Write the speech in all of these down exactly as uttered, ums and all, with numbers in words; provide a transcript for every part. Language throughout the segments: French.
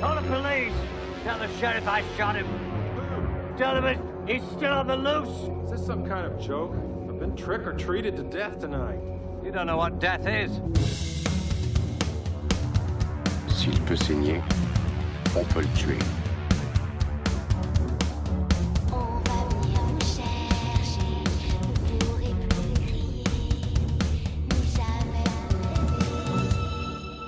Call the police. Tell the sheriff I shot him. Tell him he's still on the loose. Is this some kind of joke? I've been trick or treated to death tonight. You don't know what death is. S'il peut saigner, on peut le tuer. On va venir vous chercher, vous pourrez plus crier, ni jamais vous rêver.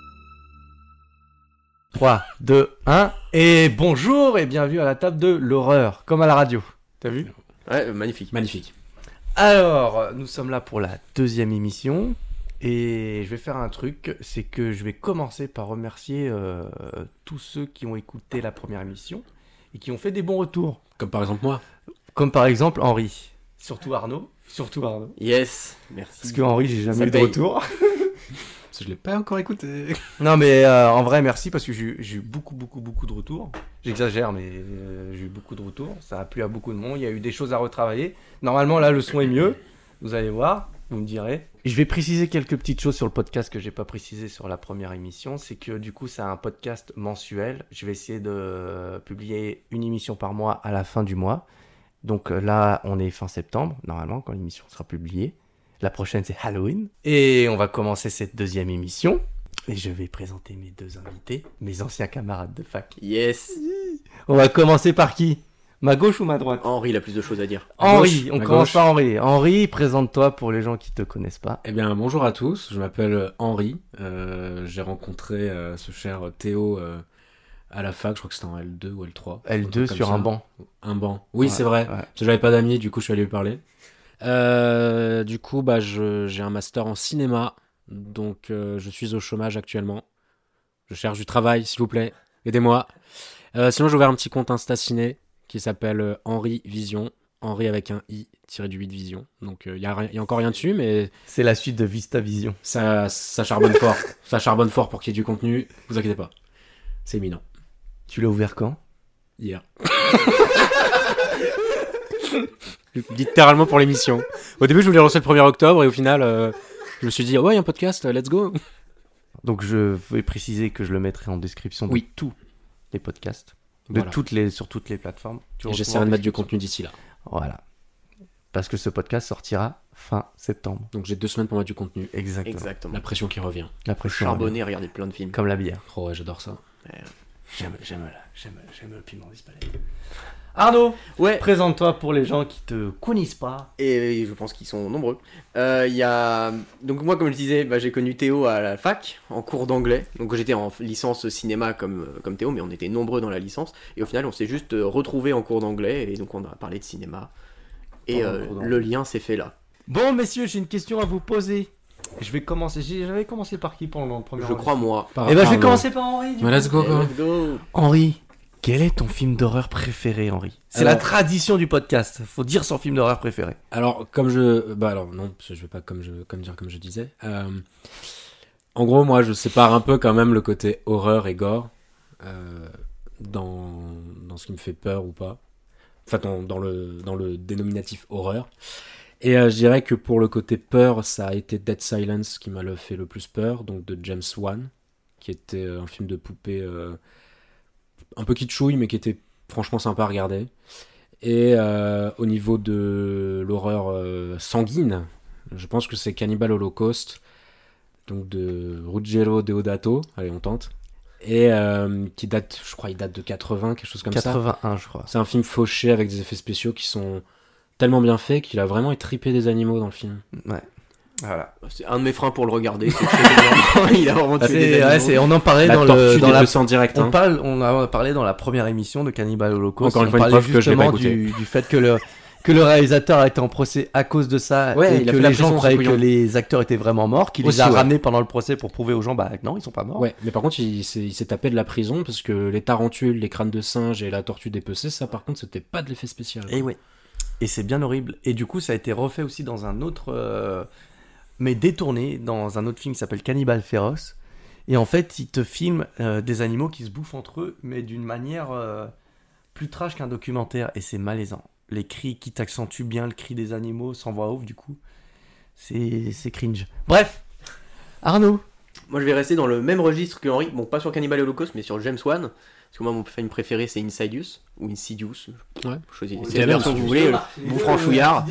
trois, deux, un, et bonjour et bienvenue à la table de l'horreur, comme à la radio. T'as vu ? Ouais, magnifique. Magnifique. Alors, nous sommes là pour la deuxième émission, et je vais faire un truc, c'est que je vais commencer par remercier euh, tous ceux qui ont écouté la première émission, et qui ont fait des bons retours. Comme par exemple moi. Comme par exemple Henri, surtout Arnaud, surtout Arnaud. Yes, merci. Parce que Henri, j'ai jamais Ça eu de paye. retour. Parce que je l'ai pas encore écouté. Non mais euh, en vrai merci parce que j'ai eu, j'ai eu beaucoup beaucoup beaucoup de retours. J'exagère mais euh, j'ai eu beaucoup de retours. Ça a plu à beaucoup de monde. Il y a eu des choses à retravailler. Normalement là le son est mieux. Vous allez voir, vous me direz. Et je vais préciser quelques petites choses sur le podcast que j'ai pas précisé sur la première émission. C'est que du coup c'est un podcast mensuel. Je vais essayer de publier une émission par mois à la fin du mois. Donc euh, là on est fin septembre normalement quand l'émission sera publiée. La prochaine, c'est Halloween. Et on va commencer cette deuxième émission. Et je vais présenter mes deux invités, mes anciens camarades de fac. Yes. On va commencer par qui ? Ma gauche ou ma droite ? Henri, il a plus de choses à dire. Henri, Gauche, on ma commence gauche. par Henri. Henri, présente-toi pour les gens qui te connaissent pas. Eh bien, bonjour à tous, je m'appelle Henri. Euh, j'ai rencontré euh, ce cher Théo euh, à la fac, je crois que c'était en L deux ou L trois. L deux truc sur comme un ça. banc. Un banc, oui, Ouais, c'est vrai. ouais. Parce que j'avais pas d'amis, du coup, je suis allé lui parler. Euh, du coup, bah, je, j'ai un master en cinéma, donc euh, je suis au chômage actuellement. Je cherche du travail, s'il vous plaît, aidez-moi. Euh, sinon, j'ai ouvert un petit compte Insta Ciné qui s'appelle euh, Henri Vision. Henri avec un i tiré du huit Vision. Donc, il n'y a, rien- y a encore rien dessus, mais C'est la suite de Vista Vision. ça, ça charbonne fort. Ça charbonne fort pour qu'il y ait du contenu. Vous inquiétez pas. C'est imminent. Tu l'as ouvert quand ? Hier. Littéralement pour l'émission. Au début, je voulais lancer le premier octobre et au final, euh, je me suis dit, ouais, il y a un podcast, let's go. Donc je vais préciser que je le mettrai en description de Oui. tous les podcasts. De Voilà. toutes les, sur toutes les plateformes. Tu Et retrouveras j'essaierai en de mettre du description. contenu d'ici là. Voilà. Parce que ce podcast sortira fin septembre. Donc j'ai deux semaines pour mettre du contenu. Exactement. Exactement. La pression qui revient. La pression. Charbonner, regarder plein de films. Comme la bière. Oh ouais, j'adore ça. J'aime, j'aime, la- j'aime, j'aime le piment d'Espelette. Arnaud, Ouais. présente-toi pour les gens qui te connaissent pas. Et je pense qu'ils sont nombreux. Euh, Il y a... Donc moi, comme je disais, bah, j'ai connu Théo à la fac, en cours d'anglais. Donc j'étais en licence cinéma comme, comme Théo, mais on était nombreux dans la licence. Et au final, on s'est juste euh, retrouvés en cours d'anglais, et donc on a parlé de cinéma. Et Pendant le euh, cours d'anglais. le lien s'est fait là. Bon, messieurs, j'ai une question à vous poser. Je vais commencer. j'ai- J'avais commencé par qui pendant le premier Je crois, moi. Par- Eh ben, je vais Arnaud. commencer par Henri. du Mais coup. let's go, Eh, quoi. let's go. Henri, quel est ton film d'horreur préféré, Henri ? C'est Alors- la tradition du podcast. Faut dire son film d'horreur préféré. Alors, comme je... Bah alors, non, parce que je vais pas comme, je... comme dire comme je disais. Euh, En gros, moi, je sépare un peu quand même le côté horreur et gore euh, dans... dans ce qui me fait peur ou pas. Enfin, dans, dans, le... dans le dénominatif horreur. Et euh, je dirais que pour le côté peur, ça a été Dead Silence qui m'a le fait le plus peur, donc de James Wan, qui était euh, un film de poupée euh, un peu kitschouille, mais qui était franchement sympa à regarder. Et euh, au niveau de l'horreur euh, sanguine, je pense que c'est Cannibal Holocaust, donc de Ruggero Deodato, allez on tente, et euh, qui date, je crois il date de quatre-vingts, quelque chose comme ça. quatre-vingt-un, je crois. C'est un film fauché avec des effets spéciaux qui sont tellement bien faits qu'il a vraiment étripé des animaux dans le film. Ouais. Voilà. C'est un de mes freins pour le regarder. c'est que il a vraiment tué C'est- des ouais, animaux. c'est- on en parlait La dans tortue le dans des la deux cents direct. On, Hein. parle, on a parlé dans la première émission de Cannibal Holocaust. Encore une on fois, une parlait preuve que je l'ai pas justement du, du fait que le, que le réalisateur a été en procès à cause de ça Ouais, et il a que fait la les gens prison, croyaient ce que couillon. les acteurs étaient vraiment morts, qu'il les Aussi, a ouais. ramenés pendant le procès pour prouver aux gens bah non, ils sont pas morts. Ouais, mais par contre, il s'est, il s'est tapé de la prison parce que les tarentules, les crânes de singe et la tortue dépecée, ça par contre, c'était pas de l'effet spécial. Et ouais. Et c'est bien horrible. Et du coup, ça a été refait aussi dans un autre, euh, mais détourné dans un autre film qui s'appelle Cannibal Féroce. Et en fait, il te filme euh, des animaux qui se bouffent entre eux, mais d'une manière euh, plus trash qu'un documentaire. Et c'est malaisant. Les cris qui t'accentuent bien le cri des animaux sans voix off, du coup. C'est, c'est cringe. Bref, Arnaud, Moi, je vais rester dans le même registre que Henri. Bon, pas sur Cannibal Holocaust, mais sur James Wan. Parce que moi, mon film préféré, c'est Insidious. Ou Insidious. Ouais. Choisissez Oh, c'est la bien, version que vous Insidious. voulez. Le bout franchouillard.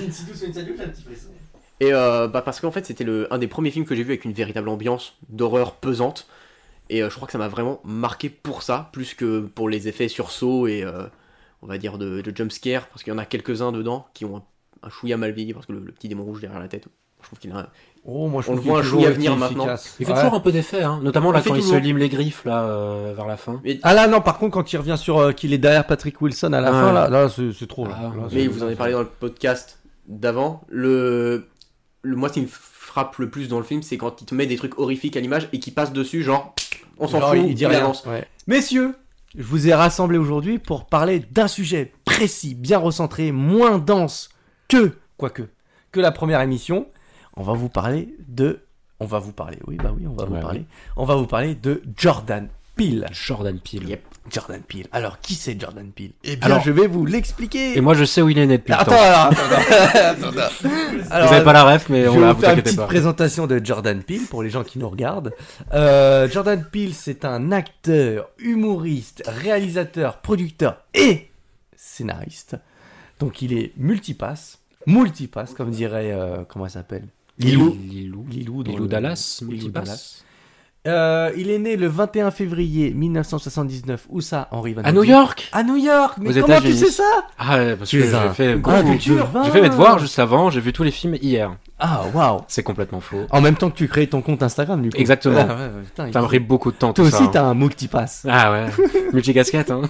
Et euh, bah, parce qu'en fait, c'était le, un des premiers films que j'ai vu avec une véritable ambiance d'horreur pesante. Et euh, je crois que ça m'a vraiment marqué pour ça, plus que pour les effets sursauts et, euh, on va dire, de, de jumpscare. Parce qu'il y en a quelques-uns dedans qui ont un, un chouïa mal vieilli. Parce que le, le petit démon rouge derrière la tête, je trouve qu'il a un... Oh, moi je On trouve le voit qu'il un est chouïa toujours venir été maintenant. efficace. Il fait Ouais. toujours un peu d'effet, hein. Notamment là Il fait quand il se toujours. lime les griffes là euh, vers la fin. Mais, Ah là non, par contre, quand il revient sur euh, qu'il est derrière Patrick Wilson à la Ouais. fin, là, là c'est, c'est trop. Là. Ah, Là, mais c'est- vous en avez parlé dans le podcast d'avant. Le, le, moi, ce qui me frappe le plus dans le film, c'est quand il te met des trucs horrifiques à l'image et qu'il passe dessus, genre, on s'en Genre, fout, il, il, dit rien. avance. Ouais. Messieurs, je vous ai rassemblés aujourd'hui pour parler d'un sujet précis, bien recentré, moins dense que, quoique, que la première émission. On va vous parler de... On va vous parler, oui, bah oui, on va vous Ouais, parler. oui. On va vous parler de Jordan Peele. Jordan Peele. Yep. Jordan Peele. Alors, qui c'est Jordan Peele? Eh bien, Alors- je vais vous l'expliquer. Et moi je sais où il est né depuis le Attends, temps. alors, attends, attends, attends. Alors, Vous avez pas la ref, mais je on vais l'a, vous vous faire une inquiétez petite pas. présentation de Jordan Peele pour les gens qui nous regardent. Euh, Jordan Peele, c'est un acteur, humoriste, réalisateur, producteur et scénariste. Donc il est multipasse, multipasse comme dirait, euh, comment elle s'appelle Lilou. Lilou. Lilou, dans Lilou le- Dallas, Lilou multipasse. Dallas. Euh, il est né le vingt et un février mille neuf cent soixante-dix-neuf. Où ça, Henri Van À New York. À New York. Mais Aux comment tu États-Unis. sais ça? Ah ouais, parce Tu que es un j'ai fait, grand j'ai culture. fait mes devoirs juste avant, j'ai vu tous les films hier. Ah, waouh. C'est complètement faux. En même temps que tu crées ton compte Instagram, du coup. Exactement. Ah, ouais, ouais, putain, Ça il- m'a pris beaucoup de temps Toi tout aussi, ça. hein. t'as un multipass. Ah ouais, multicasquette hein.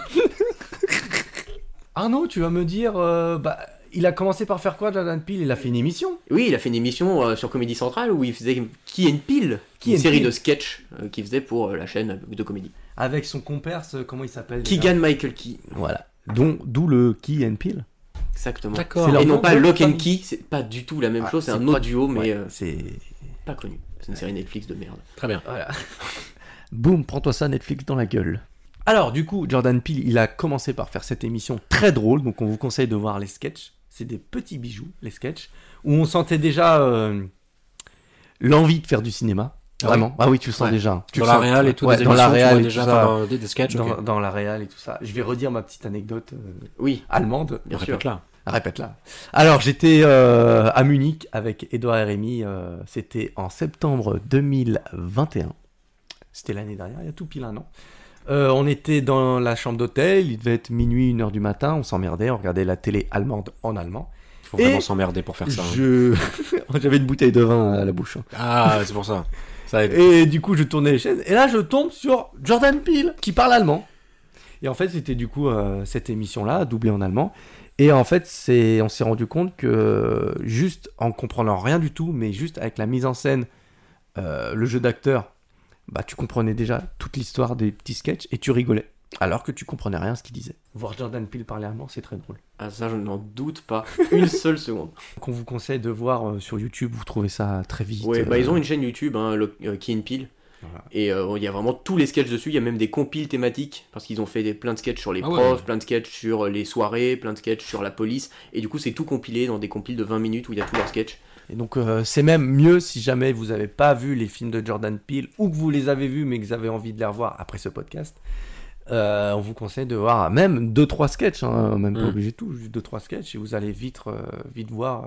Arnaud, tu vas me dire, euh, bah, il a commencé par faire quoi, Jordan Peele? Il a fait une émission. Oui, il a fait une émission euh, sur Comédie Centrale où il faisait Key and Peele, Key une and série Peele. de sketchs euh, qu'il faisait pour euh, la chaîne de comédie. Avec son compère, ce- comment il s'appelle déjà Keegan Michael Key, Voilà. Dont, d'où le Key and Peele. exactement. D'accord. C'est leur Et non nom pas de Lock and famille. Key, c'est pas du tout la même Ah, chose, c'est c'est un pas autre du- duo, mais Ouais, euh, c'est... pas connu. C'est une série Netflix de merde. Très bien. Voilà. Boum, prends-toi ça, Netflix dans la gueule. Alors, du coup, Jordan Peele, il a commencé par faire cette émission très drôle, donc on vous conseille de voir les sketchs. C'est des petits bijoux, les sketchs, où on sentait déjà euh, l'envie de faire du cinéma. Ah Vraiment. Ah oui, tu le sens Ouais. déjà. Tu Dans le la sens. réal et tout, Ouais, des dans la émissions, tu réal vois et déjà, tout ça. enfin, dans des, des sketchs, Dans, ok. dans la réal et tout ça. Je vais redire ma petite anecdote euh, Oui, allemande. bien sûr. Répète là. Répète-la. Alors, j'étais euh, à Munich avec Edouard et Rémi. euh, c'était en septembre deux mille vingt et un. C'était l'année dernière, il y a tout pile un an. Euh, on était dans la chambre d'hôtel. Il devait être minuit, une heure du matin. On s'emmerdait. On regardait la télé allemande en allemand. Faut Et vraiment s'emmerder pour faire ça. hein. Je... J'avais une bouteille de vin à la bouche. hein. Ah, c'est pour ça. Ça aide. Et du coup, je tournais les chaînes. Et là, je tombe sur Jordan Peele qui parle allemand. Et en fait, c'était du coup euh, cette émission-là, doublée en allemand. Et en fait, c'est, on s'est rendu compte que juste en comprenant rien du tout, mais juste avec la mise en scène, euh, le jeu d'acteur, bah, tu comprenais déjà toute l'histoire des petits sketchs et tu rigolais. Alors que tu comprenais rien à ce qu'il disait. Voir Jordan Peele parler allemand, c'est très drôle. Ah, ça, je n'en doute pas une seule seconde. Donc on vous conseille de voir euh, sur YouTube, vous trouvez ça très vite. Ouais, bah euh, ils ont une chaîne YouTube, hein, le, euh, Key and Peele. Voilà. Et euh, il y a vraiment tous les sketchs dessus. Il y a même des compiles thématiques parce qu'ils ont fait des, plein de sketchs sur les Ah ouais. profs, plein de sketchs sur les soirées, plein de sketchs sur la police. Et du coup, c'est tout compilé dans des compiles de vingt minutes où il y a tous leurs sketchs. Et donc euh, c'est même mieux si jamais vous n'avez pas vu les films de Jordan Peele ou que vous les avez vus mais que vous avez envie de les revoir après ce podcast. Euh, on vous conseille de voir même deux trois sketchs, hein, même pas Mm. obligé de tout, juste deux trois sketchs et vous allez vite, euh, vite voir euh,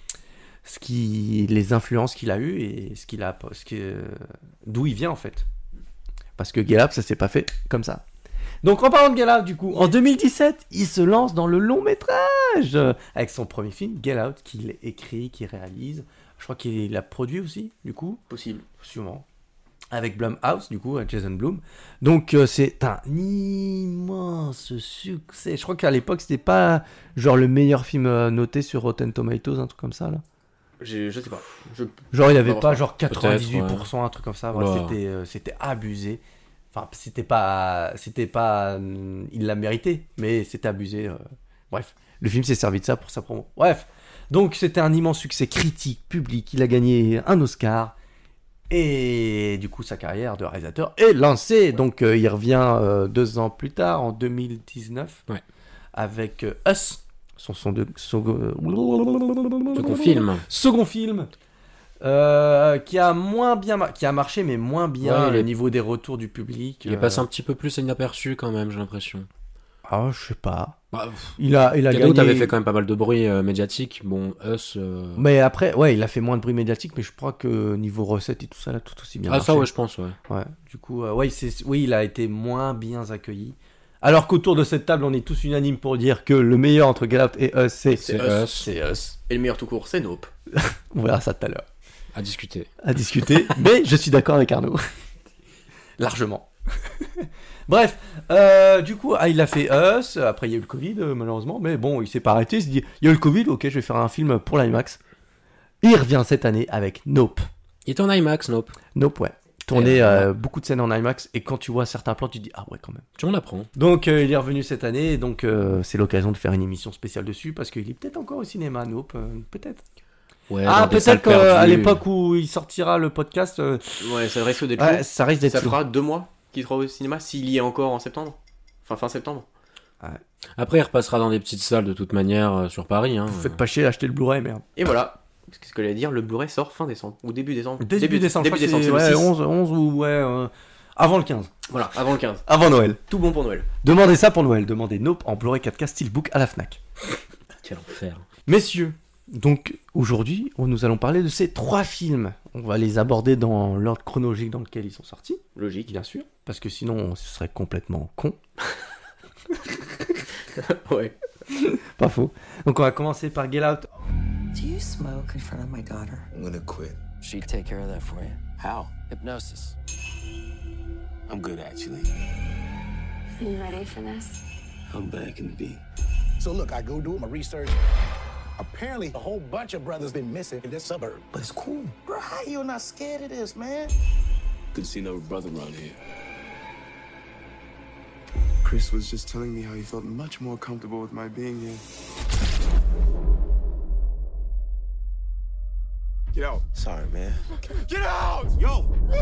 ce qui, les influences qu'il a eues et ce qu'il a, ce qui, euh, d'où il vient en fait. Parce que Get Up, ça s'est pas fait comme ça. Donc en parlant de Get Out, du coup, en deux mille dix-sept, il se lance dans le long métrage euh, avec son premier film, Get Out, qu'il écrit, qu'il réalise. Je crois qu'il a produit aussi, du coup, Possible. sûrement. Avec Blumhouse, du coup, avec Jason Blum. Donc euh, c'est un immense succès. Je crois qu'à l'époque, c'était pas genre le meilleur film euh, noté sur Rotten Tomatoes, un truc comme ça, là. Je, je sais pas. Je... Genre, il avait Pas pas forcément. genre quatre-vingt-dix-huit pour cent, un truc comme ça. Ouais, Oula. c'était, euh, c'était abusé. Enfin, c'était pas, c'était pas, euh, il l'a mérité, mais c'était abusé. euh. Bref, le film s'est servi de ça pour sa promo. Bref, donc c'était un immense succès critique, public. Il a gagné un Oscar et du coup sa carrière de réalisateur est lancée. Donc euh, il revient euh, deux ans plus tard, en deux mille dix-neuf, Ouais. avec euh, Us, son son de son, Ce qu'on filme. second film. Euh, qui a moins bien mar- qui a marché mais moins bien Ouais, il au est- niveau des retours du public. Il est euh. passé un petit peu plus inaperçu quand même, j'ai l'impression. Ah, je sais pas. Bah, Il a il a Get Out gagné. avait fait quand même pas mal de bruit euh, médiatique. Bon, Us. euh, Mais après, ouais, il a fait moins de bruit médiatique, mais je crois que niveau recettes et tout ça, là, tout aussi bien Ah, marché. ça, ouais, je pense, ouais. Ouais, du coup, euh, ouais, c'est, oui, il a été moins bien accueilli. Alors qu'autour de cette table, on est tous unanimes pour dire que le meilleur entre Get Out et Us, c'est, C'est Us. Us. c'est Us. Et le meilleur tout court, c'est Nope. On verra ça tout à l'heure. À discuter. À discuter, mais je suis d'accord avec Arnaud. Largement. Bref, euh, du coup, ah, il a fait Us. Après, il y a eu le Covid, euh, malheureusement, mais bon, il s'est pas arrêté. Il s'est dit, il y a eu le Covid, ok, je vais faire un film pour l'IMAX. Et il revient cette année avec Nope. Il est en IMAX, Nope. Nope, ouais. Tourné Et, euh, beaucoup de scènes en IMAX, et quand tu vois certains plans, tu te dis, ah ouais, quand même. Tu en apprends. Donc euh, il est revenu cette année, et donc euh, c'est l'occasion de faire une émission spéciale dessus, parce qu'il est peut-être encore au cinéma, Nope, euh, peut-être. Ouais, Ah, dans des salles peut-être qu'à perdues. l'époque où il sortira le podcast, euh, Ouais, ça risque d'être ouais, lourd. ça risque d'être Ça lourd. fera deux mois qu'il sera au cinéma, s'il y est encore en septembre. Enfin, fin septembre. Après, il repassera dans des petites salles de toute manière euh, sur Paris. Hein. Vous faites pas chier, achetez le Blu-ray, merde. Et voilà. Ce que j'allais dire, le Blu-ray sort fin décembre. Ou début décembre. Début, décembre, Début je crois décembre, que c'est c'est le ouais, six. onze, onze ou ouais, euh, avant le quinze. Voilà, avant le quinze. Avant Noël. Tout bon pour Noël. Demandez ça pour Noël, demandez Nope en Blu-ray quatre K Steelbook à la Fnac. Quel enfer. Messieurs, donc aujourd'hui, nous allons parler de ces trois films. On va les aborder dans l'ordre chronologique dans lequel ils sont sortis, Logique. bien sûr, parce que sinon ce serait complètement con. Ouais. Pas faux. Donc on va commencer par Get Out. Do you smoke in front of my daughter? I'm gonna quit. She'd take care of that for you. How? Hypnosis. I'm good, actually. Are you ready for this? I'm back in the beat. So look, I go do my research. Apparently, a whole bunch of brothers been missing in this suburb. But it's cool. Bro, how you not scared of this, man? Good to see another brother around here. Chris was just telling me how he felt much more comfortable with my being here. Get out. Sorry, man. Get out! Yo!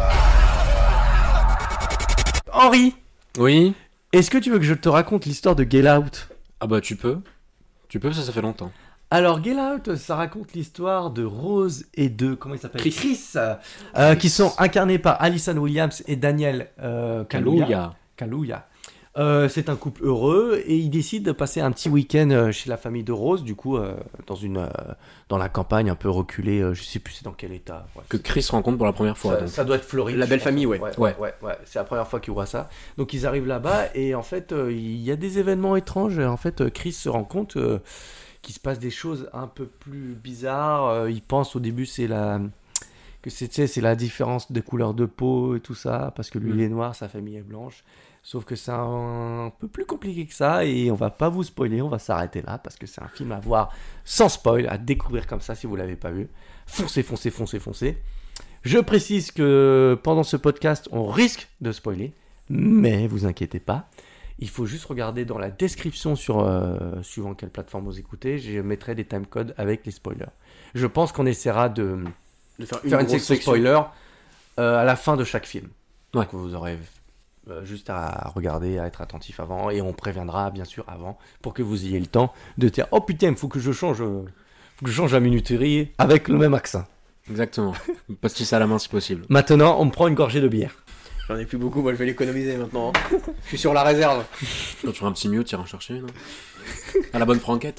Henri, Oui. est-ce que tu veux que je te raconte l'histoire de Get Out? Ah bah tu peux. Tu peux, ça, ça fait longtemps. Alors, Get Out, ça raconte l'histoire de Rose et de, comment il s'appelle, Chris. Chris, euh, euh, qui sont incarnés par Alison Williams et Daniel euh, Kaluuya. Kaluuya. Kaluuya. Euh, c'est un couple heureux et ils décident de passer un petit week-end euh, chez la famille de Rose, du coup, euh, dans une, euh, dans la campagne un peu reculée, euh, je sais plus c'est dans quel état. Ouais. Que Chris rencontre pour la première fois. Ça, donc. ça doit être Floride. La je belle pense. famille, ouais. Ouais, Ouais. ouais, ouais, ouais. C'est la première fois qu'ils voient ça. Donc ils arrivent là-bas et en fait, euh, il y a des événements étranges. En fait, euh, Chris se rend compte euh, qu'il se passe des choses un peu plus bizarres. Euh, il pense au début c'est la que c'est, tu sais, c'est la différence des couleurs de peau et tout ça, parce que lui Mm. il est noir, sa famille est blanche. Sauf que c'est un, un peu plus compliqué que ça et on va pas vous spoiler, on va s'arrêter là parce que c'est un film à voir sans spoil, à découvrir comme ça si vous l'avez pas vu. Foncez, foncez, foncez, foncez. Je précise que pendant ce podcast, on risque de spoiler, mais vous inquiétez pas. Il faut juste regarder dans la description sur euh, suivant quelle plateforme vous écoutez, je mettrai des timecodes avec les spoilers. Je pense qu'on essaiera de De faire une, faire une grosse section spoiler euh, à la fin de chaque film. Ouais. Donc vous aurez euh, juste à regarder, à être attentif avant, et on préviendra bien sûr avant pour que vous ayez le temps de dire oh putain, il faut que je change, euh, faut que je change la minuterie avec le même accent. Exactement. Pastis à la main si possible. Maintenant, on me prend une gorgée de bière. J'en ai plus beaucoup, moi je vais l'économiser maintenant. hein. Je suis sur la réserve. Quand tu feras un petit mute, tu iras en chercher, non À la bonne franquette.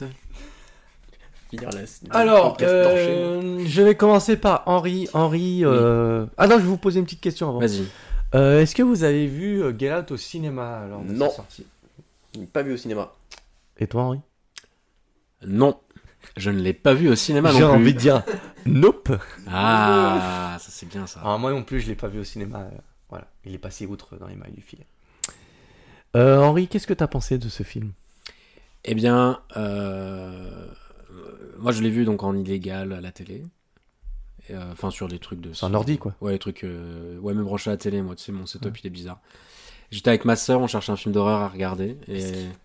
Finir la- Alors, podcast torché. euh, je vais commencer par Henri. Henri, euh... ah non, je vais vous poser une petite question avant. Vas-y. Euh, est-ce que vous avez vu euh, Get Out au cinéma alors de sa Non. sortie Je l'ai pas vu au cinéma. Et toi, Henri? Non. Je ne l'ai pas vu au cinéma J'ai non plus. envie de dire nope. Ah, ça c'est bien ça. Alors, moi non plus, je l'ai pas vu au cinéma. euh, Voilà, il est passé outre dans les mailles du filet. Euh, Henri, qu'est-ce que t'as pensé de ce film? Eh bien, euh, moi je l'ai vu donc en illégal à la télé. Et, euh, Enfin, sur des trucs de. C'est en ordi, quoi. Ouais, des trucs. euh, Ouais, même branché à la télé, moi, tu sais, mon setup il est bizarre. J'étais avec ma soeur, on cherchait un film d'horreur à regarder. Et.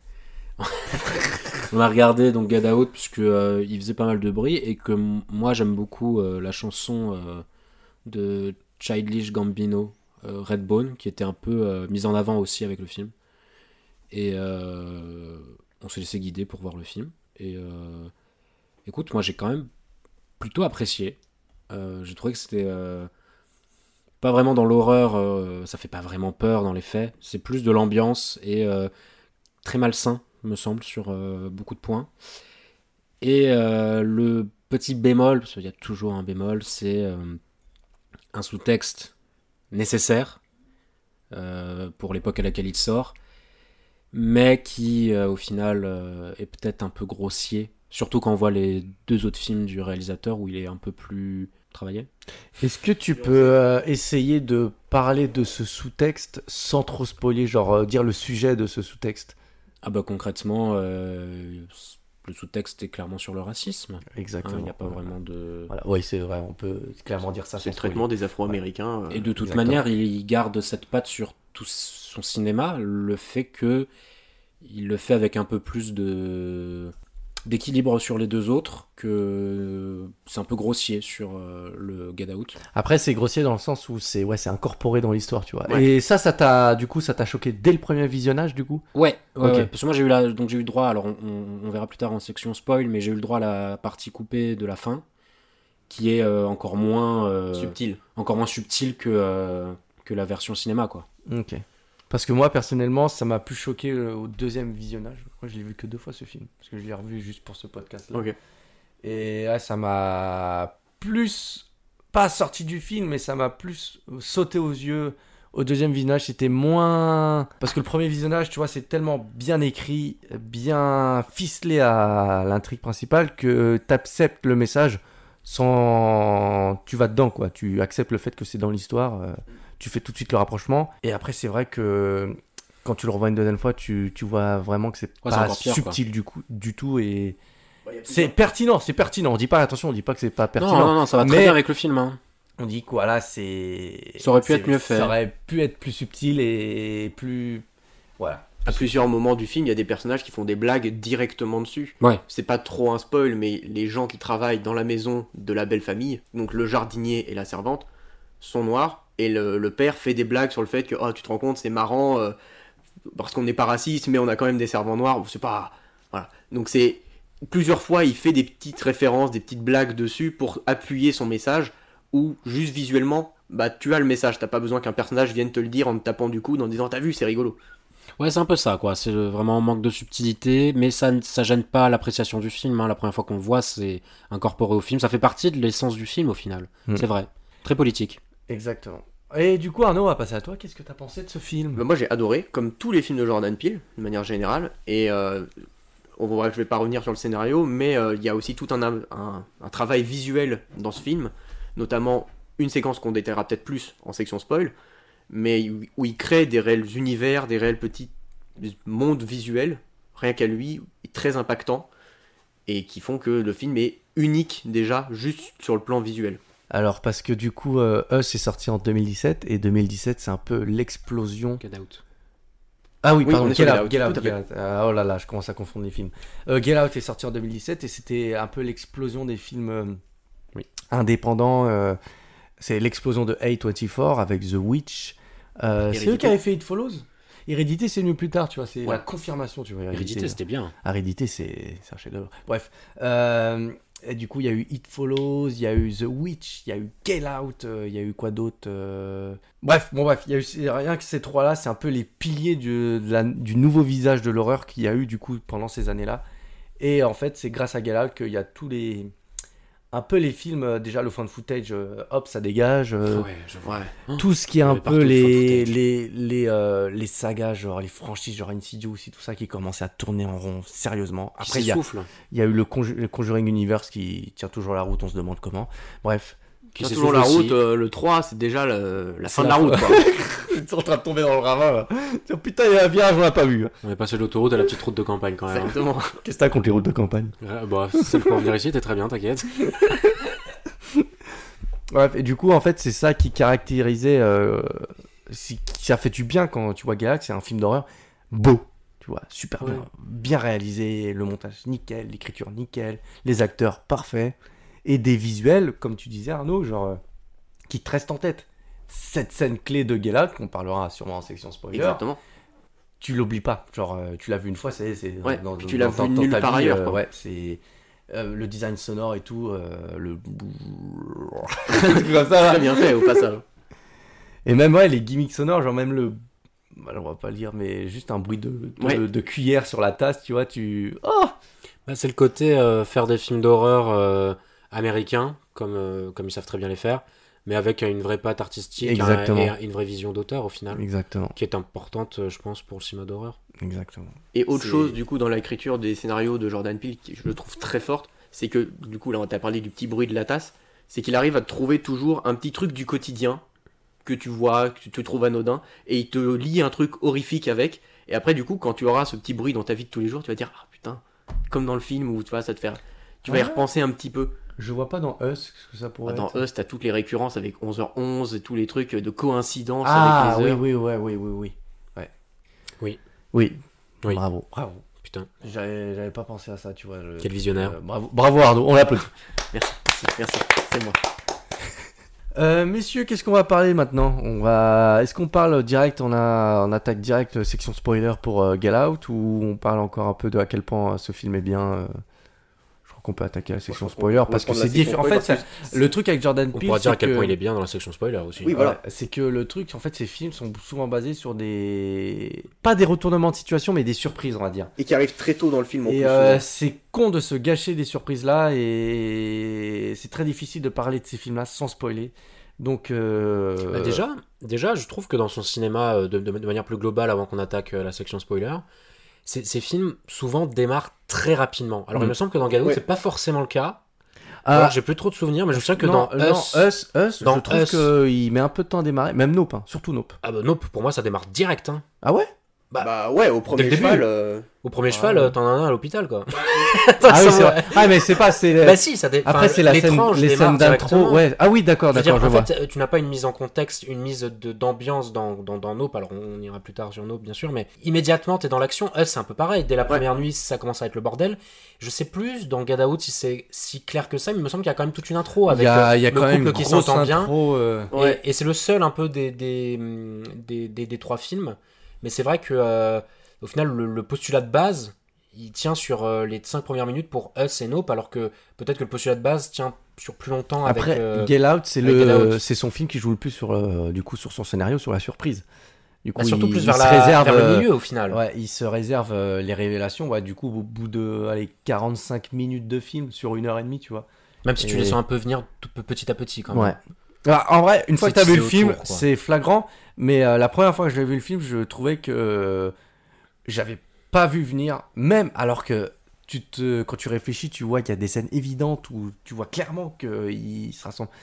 On a regardé donc Get Out, puisque euh, il faisait pas mal de bruit. Et que m- moi j'aime beaucoup euh, la chanson euh, de Childish Gambino, euh, Redbone, qui était un peu euh, mise en avant aussi avec le film. Et euh, on s'est laissé guider pour voir le film. Et euh, écoute, moi j'ai quand même plutôt apprécié. Euh, j'ai trouvé que c'était euh, pas vraiment dans l'horreur, euh, ça fait pas vraiment peur dans les faits, c'est plus de l'ambiance et euh, très malsain, me semble, sur euh, beaucoup de points. Et euh, le petit bémol, parce qu'il y a toujours un bémol, c'est euh, un sous-texte nécessaire euh, pour l'époque à laquelle il sort, mais qui euh, au final euh, est peut-être un peu grossier, surtout quand on voit les deux autres films du réalisateur où il est un peu plus travaillé. Est-ce que tu peux euh, essayer de parler de ce sous-texte sans trop spoiler, genre euh, dire le sujet de ce sous-texte? Ah bah concrètement, euh, le sous-texte est clairement sur le racisme. Exactement. Il n'y a pas vraiment de... Voilà. Oui, c'est vrai, on peut clairement dire ça. C'est le traitement des Afro-Américains. Et de toute Exactement. manière, il garde cette patte sur tout son cinéma, le fait que il le fait avec un peu plus de d'équilibre sur les deux autres, que c'est un peu grossier sur euh, le Get Out. Après, c'est grossier dans le sens où c'est ouais, c'est incorporé dans l'histoire, tu vois. Ouais. Et ça, ça t'a du coup, ça t'a choqué dès le premier visionnage, du coup. Ouais, ouais, Ok. ouais, parce que moi j'ai eu la, donc j'ai eu le droit, alors on, on- on verra plus tard en section spoil, mais j'ai eu le droit à la partie coupée de la fin, qui est euh, encore moins euh, Subtil. encore moins subtil que euh, que la version cinéma, quoi. Ok. Parce que moi, personnellement, ça m'a plus choqué euh, au deuxième visionnage. Moi, je l'ai vu que deux fois ce film, parce que je l'ai revu juste pour ce podcast-là. Ok. Et ouais, ça m'a plus pas sorti du film, mais ça m'a plus sauté aux yeux. Au deuxième visionnage, c'était moins... Parce que le premier visionnage, tu vois, c'est tellement bien écrit, bien ficelé à l'intrigue principale, que t'acceptes le message sans... Tu vas dedans, quoi. Tu acceptes le fait que c'est dans l'histoire, euh, tu fais tout de suite le rapprochement. Et après, c'est vrai que quand tu le revois une deuxième fois, tu, tu vois vraiment que c'est Ouais, c'est pas encore pire, subtil quoi. du, coup, du tout. Et c'est pertinent, c'est pertinent. On dit pas, attention, on dit pas que c'est pas pertinent. Non, non, non, ça va très mais bien avec le film, hein. On dit que voilà, c'est. Ça aurait pu c'est- être mieux fait. Ça aurait pu être plus subtil et plus. Voilà. À plusieurs moments du film, il y a des personnages qui font des blagues directement dessus. Ouais. C'est pas trop un spoil, mais les gens qui travaillent dans la maison de la belle famille, donc le jardinier et la servante, sont noirs. Et le, le père fait des blagues sur le fait que oh, tu te rends compte, c'est marrant, euh, parce qu'on n'est pas raciste, mais on a quand même des servants noirs. C'est pas. Voilà. Donc c'est. Plusieurs fois, il fait des petites références, des petites blagues dessus pour appuyer son message, ou juste visuellement, bah tu as le message. T'as pas besoin qu'un personnage vienne te le dire en te tapant du coude en disant t'as vu, c'est rigolo. Ouais, c'est un peu ça, quoi. C'est vraiment un manque de subtilité, mais ça ne ça gêne pas l'appréciation du film, hein. La première fois qu'on le voit, c'est incorporé au film. Ça fait partie de l'essence du film, au final. Mm. C'est vrai. Très politique. Exactement. Et du coup, Arnaud, on va passer à toi. Qu'est-ce que t'as pensé de ce film? Bah, moi j'ai adoré, comme tous les films de Jordan Peele, de manière générale, et euh, on va, je vais pas revenir sur le scénario, mais euh, il y a aussi tout un, un, un travail visuel dans ce film, notamment une séquence qu'on détaillera peut-être plus en section spoil, mais où, où il crée des réels univers, des réels petits mondes visuels, rien qu'à lui, très impactants, et qui font que le film est unique déjà, juste sur le plan visuel. Alors, parce que du coup, euh, Us est sorti en deux mille dix-sept, et deux mille dix-sept, c'est un peu l'explosion. Get Out. Ah oui, Oui, pardon, on est sur Get Get Out, Out, Get Out, tout à Get fait. Out. Ah, oh là là, je commence à confondre les films. Euh, Get Out est sorti en deux mille dix-sept, et c'était un peu l'explosion des films euh, Oui. indépendants. euh, c'est l'explosion de A vingt-quatre avec The Witch. Euh, c'est eux Hérédité. qui avaient fait It Follows. Hérédité, c'est venu plus tard, tu vois, c'est Ouais. la confirmation, tu vois. Hérédité, c'était bien. Hérédité, c'est c'est un chef-d'œuvre. Bref. Euh, et du coup, il y a eu It Follows, il y a eu The Witch, il y a eu Get Out, euh, il y a eu quoi d'autre euh, Bref, bon bref, il y a eu c'est- rien que ces trois-là, c'est un peu les piliers du, de la- du nouveau visage de l'horreur qu'il y a eu du coup pendant ces années-là. Et en fait, c'est grâce à Get Out qu'il y a tous les... Un peu les films, euh, déjà le found footage, euh, hop, ça dégage. euh, Ouais, je vois. Ouais. tout ce qui est Il y un avait peu partout le les, found footage. les, les, euh, les sagas, genre les franchises, genre Insidious aussi, tout ça qui commençait à tourner en rond, sérieusement. Qui Après, il y, a- s'essouffle. il y a eu le, Conju- le Conjuring Universe qui tient toujours la route, on se demande comment. Bref. Qui Tient s'essouffle toujours la aussi. route, euh, le trois, c'est déjà le- la fin C'est de la la route. fin. Quoi. Ils sont en train de tomber dans le ravin, là. Tiens, putain, il y a un virage, on l'a pas vu. On est passé de l'autoroute à la petite route de campagne, quand même. Exactement. Qu'est-ce que t'as contre les routes de campagne? Ouais, bah, celle pour venir ici, t'es très bien, t'inquiète. Bref, et du coup, en fait, c'est ça qui caractérisait. Euh, si- qui- ça fait du bien quand tu vois Galax, c'est un film d'horreur beau, tu vois, super Ouais. bien, bien réalisé, le montage nickel, l'écriture nickel, les acteurs parfaits, et des visuels, comme tu disais Arnaud, genre, euh, qui te restent en tête. Cette scène clé de Galax, qu'on parlera sûrement en section spoiler, Exactement. tu l'oublies pas. Genre, euh, tu l'as vu une fois, c'est. c'est Ouais, dans, puis tu l'as dans- vu dans nulle ta part vie, ailleurs, euh, quoi. ouais, c'est. euh, le design sonore et tout, euh, le... comme ça, là. Très bien fait, au passage. Et même, ouais, les gimmicks sonores, genre même le... Alors, on va pas le dire, mais juste un bruit de, de, Ouais. de cuillère sur la tasse, tu vois, tu... Oh Bah, c'est le côté euh, faire des films d'horreur euh, américains, comme, euh, comme ils savent très bien les faire, mais avec une vraie patte artistique Exactement. un- et une vraie vision d'auteur au final, Exactement. qui est importante, euh, je pense, pour le cinéma d'horreur. Exactement. Et autre C'est- chose, du coup, dans l'écriture des scénarios de Jordan Peele, qui je le trouve très forte, c'est que, du coup, là, on t'a parlé du petit bruit de la tasse, c'est qu'il arrive à te trouver toujours un petit truc du quotidien que tu vois, que tu te trouves anodin, et il te lie un truc horrifique avec, et après, du coup, quand tu auras ce petit bruit dans ta vie de tous les jours, tu vas dire, ah putain, comme dans le film où tu vois, ça te fait... Tu vas y Ouais. repenser un petit peu. Je vois pas dans Us ce que ça pourrait Ah, dans être. Us, t'as toutes les récurrences avec onze heures onze et tous les trucs de coïncidence Ah, avec les oui, heures. oui, ouais, oui, oui, oui. Ouais. Oui. Oui. Oui. Bravo, bravo. Putain. J'avais, j'avais pas pensé à ça, tu vois. je- Quel visionnaire. Euh, bravo, bravo Arnaud, on l'applaudit. Merci, merci, merci, c'est moi. Euh, messieurs, qu'est-ce qu'on va parler maintenant? On va, est-ce qu'on parle direct, on a, on attaque direct euh, section spoiler pour euh, Get Out, ou on parle encore un peu de à quel point euh, ce film est bien? euh, Je crois qu'on peut attaquer la section je crois qu'on spoiler peut parce que prendre c'est la section différent. En fait, spoiler ça- parce que le truc avec Jordan On Peele, pourra dire à c'est quel que- point il est bien dans la section spoiler aussi. Oui, voilà. Ouais, c'est que le truc, en fait, ces films sont souvent basés sur des, pas des retournements de situation, mais des surprises, on va dire. Et qui arrive très tôt dans le film en Et plus. euh, souvent. c'est con de se gâcher des surprises là, et c'est très difficile de parler de ces films là sans spoiler. Donc euh... Bah, déjà, déjà, je trouve que dans son cinéma, euh, de, de- de manière plus globale, avant qu'on attaque euh, la section spoiler, ces, ces films souvent démarrent très rapidement. Alors Mm. il me semble que dans Get Out, Ouais. c'est pas forcément le cas. Ah. Alors j'ai plus trop de souvenirs, mais je sais que non, dans non, Us, Us, Us, dans je trouve Us- qu'il met un peu de temps à démarrer, même Nope, hein, surtout Nope. ah bah Nope, pour moi ça démarre direct. Hein. Ah ouais? Bah, Bah ouais, au dès premier le début. cheval. euh, Au premier Ah cheval, ouais. euh, t'en as un à l'hôpital quoi. Ah oui, c'est vrai. Ah mais c'est pas, c'est. Bah si, ça dé... Après enfin, c'est la scène, l'étrange les démarre scènes d'intro. directement. Ouais. Ah oui, d'accord, Je veux dire, d'accord, je en vois. fait, tu n'as pas une mise en contexte, une mise de, d'ambiance dans, dans, dans Nope, alors on ira plus tard sur Nope bien sûr, mais immédiatement t'es dans l'action. Us c'est un peu pareil, dès la première nuit ça commence à être le bordel. Je sais plus dans Get Out si c'est si clair que ça, mais il me semble qu'il y a quand même toute une intro Il avec y a, euh, il y a le quand même couple une qui grosse s'entend bien. intro. euh, Et, Ouais. et c'est le seul un peu des, des, hum, des, des, des trois films, mais c'est vrai que euh, au final le, le postulat de base il tient sur euh, les cinq premières minutes pour Us et Nope, alors que peut-être que le postulat de base tient sur plus longtemps avec. Après, euh, Get Out, c'est avec Get le, Out. c'est son film qui joue le plus sur, euh, du coup, sur son scénario, sur la surprise. Du coup, bah, surtout il, plus il vers, se la, réserve, vers le euh, milieu au final. Ouais, il se réserve euh, les révélations. Ouais, du coup, au bout de, allez, quarante-cinq minutes de film sur une heure et demie, tu vois. Même si tu Et- les sens un peu venir tout pe- petit à petit quand même. Ouais. Alors, en vrai, une fois C'est que tu as vu tissé le film, autour, quoi. c'est flagrant. Mais euh, la première fois que j'ai vu le film, je trouvais que euh, j'avais pas vu venir. Même alors que tu te, quand tu réfléchis, tu vois qu'il y a des scènes évidentes où tu vois clairement qu'ils se rassemblent.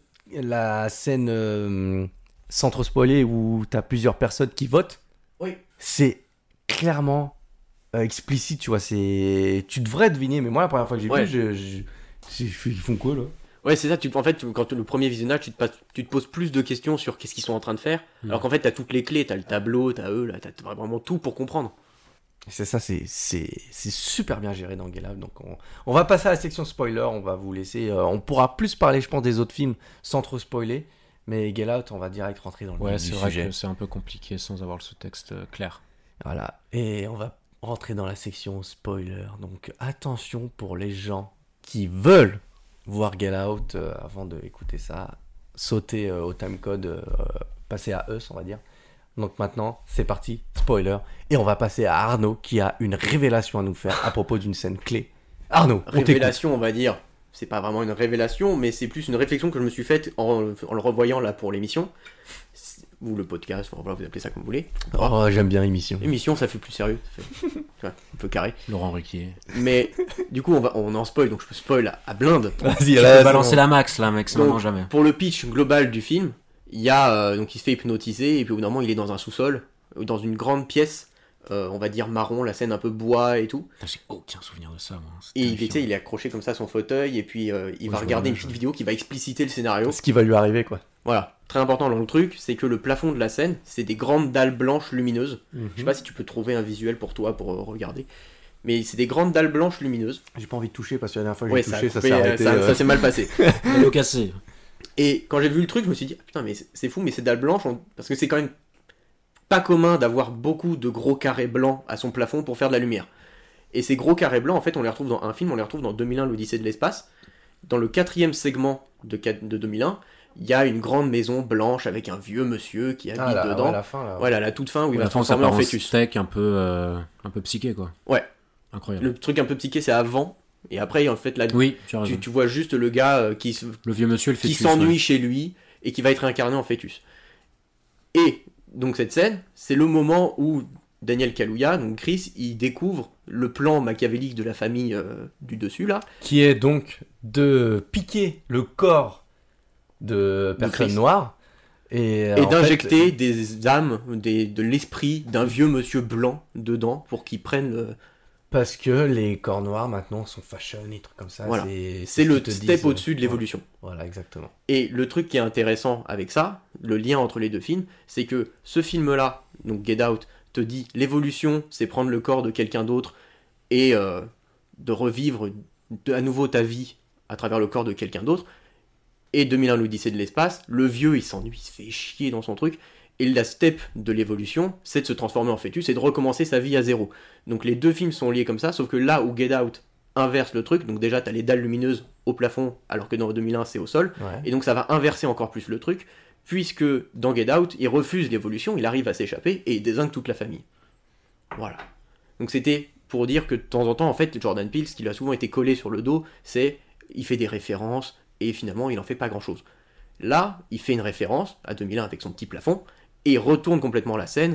La scène euh, sans trop spoiler où tu as plusieurs personnes qui votent, Oui. c'est clairement euh, explicite. Tu vois, c'est, tu devrais deviner. Mais moi, la première fois que j'ai Ouais. vu, je, je, je- je- ils font quoi là? Ouais, c'est ça. Tu, en fait, tu- quand tu- le premier visionnage, tu te, passes- tu te poses plus de questions sur qu'est-ce qu'ils sont en train de faire. Mm. Alors qu'en fait, t'as toutes les clés, t'as le tableau, t'as eux, là, t'as t'as vraiment tout pour comprendre. C'est ça, c'est, c'est, c'est super bien géré dans Get Out. Donc on, on va passer à la section spoiler. On va vous laisser. euh, on pourra plus parler, je pense, des autres films sans trop spoiler. Mais Get Out, on va direct rentrer dans le Ouais, vif c'est du vrai sujet. que c'est un peu compliqué sans avoir le sous-texte euh, clair. Voilà. Et on va rentrer dans la section spoiler. Donc attention pour les gens qui veulent voir Get Out euh, avant d'écouter ça. Sauter euh, au timecode, euh, passer à Us, on va dire. Donc maintenant, c'est parti, spoiler. Et on va passer à Arnaud qui a une révélation à nous faire à propos d'une scène clé. Arnaud, on t'écoute. Révélation, on va dire. C'est pas vraiment une révélation, mais c'est plus une réflexion que je me suis faite en, en le revoyant là pour l'émission. Ou le podcast, enfin, voilà, vous appelez ça comme vous voulez. Oh, j'aime bien l'émission. Émission, ça fait plus sérieux. Ça fait tu vois, un peu carré. Laurent Ruquier. Mais du coup, on, va, on en spoil, donc je peux spoil à, à blinde. Vas-y, Tu là, peux c'est balancer bon. la max là, mec, c'est Donc, maintenant jamais. Pour le pitch global du film, il y a euh, donc il se fait hypnotiser et puis au bout d'un moment il est dans un sous-sol, euh, dans une grande pièce, euh, on va dire marron, la scène un peu bois et tout. Putain, j'ai aucun souvenir de ça, moi. C'est Et il, terrifiant. tu sais, il est accroché comme ça à son fauteuil et puis euh, il Ouais, va je regarder vois, une je petite vois. vidéo qui va expliciter le scénario. Ce qui va lui arriver, quoi. Voilà, très important dans le truc, c'est que le plafond de la scène, c'est des grandes dalles blanches lumineuses. Je sais pas si tu peux trouver un visuel pour toi pour euh, regarder. Mais c'est des grandes dalles blanches lumineuses. J'ai pas envie de toucher parce que la dernière fois que Ouais, j'ai ça, a touché, ça, coupé, s'est euh, arrêté. ça, euh. ça s'est mal passé. Le cassé. Et quand j'ai vu le truc, je me suis dit, ah, putain, mais c'est- c'est fou, mais ces dalles blanches, on- parce que c'est quand même pas commun d'avoir beaucoup de gros carrés blancs à son plafond pour faire de la lumière. Et ces gros carrés blancs, en fait, on les retrouve dans un film, on les retrouve dans deux mille un, l'Odyssée de l'espace. Dans le quatrième segment de, de deux mille un, il y a une grande maison blanche avec un vieux monsieur qui habite Ah, là, dedans. ouais, la fin, là, ouais. Voilà, la toute fin où il Ouais, va la se fin, ça transformer en part fœtus. steak un peu, euh, un peu psyché, quoi. Ouais. Incroyable. Le truc un peu psyché, c'est avant. Et après, en fait, là, Oui, tu as raison. tu, tu vois juste le gars euh, qui, se- Le vieux monsieur, le qui fœtus. s'ennuie ouais. chez lui et qui va être réincarné en fœtus. Et donc cette scène, c'est le moment où Daniel Kaluuya, donc Chris, il découvre le plan machiavélique de la famille euh, du dessus, là. Qui est donc de piquer le corps de personnes Chris. noires et, euh, Et en d'injecter fait, des âmes, des, de l'esprit d'un vieux monsieur blanc dedans pour qu'il prenne le... parce que les corps noirs maintenant sont fashion et trucs comme ça. Voilà. C'est, C'est ce le qu'ils te step disent. au-dessus de l'évolution. Voilà, exactement. Et le truc qui est intéressant avec ça, le lien entre les deux films, c'est que ce film-là, donc Get Out, te dit l'évolution, c'est prendre le corps de quelqu'un d'autre et euh, de revivre de, à nouveau ta vie à travers le corps de quelqu'un d'autre. Et deux mille un, l'Odyssée de l'espace, le vieux, il s'ennuie, il se fait chier dans son truc. Et la step de l'évolution, c'est de se transformer en fœtus et de recommencer sa vie à zéro. Donc les deux films sont liés comme ça, sauf que là où Get Out inverse le truc, donc déjà t'as les dalles lumineuses au plafond, alors que dans deux mille un c'est au sol, Ouais. et donc ça va inverser encore plus le truc, puisque dans Get Out, il refuse l'évolution, il arrive à s'échapper, et il désingue toute la famille. Voilà. Donc c'était pour dire que de temps en temps, en fait, Jordan Peele, ce qui lui a souvent été collé sur le dos, c'est, il fait des références, et finalement il en fait pas grand chose. Là, il fait une référence à deux mille un avec son petit plafond, et il retourne complètement la scène,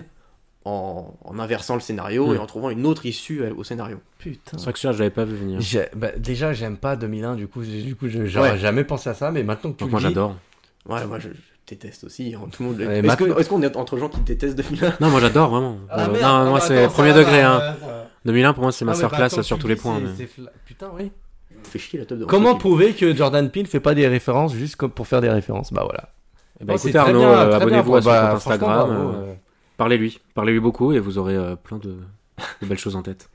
en, en inversant le scénario, Mm. et en trouvant une autre issue euh, au scénario. Putain. C'est vrai que celui-là, je l'avais pas vu venir. J'ai- bah, déjà, j'aime pas deux mille un, du coup, j'ai- du coup je, j'aurais Ouais. jamais pensé à ça, mais maintenant que tu Donc le moi, dis- j'adore. Ouais, moi je, je déteste aussi, hein, tout le monde le... Ouais, Est-ce, maintenant- que- est-ce qu'on est entre gens qui détestent deux mille un? Non, moi, j'adore, vraiment. Ah, Euh, merde, non, ah, moi, bah, c'est attends, premier ça, degré. bah, Hein. ça- deux mille un, pour moi, c'est Ah, mais bah, masterclass attends, sur tu tous les dis, points. c'est- mais- c'est fla- Putain, oui. Fait chier la top de Comment ce film. prouver que Jordan Peele fait pas des références juste comme pour faire des références? Bah voilà. Eh ben, Non, c'est écoutez, très Arnaud, bien, euh, très abonnez-vous bien. à son Bah, compte franchement, Instagram. bravo, euh, euh. Parlez-lui. Parlez-lui beaucoup et vous aurez euh, plein de, de belles choses en tête.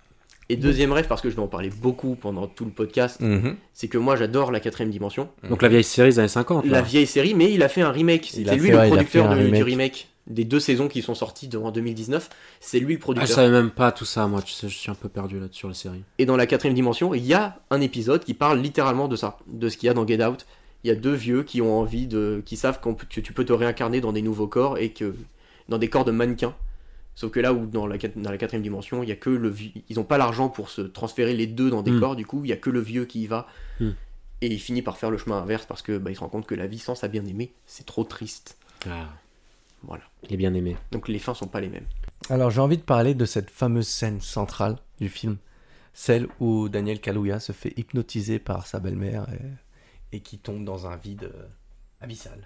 Et deuxième rêve, parce que je vais en parler beaucoup pendant tout le podcast, Mhm. c'est que moi j'adore la quatrième dimension. Donc la vieille série des années cinquante. La là. vieille série, mais il a fait un remake. Il C'était a lui fait- le ouais, il a producteur fait un de- du remake. remake des deux saisons qui sont sorties de- en deux mille dix-neuf. C'est lui le Ah, producteur. je savais même pas tout ça, moi. Tu sais, je suis un peu perdu là sur la série. Et dans la quatrième dimension, il y a un épisode qui parle littéralement de ça, de ce qu'il y a dans Get Out. Il y a deux vieux qui ont envie de, qui savent qu'on peut- que tu peux te réincarner dans des nouveaux corps et que dans des corps de mannequins. Sauf que là où dans la, quat- dans la quatrième dimension, il y a que le vieux, ils ont pas l'argent pour se transférer les deux dans des Mm. corps. Du coup, il y a que le vieux qui y va. Mm. Et il finit par faire le chemin inverse parce que bah, il se rend compte que la vie sans sa bien-aimée, c'est trop triste. Ah, Voilà. il est bien aimé. Donc les fins sont pas les mêmes. Alors j'ai envie de parler de cette fameuse scène centrale du film, celle où Daniel Kaluuya se fait hypnotiser par sa belle-mère et, et qui tombe dans un vide euh, abyssal.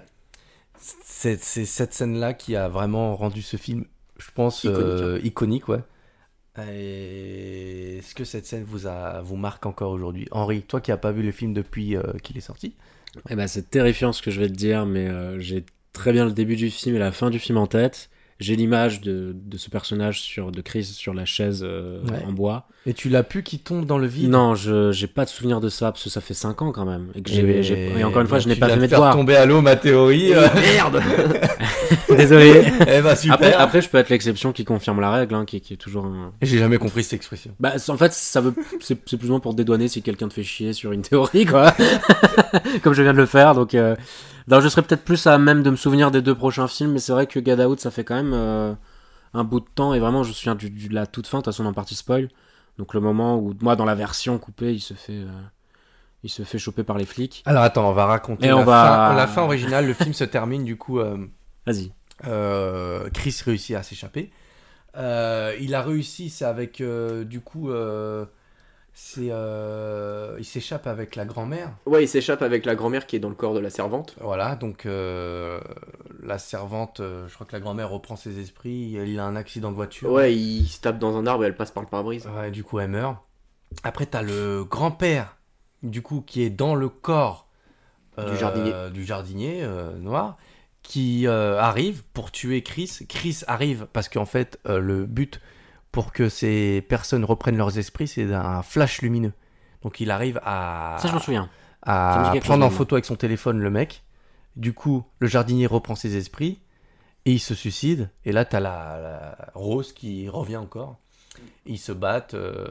C'est, c'est cette scène-là qui a vraiment rendu ce film, je pense, Iconique, euh, iconique, ouais. Et est-ce que cette scène vous a vous marque encore aujourd'hui? Henri, toi qui n'as pas vu le film depuis euh, qu'il est sorti. Eh ben, c'est terrifiant ce que je vais te dire, mais euh, j'ai très bien le début du film et la fin du film en tête. J'ai l'image de, de ce personnage sur, de Chris sur la chaise euh, Ouais. en bois. Et tu l'as pu qui tombe dans le vide? Non, je j'ai pas de souvenir de ça parce que ça fait cinq ans quand même. Et, que j'ai, Et, j'ai- et encore une fois, je n'ai tu pas viens fait de mes faire devoirs. tomber à l'eau ma théorie. euh. Merde. Désolé. Eh ben super. Après, après, je peux être l'exception qui confirme la règle, hein, qui, qui est toujours un... J'ai jamais compris cette expression. Bah, c'est- en fait, ça veut, c'est, c'est plus ou moins pour te dédouaner si quelqu'un te fait chier sur une théorie, quoi. Comme je viens de le faire, donc... Euh... Alors, je serais peut-être plus à même de me souvenir des deux prochains films, mais c'est vrai que Get Out, ça fait quand même euh, un bout de temps, et vraiment, je me souviens du, du, de la toute fin, de toute façon, en partie spoil. Donc, le moment où, moi, dans la version coupée, il se fait... Euh... Il se fait choper par les flics. Alors attends, on va raconter Et la, on va... fin, la fin originale. Le film se termine du coup. Euh, Vas-y. euh, Chris réussit à s'échapper. Euh, il a réussi, c'est avec euh, du coup, euh, c'est, euh, il s'échappe avec la grand-mère. Ouais, il s'échappe avec la grand-mère qui est dans le corps de la servante. Voilà, donc euh, la servante, euh, je crois que la grand-mère reprend ses esprits. Il a un accident de voiture. Ouais, il se tape dans un arbre et elle passe par le pare-brise. Ouais, du coup elle meurt. Après t'as le grand-père, du coup qui est dans le corps euh, Du jardinier. du jardinier euh, noir, qui euh, arrive pour tuer Chris. Chris arrive parce qu'en fait euh, le but pour que ces personnes reprennent leurs esprits, c'est un flash lumineux. Donc il arrive à Ça, je me souviens. Ça me dit à quelque prendre chose, en moi. photo avec son téléphone le mec. Du coup le jardinier reprend ses esprits et il se suicide. Et là t'as la, la Rose qui revient encore. Ils se battent. euh,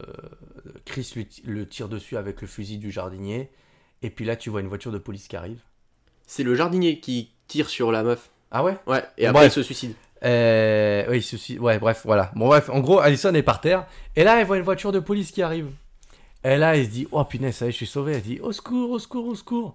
Chris lui, le tire dessus avec le fusil du jardinier. Et puis là, tu vois une voiture de police qui arrive. C'est le jardinier qui tire sur la meuf. Ah ouais? Ouais, et après Bref. il se suicide. Euh, oui, il se suicide. Ouais, bref, voilà. Bon, bref, en gros, Allison est par terre. Et là, elle voit une voiture de police qui arrive. Et là, elle se dit, oh punaise, ça y est, je suis sauvé. Elle dit, au secours, au secours, au secours.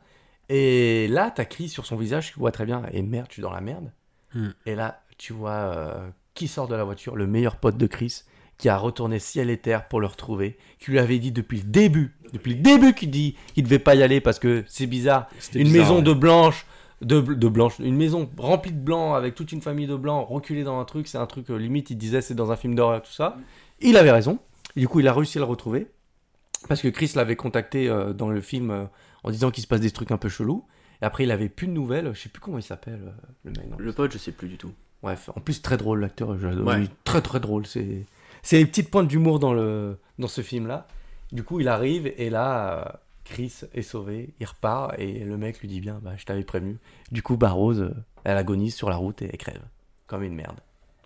Et là, t'as Chris sur son visage, tu vois très bien. Et merde, je suis dans la merde. Hmm. Et là, tu vois euh, qui sort de la voiture, le meilleur pote de Chris, qui a retourné ciel et terre pour le retrouver, qui lui avait dit depuis le début, depuis le début qu'il dit qu'il devait pas y aller parce que c'est bizarre. C'était Une bizarre, maison ouais. de blanche, de, de blanche, une maison remplie de blancs avec toute une famille de blancs reculée dans un truc, c'est un truc euh, limite, il disait c'est dans un film d'horreur tout ça. Il avait raison. Et du coup, il a réussi à le retrouver parce que Chris l'avait contacté euh, dans le film euh, en disant qu'il se passe des trucs un peu chelous. Et après, il avait plus de nouvelles. Je sais plus comment il s'appelle euh, le mec. Non. Le pote, je sais plus du tout. Bref, en plus très drôle l'acteur, j'adore. Ouais. Oui, très très drôle. C'est c'est les petites pointes d'humour dans le dans ce film là. Du coup, il arrive et là, euh, Chris est sauvé, il repart et le mec lui dit bien, bah je t'avais prévenu. Du coup, bah Rose, euh, elle agonise sur la route et elle crève comme une merde.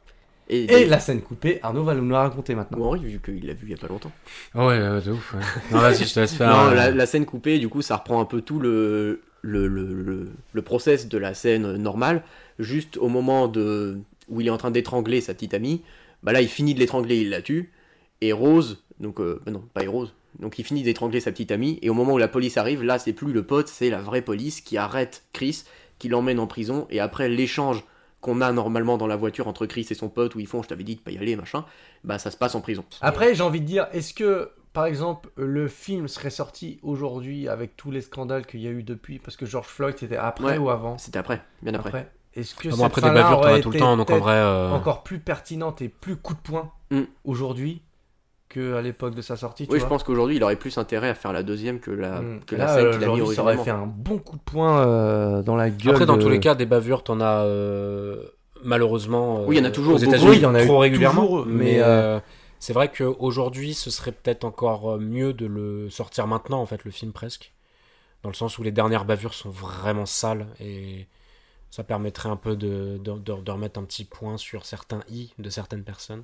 Et, Et la scène coupée, Arnaud va nous la raconter maintenant. Ou Henri, vu qu'il l'a vu il y a pas longtemps. Ouais, ouais, de ouf. Ouais. Non, vas-y, je te laisse faire. Non, euh, la, la scène coupée, du coup, ça reprend un peu tout le, le, le, le, le process de la scène normale. Juste au moment de, où il est en train d'étrangler sa petite amie, bah là, il finit de l'étrangler, il la tue. Et Rose, donc, euh, bah non, pas Rose. Donc, il finit d'étrangler sa petite amie. Et au moment où la police arrive, là, c'est plus le pote, c'est la vraie police qui arrête Chris, qui l'emmène en prison. Et après l'échange qu'on a normalement dans la voiture entre Chris et son pote, où ils font, je t'avais dit de pas y aller, machin, bah ça se passe en prison. Après, j'ai envie de dire, est-ce que, par exemple, le film serait sorti aujourd'hui avec tous les scandales qu'il y a eu depuis? Parce que George Floyd, c'était après Ouais, ou avant? C'était après, bien après. Après. Est-ce que Ah bon, cette après, des fin-là bavures, t'en as aurait tout le été temps, donc en peut-être vrai, euh, encore plus pertinente et plus coup de poing Mm. aujourd'hui qu'à l'époque de sa sortie? tu Oui, je vois pense qu'aujourd'hui, il aurait plus intérêt à faire la deuxième que la, Mm. que la Là, scène euh, qu'il a mis aujourd'hui, ça aurait originellement. fait un bon coup de poing euh, dans la gueule. Après, dans de- tous les cas, des bavures, t'en as euh, malheureusement euh, Oui, il y en a toujours aux beaucoup. États-Unis Oui, il y en a eu trop régulièrement. toujours, mais mais, euh, c'est vrai qu'aujourd'hui, ce serait peut-être encore mieux de le sortir maintenant, en fait, le film presque. Dans le sens où les dernières bavures sont vraiment sales et ça permettrait un peu de, de, de, de remettre un petit point sur certains i de certaines personnes.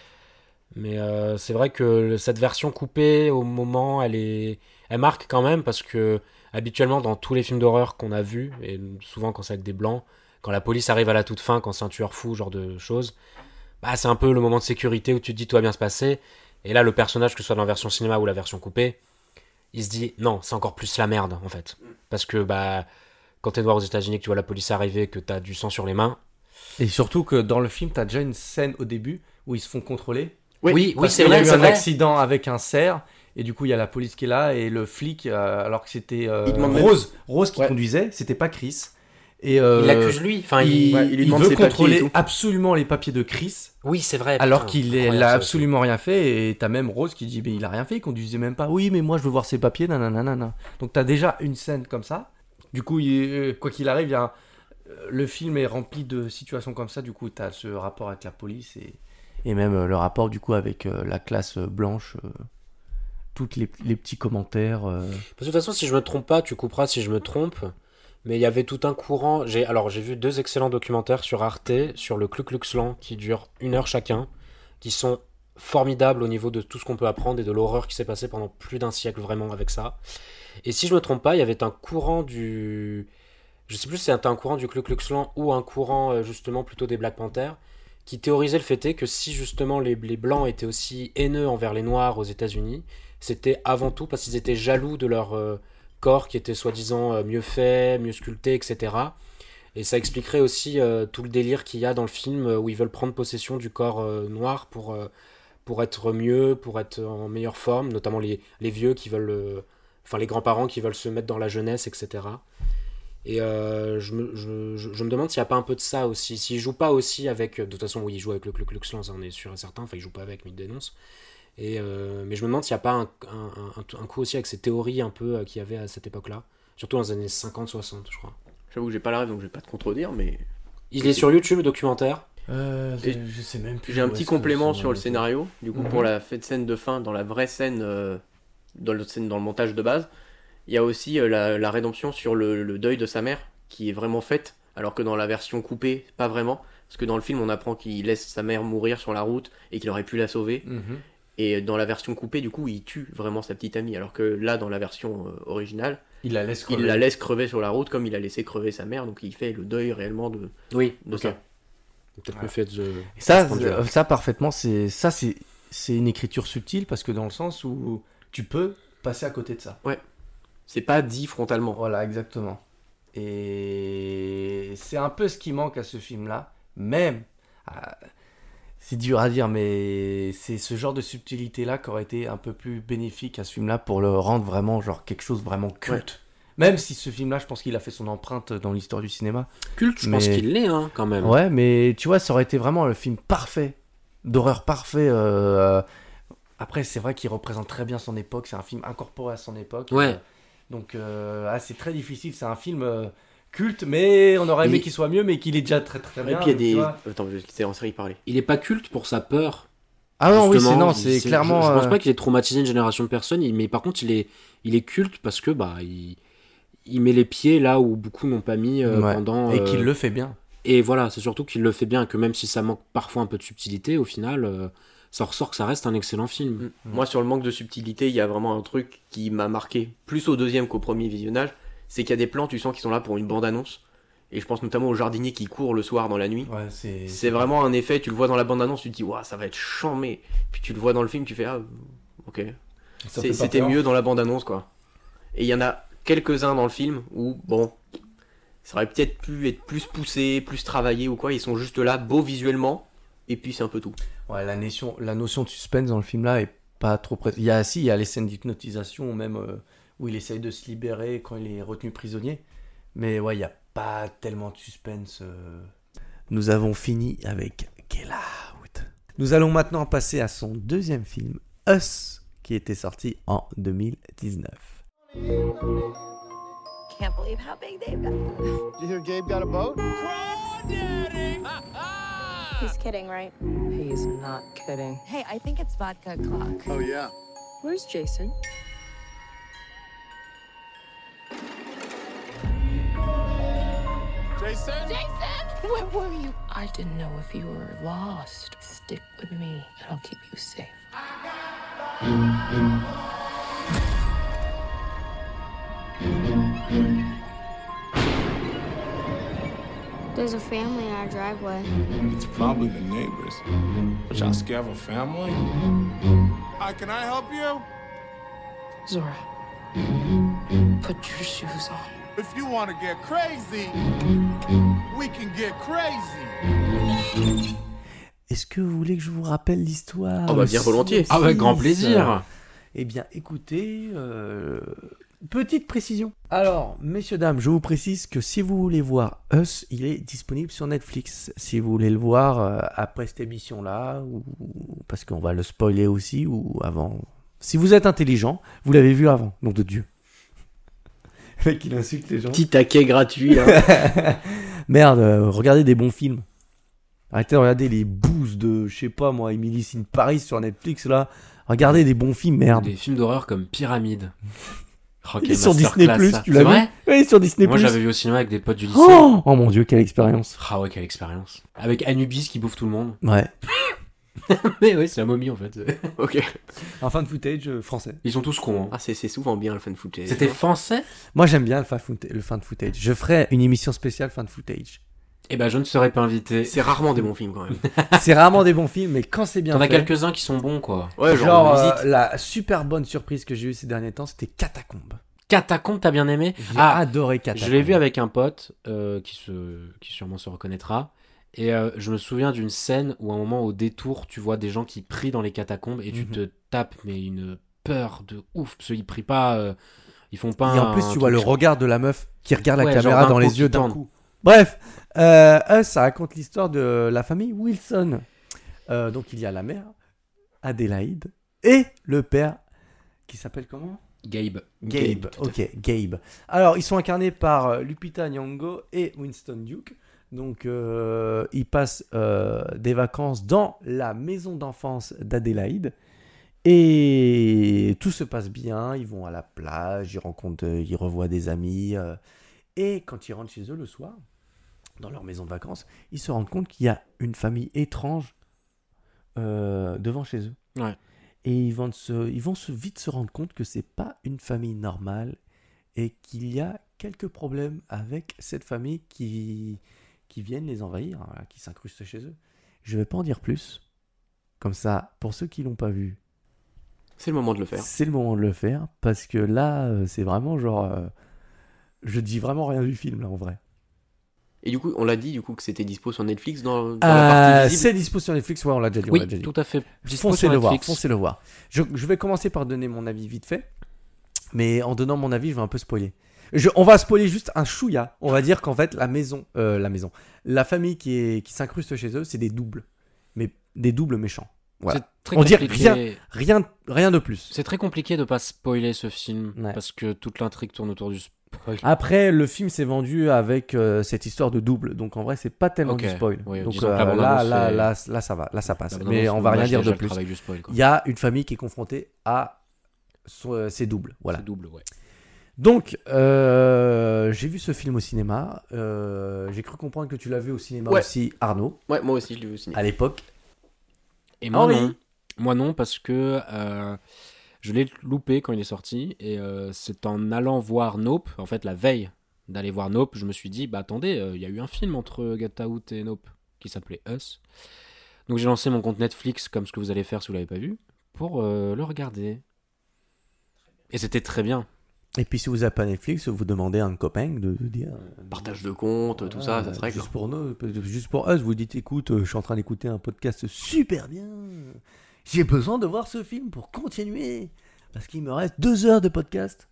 Mais euh, c'est vrai que cette version coupée, au moment, elle est, elle marque quand même parce que habituellement dans tous les films d'horreur qu'on a vus, et souvent quand c'est avec des blancs, quand la police arrive à la toute fin, quand c'est un tueur fou, genre de choses, bah c'est un peu le moment de sécurité où tu te dis tout va bien se passer. Et là, le personnage, que ce soit dans la version cinéma ou la version coupée, il se dit non, c'est encore plus la merde en fait, parce que bah quand t'es noir aux États-Unis, que tu vois la police arriver, que t'as du sang sur les mains. Et surtout que dans le film, t'as déjà une scène au début où ils se font contrôler. Oui, oui, Parce c'est qu'il y a vrai, eu c'est un vrai. accident avec un cerf et du coup il y a la police qui est là et le flic euh, alors que c'était euh, Il demande même- Rose Rose qui Ouais. conduisait, c'était pas Chris. Et euh, Il l'accuse lui, enfin il... il, ouais, il lui il demande veut ses papiers et contrôler tout. absolument les papiers de Chris Oui, c'est vrai. alors putain, qu'il est- incroyable, n'a ça absolument rien fait et t'as même Rose qui dit mais il a rien fait, il conduisait même pas. Oui mais moi je veux voir ses papiers nanana. nanana. Donc t'as déjà une scène comme ça. Du coup il- euh, quoi qu'il arrive, il y a un- euh, le film est rempli de situations comme ça. Du coup t'as ce rapport avec la police et et même euh, le rapport du coup avec euh, la classe euh, blanche, euh, toutes les, les petits commentaires. euh. aussi. Parce que de toute façon, si je me trompe pas, tu couperas si je me trompe. Mais il y avait tout un courant. J'ai alors j'ai vu deux excellents documentaires sur Arte sur le Ku Klux Klan qui durent une heure chacun, qui sont formidables au niveau de tout ce qu'on peut apprendre et de l'horreur qui s'est passée pendant plus d'un siècle vraiment avec ça. Et si je me trompe pas, il y avait un courant du, je sais plus si c'était un courant du Ku Klux Klan ou un courant euh, justement plutôt des Black Panthers qui théorisait le fait est que si justement les, les blancs étaient aussi haineux envers les noirs aux États-Unis, c'était avant tout parce qu'ils étaient jaloux de leur euh, corps qui était soi-disant euh, mieux fait, mieux sculpté, et cetera. Et ça expliquerait aussi euh, tout le délire qu'il y a dans le film euh, où ils veulent prendre possession du corps euh, noir pour, euh, pour être mieux, pour être en meilleure forme, notamment les, les vieux qui veulent, euh, enfin les grands-parents qui veulent se mettre dans la jeunesse, et cetera. Et euh, je, me, je, je, je me demande s'il n'y a pas un peu de ça aussi. S'il joue pas aussi avec... De toute façon, oui, il joue avec le Ku Klux Klan, ça on est sûr et certain. Enfin, il joue pas avec, mais il dénonce. Et, euh, mais je me demande s'il n'y a pas un, un, un, un coup aussi avec ces théories un peu euh, qu'il y avait à cette époque-là. Surtout dans les années cinquante soixante, je crois. J'avoue que j'ai pas la rêve, donc je vais pas te contredire, mais... Il est sur YouTube, le documentaire. Euh, Et je sais même plus. J'ai un où petit est-ce que complément ça- sur le scénario. Du coup, Mhm. pour la fête scène de fin, dans la vraie scène, euh, dans, le, scène, dans le montage de base, il y a aussi euh, la, la rédemption sur le, le deuil de sa mère, qui est vraiment faite, alors que dans la version coupée, pas vraiment. Parce que dans le film, on apprend qu'il laisse sa mère mourir sur la route et qu'il aurait pu la sauver. Mhm. Et dans la version coupée, du coup, il tue vraiment sa petite amie. Alors que là, dans la version euh, originale, Il la laisse crever. il la laisse crever sur la route comme il a laissé crever sa mère. Donc il fait le deuil réellement de, Oui, de ok. ça. Peut-être Ouais. le fait de. Et ça, de ce point de vue-là. euh, ça parfaitement, c'est ça, c'est c'est une écriture subtile parce que dans le sens où tu peux passer à côté de ça. C'est pas dit frontalement. Voilà, exactement. Et c'est un peu ce qui manque à ce film-là. Même, ah, c'est dur à dire, mais c'est ce genre de subtilité-là qui aurait été un peu plus bénéfique à ce film-là pour le rendre vraiment genre quelque chose vraiment culte. Même si ce film-là, je pense qu'il a fait son empreinte dans l'histoire du cinéma. Culte, je pense Mais- qu'il l'est, hein, quand même. Ouais, mais tu vois, ça aurait été vraiment le film parfait, d'horreur parfait. euh, Après, c'est vrai qu'il représente très bien son époque. C'est un film incorporé à son époque. Ouais. Euh, Donc, euh, ah, c'est très difficile. C'est un film euh, culte, mais on aurait aimé Et- qu'il soit mieux, mais qu'il est déjà très très Et bien. puis il y a donc, des. tu vois. Attends, je vais laisser en série parler. Il est pas culte pour sa peur. Ah non, oui, Justement, c'est non, il- c'est clairement. Je, je pense euh, pas qu'il ait traumatisé une génération de personnes, il- mais par contre, il est, il est culte parce que bah, il, il met les pieds là où beaucoup n'ont pas mis euh, ouais. pendant. Et euh, qu'il le fait bien. Et voilà, c'est surtout qu'il le fait bien, et que même si ça manque parfois un peu de subtilité, au final, euh, ça ressort que ça reste un excellent film. Mm. Moi, sur le manque de subtilité, il y a vraiment un truc qui m'a marqué, plus au deuxième qu'au premier visionnage, c'est qu'il y a des plans, tu sens qu'ils sont là pour une bande-annonce. Et je pense notamment au jardinier qui court le soir dans la nuit. Ouais, c'est. C'est vraiment un effet, tu le vois dans la bande-annonce, tu te dis, waouh, ça va être chambé. Puis tu le vois dans le film, tu fais, ah, ok. Ça C'est- fait pas C'était peur. mieux dans la bande-annonce, quoi. Et il y en a quelques-uns dans le film où, bon, ça aurait peut-être pu être plus poussé, plus travaillé ou quoi. Ils sont juste là, beaux visuellement, et puis c'est un peu tout. Ouais, la notion, la notion de suspense dans le film-là est pas trop présente. Il y a, si, il y a les scènes d'hypnotisation, même euh, où il essaye de se libérer quand il est retenu prisonnier. Mais ouais, il n'y a pas tellement de suspense. euh. Nous avons fini avec Get Out. Nous allons maintenant passer à son deuxième film, Us, qui était sorti en deux mille dix-neuf. Can't believe how big they've got. Did you hear Gabe got a boat? He's kidding, right? He's not kidding. Hey, I think it's vodka o'clock. Oh, yeah. Where's Jason? Jason? Jason! Where were you? I didn't know if you were lost. Stick with me, and I'll keep you safe. There's a family in our driveway. It's probably the neighbors. But y'all scared of a family? Hi, can I help you? Zora, put your shoes on. If you want to get crazy, we can get crazy. Est-ce que vous voulez que je vous rappelle l'histoire Ah bah, bien volontiers. Ah, avec grand plaisir. Eh bien, écoutez, euh, petite précision. Alors, messieurs, dames, je vous précise que si vous voulez voir Us, il est disponible sur Netflix. Si vous voulez le voir euh, après cette émission-là, ou parce qu'on va le spoiler aussi, ou avant. Si vous êtes intelligent, vous l'avez vu avant, nom de Dieu. Le mec, il insulte les gens. Petit taquet gratuit, là. Merde, euh, regardez des bons films. Arrêtez de regarder les boosts de, je sais pas moi, Emily in Paris sur Netflix, là. Regardez des bons films, merde. Des films d'horreur comme Pyramide. Oh, quelle Et sur masterclass, Disney plus, ça. tu l'as C'est vu? vrai Oui, sur Disney Moi, plus. j'avais vu au cinéma avec des potes du lycée. Oh, oh mon dieu, quelle expérience. Ah ouais, quelle expérience. Avec Anubis qui bouffe tout le monde. Ouais. Mais oui, c'est la momie en fait. Ok. Un fan footage euh, français. Ils sont tous cons. Hein. Ah, c'est c'est souvent bien le fan footage. C'était français? Moi, j'aime bien le fan, foota- le fan footage. Je ferai une émission spéciale fan footage. Eh ben, je ne serais pas invité. C'est rarement des bons films quand même. C'est rarement des bons films, mais quand c'est bien T'en as fait. quelques-uns qui sont bons quoi. Ouais, genre, Genre, on euh, visite. la super bonne surprise que j'ai eue ces derniers temps, c'était Catacombes. Catacombe, t'as bien aimé? J'ai Ah, adoré Catacombes. je l'ai vu avec un pote euh, qui, se, qui sûrement se reconnaîtra. Et euh, je me souviens d'une scène où à un moment au détour, tu vois des gens qui prient dans les catacombes et tu Mhm. te tapes mais une peur de ouf parce qu'ils prient pas, euh, ils font pas. Et en plus, un tu vois le truc- regard de la meuf qui regarde Ouais, la genre caméra d'un dans coup les qui yeux d'un tourne. coup. Bref, euh, Us, ça raconte l'histoire de la famille Wilson. Euh, donc, il y a la mère, Adélaïde, et le père, qui s'appelle comment? Gabe. Gabe, Gabe, tout à ok, Gabe. Alors, ils sont incarnés par euh, Lupita Nyong'o et Winston Duke. Donc, euh, ils passent euh, des vacances dans la maison d'enfance d'Adélaïde. Et tout se passe bien. Ils vont à la plage, ils rencontrent, euh, ils revoient des amis. euh, et quand ils rentrent chez eux le soir, dans leur maison de vacances, ils se rendent compte qu'il y a une famille étrange euh, devant chez eux. Ouais. Et ils vont, se, ils vont se vite se rendre compte que c'est pas une famille normale et qu'il y a quelques problèmes avec cette famille qui, qui viennent les envahir, hein, qui s'incrustent chez eux. Je vais pas en dire plus. Comme ça, pour ceux qui l'ont pas vu, c'est le moment de le faire. C'est le moment de le faire parce que là, euh, c'est vraiment genre, euh, je dis vraiment rien du film là en vrai. Et du coup, on l'a dit du coup que c'était dispo sur Netflix dans, dans euh, la partie visible. C'est dispo sur Netflix, ouais, on l'a déjà dit. Oui, on l'a déjà dit. tout à fait. Foncez le voir, foncez le voir. Je, je vais commencer par donner mon avis vite fait, mais en donnant mon avis, je vais un peu spoiler. Je, on va spoiler juste un chouïa. On va dire qu'en fait, la maison, euh, la maison, la famille qui est qui s'incruste chez eux, c'est des doubles, mais des doubles méchants. Voilà. C'est très on dit compliqué. rien, rien, rien de plus. C'est très compliqué de pas spoiler ce film Ouais. parce que toute l'intrigue tourne autour du spoil. Après, le film s'est vendu avec euh, cette histoire de double, donc en vrai, c'est pas tellement Ok. du spoil. Oui, donc disons euh, que la là, bande-annonce là, fait- là, là, ça va, là, ça passe. La Mais bande-annonce on va rien mâche dire de déjà le plus. travail du spoil, quoi. Il y a une famille qui est confrontée à son- euh, ses doubles. Voilà. C'est double, ouais. Donc, euh, j'ai vu ce film au cinéma. Euh, j'ai cru comprendre que tu l'as vu au cinéma Ouais. aussi, Arnaud. Ouais, moi aussi, je l'ai vu au cinéma. À l'époque. Et moi Henri. non. Moi non parce que euh, je l'ai loupé quand il est sorti et euh, c'est en allant voir Nope, en fait la veille d'aller voir Nope, je me suis dit bah attendez, il euh, y a eu un film entre Get Out et Nope qui s'appelait Us. Donc j'ai lancé mon compte Netflix comme ce que vous allez faire si vous l'avez pas vu pour euh, le regarder. Et c'était très bien. Et puis, si vous n'avez pas Netflix, vous demandez à un copain de, de dire. Partage de compte, tout ça, ça se règle. Juste pour nous, juste pour us, vous dites écoute, euh, je suis en train d'écouter un podcast super bien. J'ai besoin de voir ce film pour continuer. Parce qu'il me reste deux heures de podcast.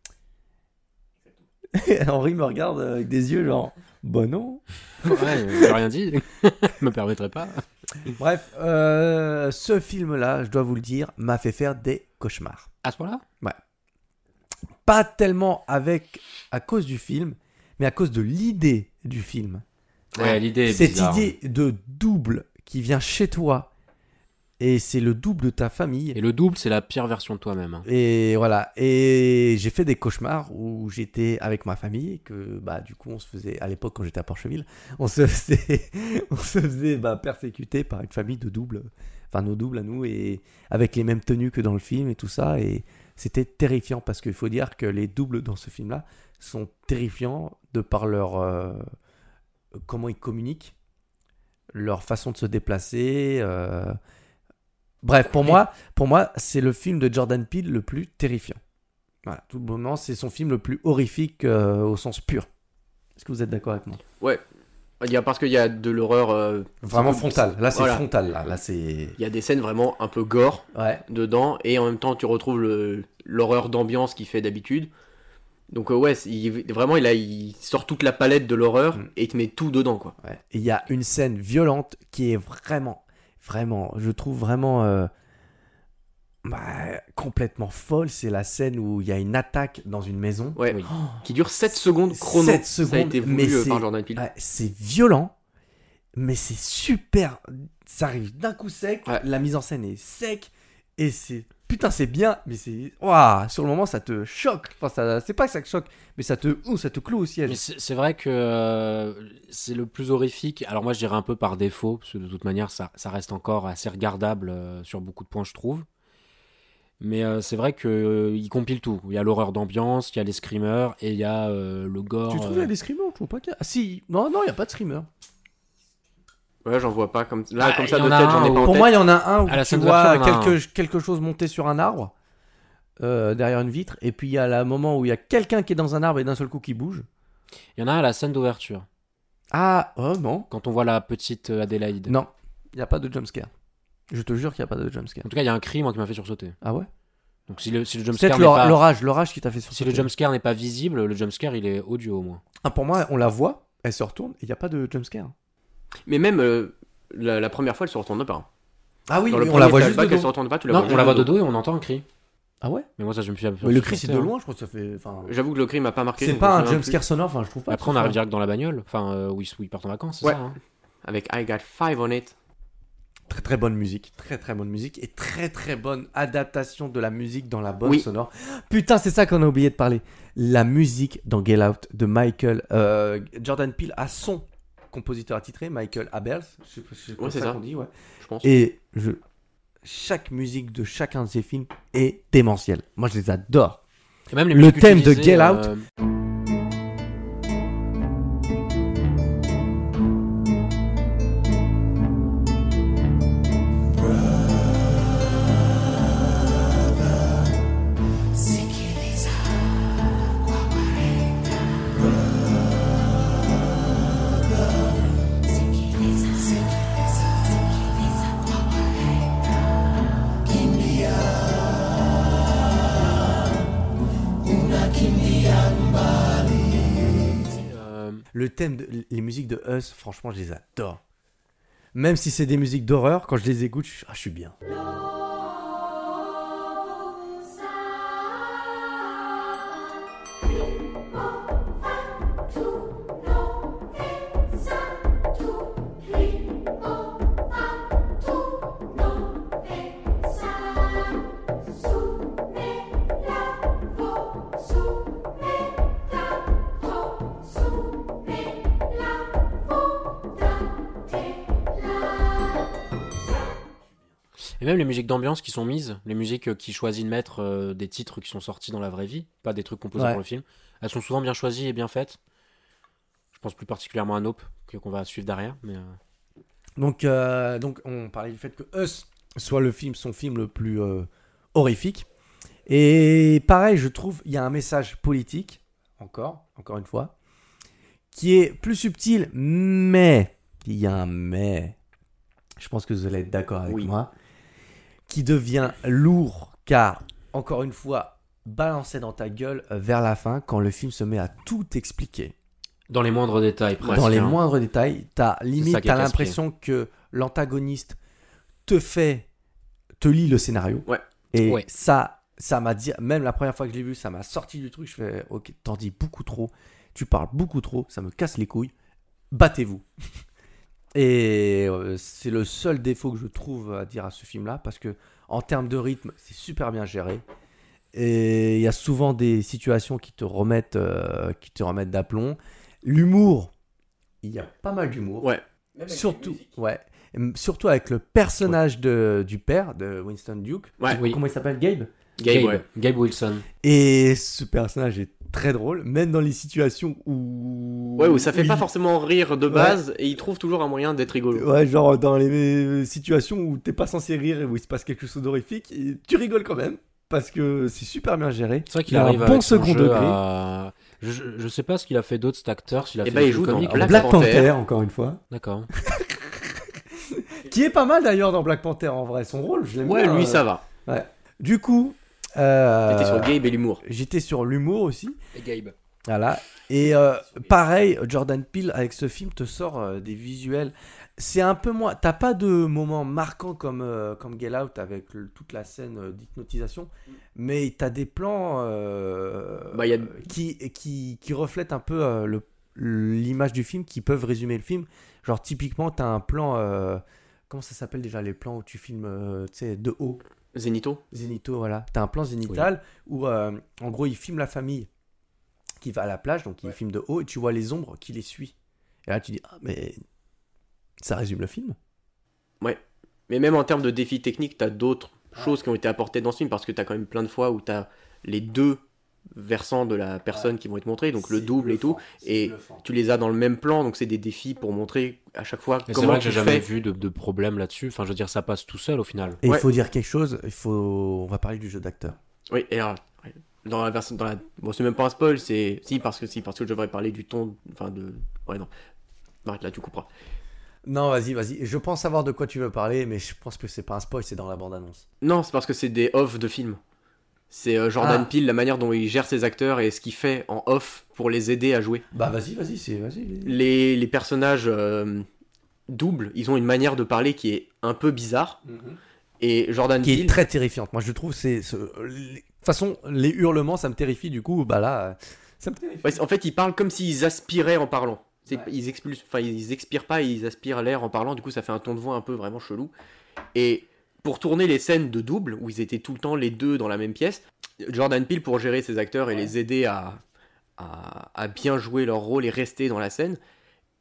Henri me regarde avec des yeux genre, bah non. Ouais, j'ai rien dit. Me permettrait pas. Bref, euh, ce film-là, je dois vous le dire, m'a fait faire des cauchemars. À ce point-là ? Ouais. Pas tellement avec à cause du film, mais à cause de l'idée du film. Ouais, l'idée est Cette bizarre. idée de double qui vient chez toi et c'est le double de ta famille. Et le double, c'est la pire version de toi-même. hein. Et voilà. Et j'ai fait des cauchemars où j'étais avec ma famille, que bah du coup on se faisait à l'époque quand j'étais à Porcheville, on se faisait, on se faisait bah, persécuter par une famille de doubles, enfin nos doubles à nous et avec les mêmes tenues que dans le film et tout ça et c'était terrifiant parce qu'il faut dire que les doubles dans ce film-là sont terrifiants de par leur euh, comment ils communiquent, leur façon de se déplacer. Euh... Bref, pour moi, pour moi, c'est le film de Jordan Peele le plus terrifiant. Voilà, tout le moment, c'est son film le plus horrifique euh, au sens pur. Est-ce que vous êtes d'accord avec moi ? Ouais. Il y a, parce qu'il y a de l'horreur euh, Vraiment psycho- frontale. Là, c'est Voilà. frontal. Là, là c'est. Il y a des scènes vraiment un peu gore Ouais. dedans et en même temps tu retrouves le, l'horreur d'ambiance qu'il fait d'habitude. Donc euh, ouais, c'est- il, vraiment il, a, il sort toute la palette de l'horreur Mm. et il te met tout dedans quoi. Ouais. Et il y a une scène violente qui est vraiment, vraiment, je trouve vraiment euh, bah, complètement folle. C'est la scène où il y a une attaque dans une maison. Ouais. Oui. Qui dure sept secondes chrono. sept Ça a secondes, été voulu mais euh, c'est- par Jordan Peele. ouais, c'est violent, mais c'est super. Ça arrive d'un coup sec. Ouais. La mise en scène est sec et c'est putain, c'est bien, mais c'est waouh. Sur le moment, ça te choque. Enfin, ça, c'est pas que ça te choque, mais ça te, ouh, ça te cloue au siège. Mais c'est c'est vrai que euh, c'est le plus horrifique. Alors moi, je dirais un peu par défaut, parce que de toute manière, ça, ça reste encore assez regardable euh, sur beaucoup de points, je trouve. Mais euh, c'est vrai qu'il euh, compile tout. Il y a l'horreur d'ambiance, il y a les screamers, et il y a euh, le gore. Tu trouves qu'il y a des screamers? Je trouve pas qu'il y a. Ah si, non, non, il y a pas de screamer. Ouais, j'en vois pas comme là Ah, comme il ça y de en a tête, un j'en ai où- pas en Pour tête. moi, il y en a un où À la tu scène vois d'ouverture, il y en a quelque, quelque chose monter sur un arbre euh, derrière une vitre, et puis il y a le moment où il y a quelqu'un qui est dans un arbre et d'un seul coup qui bouge. Il y en a un à la scène d'ouverture, Ah, oh non, quand on voit la petite euh, Adélaïde. non, il y a pas de jumpscare. Je te jure qu'il y a pas de jumpscare. En tout cas, il y a un cri, moi, qui m'a fait sursauter. Ah ouais? Donc si le, si le jumpscare Peut-être n'est l'or- pas... l'orage, l'orage qui t'a fait Si sursauter. le jumpscare n'est pas visible, le jumpscare, il est audio au moins. Ah, pour moi, on la voit, elle se retourne, et il y a pas de jumpscare. Mais même euh, la, la première fois, elle se retourne pas. Ah oui, Dans le mais on la premier voit juste flashback, de elle se dos. retourne pas, tu la Non, vois on la voit juste de dos et on entend un cri. Ah ouais? Mais moi, ça, je me suis... Mais le cri, c'est de loin, je crois que ça fait. Enfin, J'avoue que le cri m'a pas marqué. c'est donc pas je me un souviens jumpscare sonore, enfin, je trouve pas. Après, on arrive direct dans la bagnole, enfin, euh, où, ils, où ils partent en vacances, c'est Ouais. ça hein. plus. Avec I Got Five on It. Très très bonne musique, très très bonne musique et très très bonne adaptation de la musique dans la bande Oui. sonore. Putain, c'est ça qu'on a oublié de parler. La musique dans Get Out de Michael euh, Jordan Peele a son compositeur attitré, Michael Abels. Je sais pas si c'est comme Ouais, c'est ça ça. qu'on dit, ouais. Je pense. Et je... chaque musique de chacun de ces films est démentielle. Moi, je les adore. Et même les le musiques thème de utilisées, Get Out. euh, Le thème, de, les musiques de Us, franchement, je les adore. Même si c'est des musiques d'horreur, quand je les écoute, je, ah, je suis bien. Et même les musiques d'ambiance qui sont mises, les musiques euh, qui choisissent de mettre euh, des titres qui sont sortis dans la vraie vie, pas des trucs composés Ouais. pour le film, elles sont souvent bien choisies et bien faites. Je pense plus particulièrement à Nope, que- qu'on va suivre derrière. Mais euh, Donc, euh, donc, on parlait du fait que Us soit le film, son film le plus euh, horrifique. Et pareil, je trouve, il y a un message politique, encore, encore une fois, qui est plus subtil, mais, il y a un mais, je pense que vous allez être d'accord avec Oui. moi, qui devient lourd, car, encore une fois, balancé dans ta gueule euh, vers la fin, quand le film se met à tout expliquer. dans les moindres détails, presque. Dans les hein. moindres détails, t'as limite, ça qui est t'as casse-pied. l'impression que l'antagoniste te fait, te lit le scénario. Ouais. Et Ouais. ça, ça m'a dit, même la première fois que je l'ai vu, ça m'a sorti du truc. Je fais, ok, t'en dis beaucoup trop, tu parles beaucoup trop, ça me casse les couilles. Battez-vous. Et euh, c'est le seul défaut que je trouve à dire à ce film-là, parce que en termes de rythme, c'est super bien géré. Et il y a souvent des situations qui te remettent, euh, qui te remettent d'aplomb. L'humour, il y a pas mal d'humour. Ouais. Surtout, ouais. M- Surtout avec le personnage de, du père de Winston Duke. Ouais. Oui. Comment il s'appelle, Gabe? Gabe, Gabe, ouais. Gabe Wilson. Et ce personnage est très drôle, même dans les situations où. Ouais, où ça fait où pas il- forcément rire de base, et il trouve toujours un moyen d'être rigolo. Ouais, genre dans les situations où t'es pas censé rire et où il se passe quelque chose d'horrifique, et tu rigoles quand même. Parce que c'est super bien géré. C'est vrai qu'il Il a arrive un bon avec son second jeu degré. à... Je, je, je sais pas ce qu'il a fait d'autre, cet acteur. S'il a Eh fait ben, des il jeux joue dans comiques. Black Black Panther. Panther, encore une fois. D'accord. Qui est pas mal d'ailleurs dans Black Panther en vrai. Son rôle, je l'aime Ouais, bien. lui, euh. ça va. Ouais. Du coup. Euh... T'étais sur Gabe et l'humour. J'étais sur l'humour aussi. Et Gabe. Voilà. Et euh, pareil, Jordan Peele avec ce film te sort euh, des visuels. C'est un peu moins. T'as pas de moments marquants comme, euh, comme Get Out avec le- toute la scène euh, d'hypnotisation, mais t'as des plans euh, Bah, y a- qui, qui, qui reflètent un peu euh, le, l'image du film, qui peuvent résumer le film. Genre, typiquement, t'as un plan. euh, comment ça s'appelle déjà les plans où tu filmes euh, tu sais, de haut? Zénito. Zénito, voilà. T'as un plan zénital où, euh, en gros, il filme la famille qui va à la plage, donc il filme de haut, et tu vois les ombres qui les suivent. Et là, tu dis, ah, mais ça résume le film. Ouais. Mais même en termes de défis techniques, t'as d'autres choses qui ont été apportées dans ce film, parce que t'as quand même plein de fois où t'as les deux versants de la personne qui vont être montrés, donc le double et tout, et tu les as dans le même plan, donc c'est des défis pour montrer à chaque fois Mais c'est comment vrai que tu j'ai jamais fais. vu de, de problème là-dessus. Enfin, je veux dire, ça passe tout seul au final. Et Ouais. il faut dire quelque chose, il faut... on va parler du jeu d'acteur. Oui, et alors, ouais, dans la version, dans la, bon, c'est même pas un spoil, c'est si parce que si parce que je devrais parler du ton, enfin de, ouais non, arrête là, tu couperas. Non, vas-y, vas-y. Je pense savoir de quoi tu veux parler, mais je pense que c'est pas un spoil, c'est dans la bande-annonce. Non, c'est parce que c'est des off de films. C'est euh, Jordan Ah. Peele, la manière dont il gère ses acteurs et ce qu'il fait en off pour les aider à jouer. Bah, vas-y, vas-y, c'est... Vas-y, vas-y. Les, les personnages euh, doubles, ils ont une manière de parler qui est un peu bizarre. Et Jordan Qui Peele, est très terrifiante. Moi, je trouve, c'est... ce- les- De toute façon, les hurlements, ça me terrifie, du coup, bah là, euh, ça me terrifie. ouais, en fait, ils parlent comme s'ils aspiraient en parlant. C'est- Ouais. Ils expulsent, enfin, ils expirent pas, ils aspirent l'air en parlant. Du coup, ça fait un ton de voix un peu vraiment chelou. Et pour tourner les scènes de double, où ils étaient tout le temps les deux dans la même pièce, Jordan Peele, pour gérer ses acteurs et les aider à, à, à bien jouer leur rôle et rester dans la scène,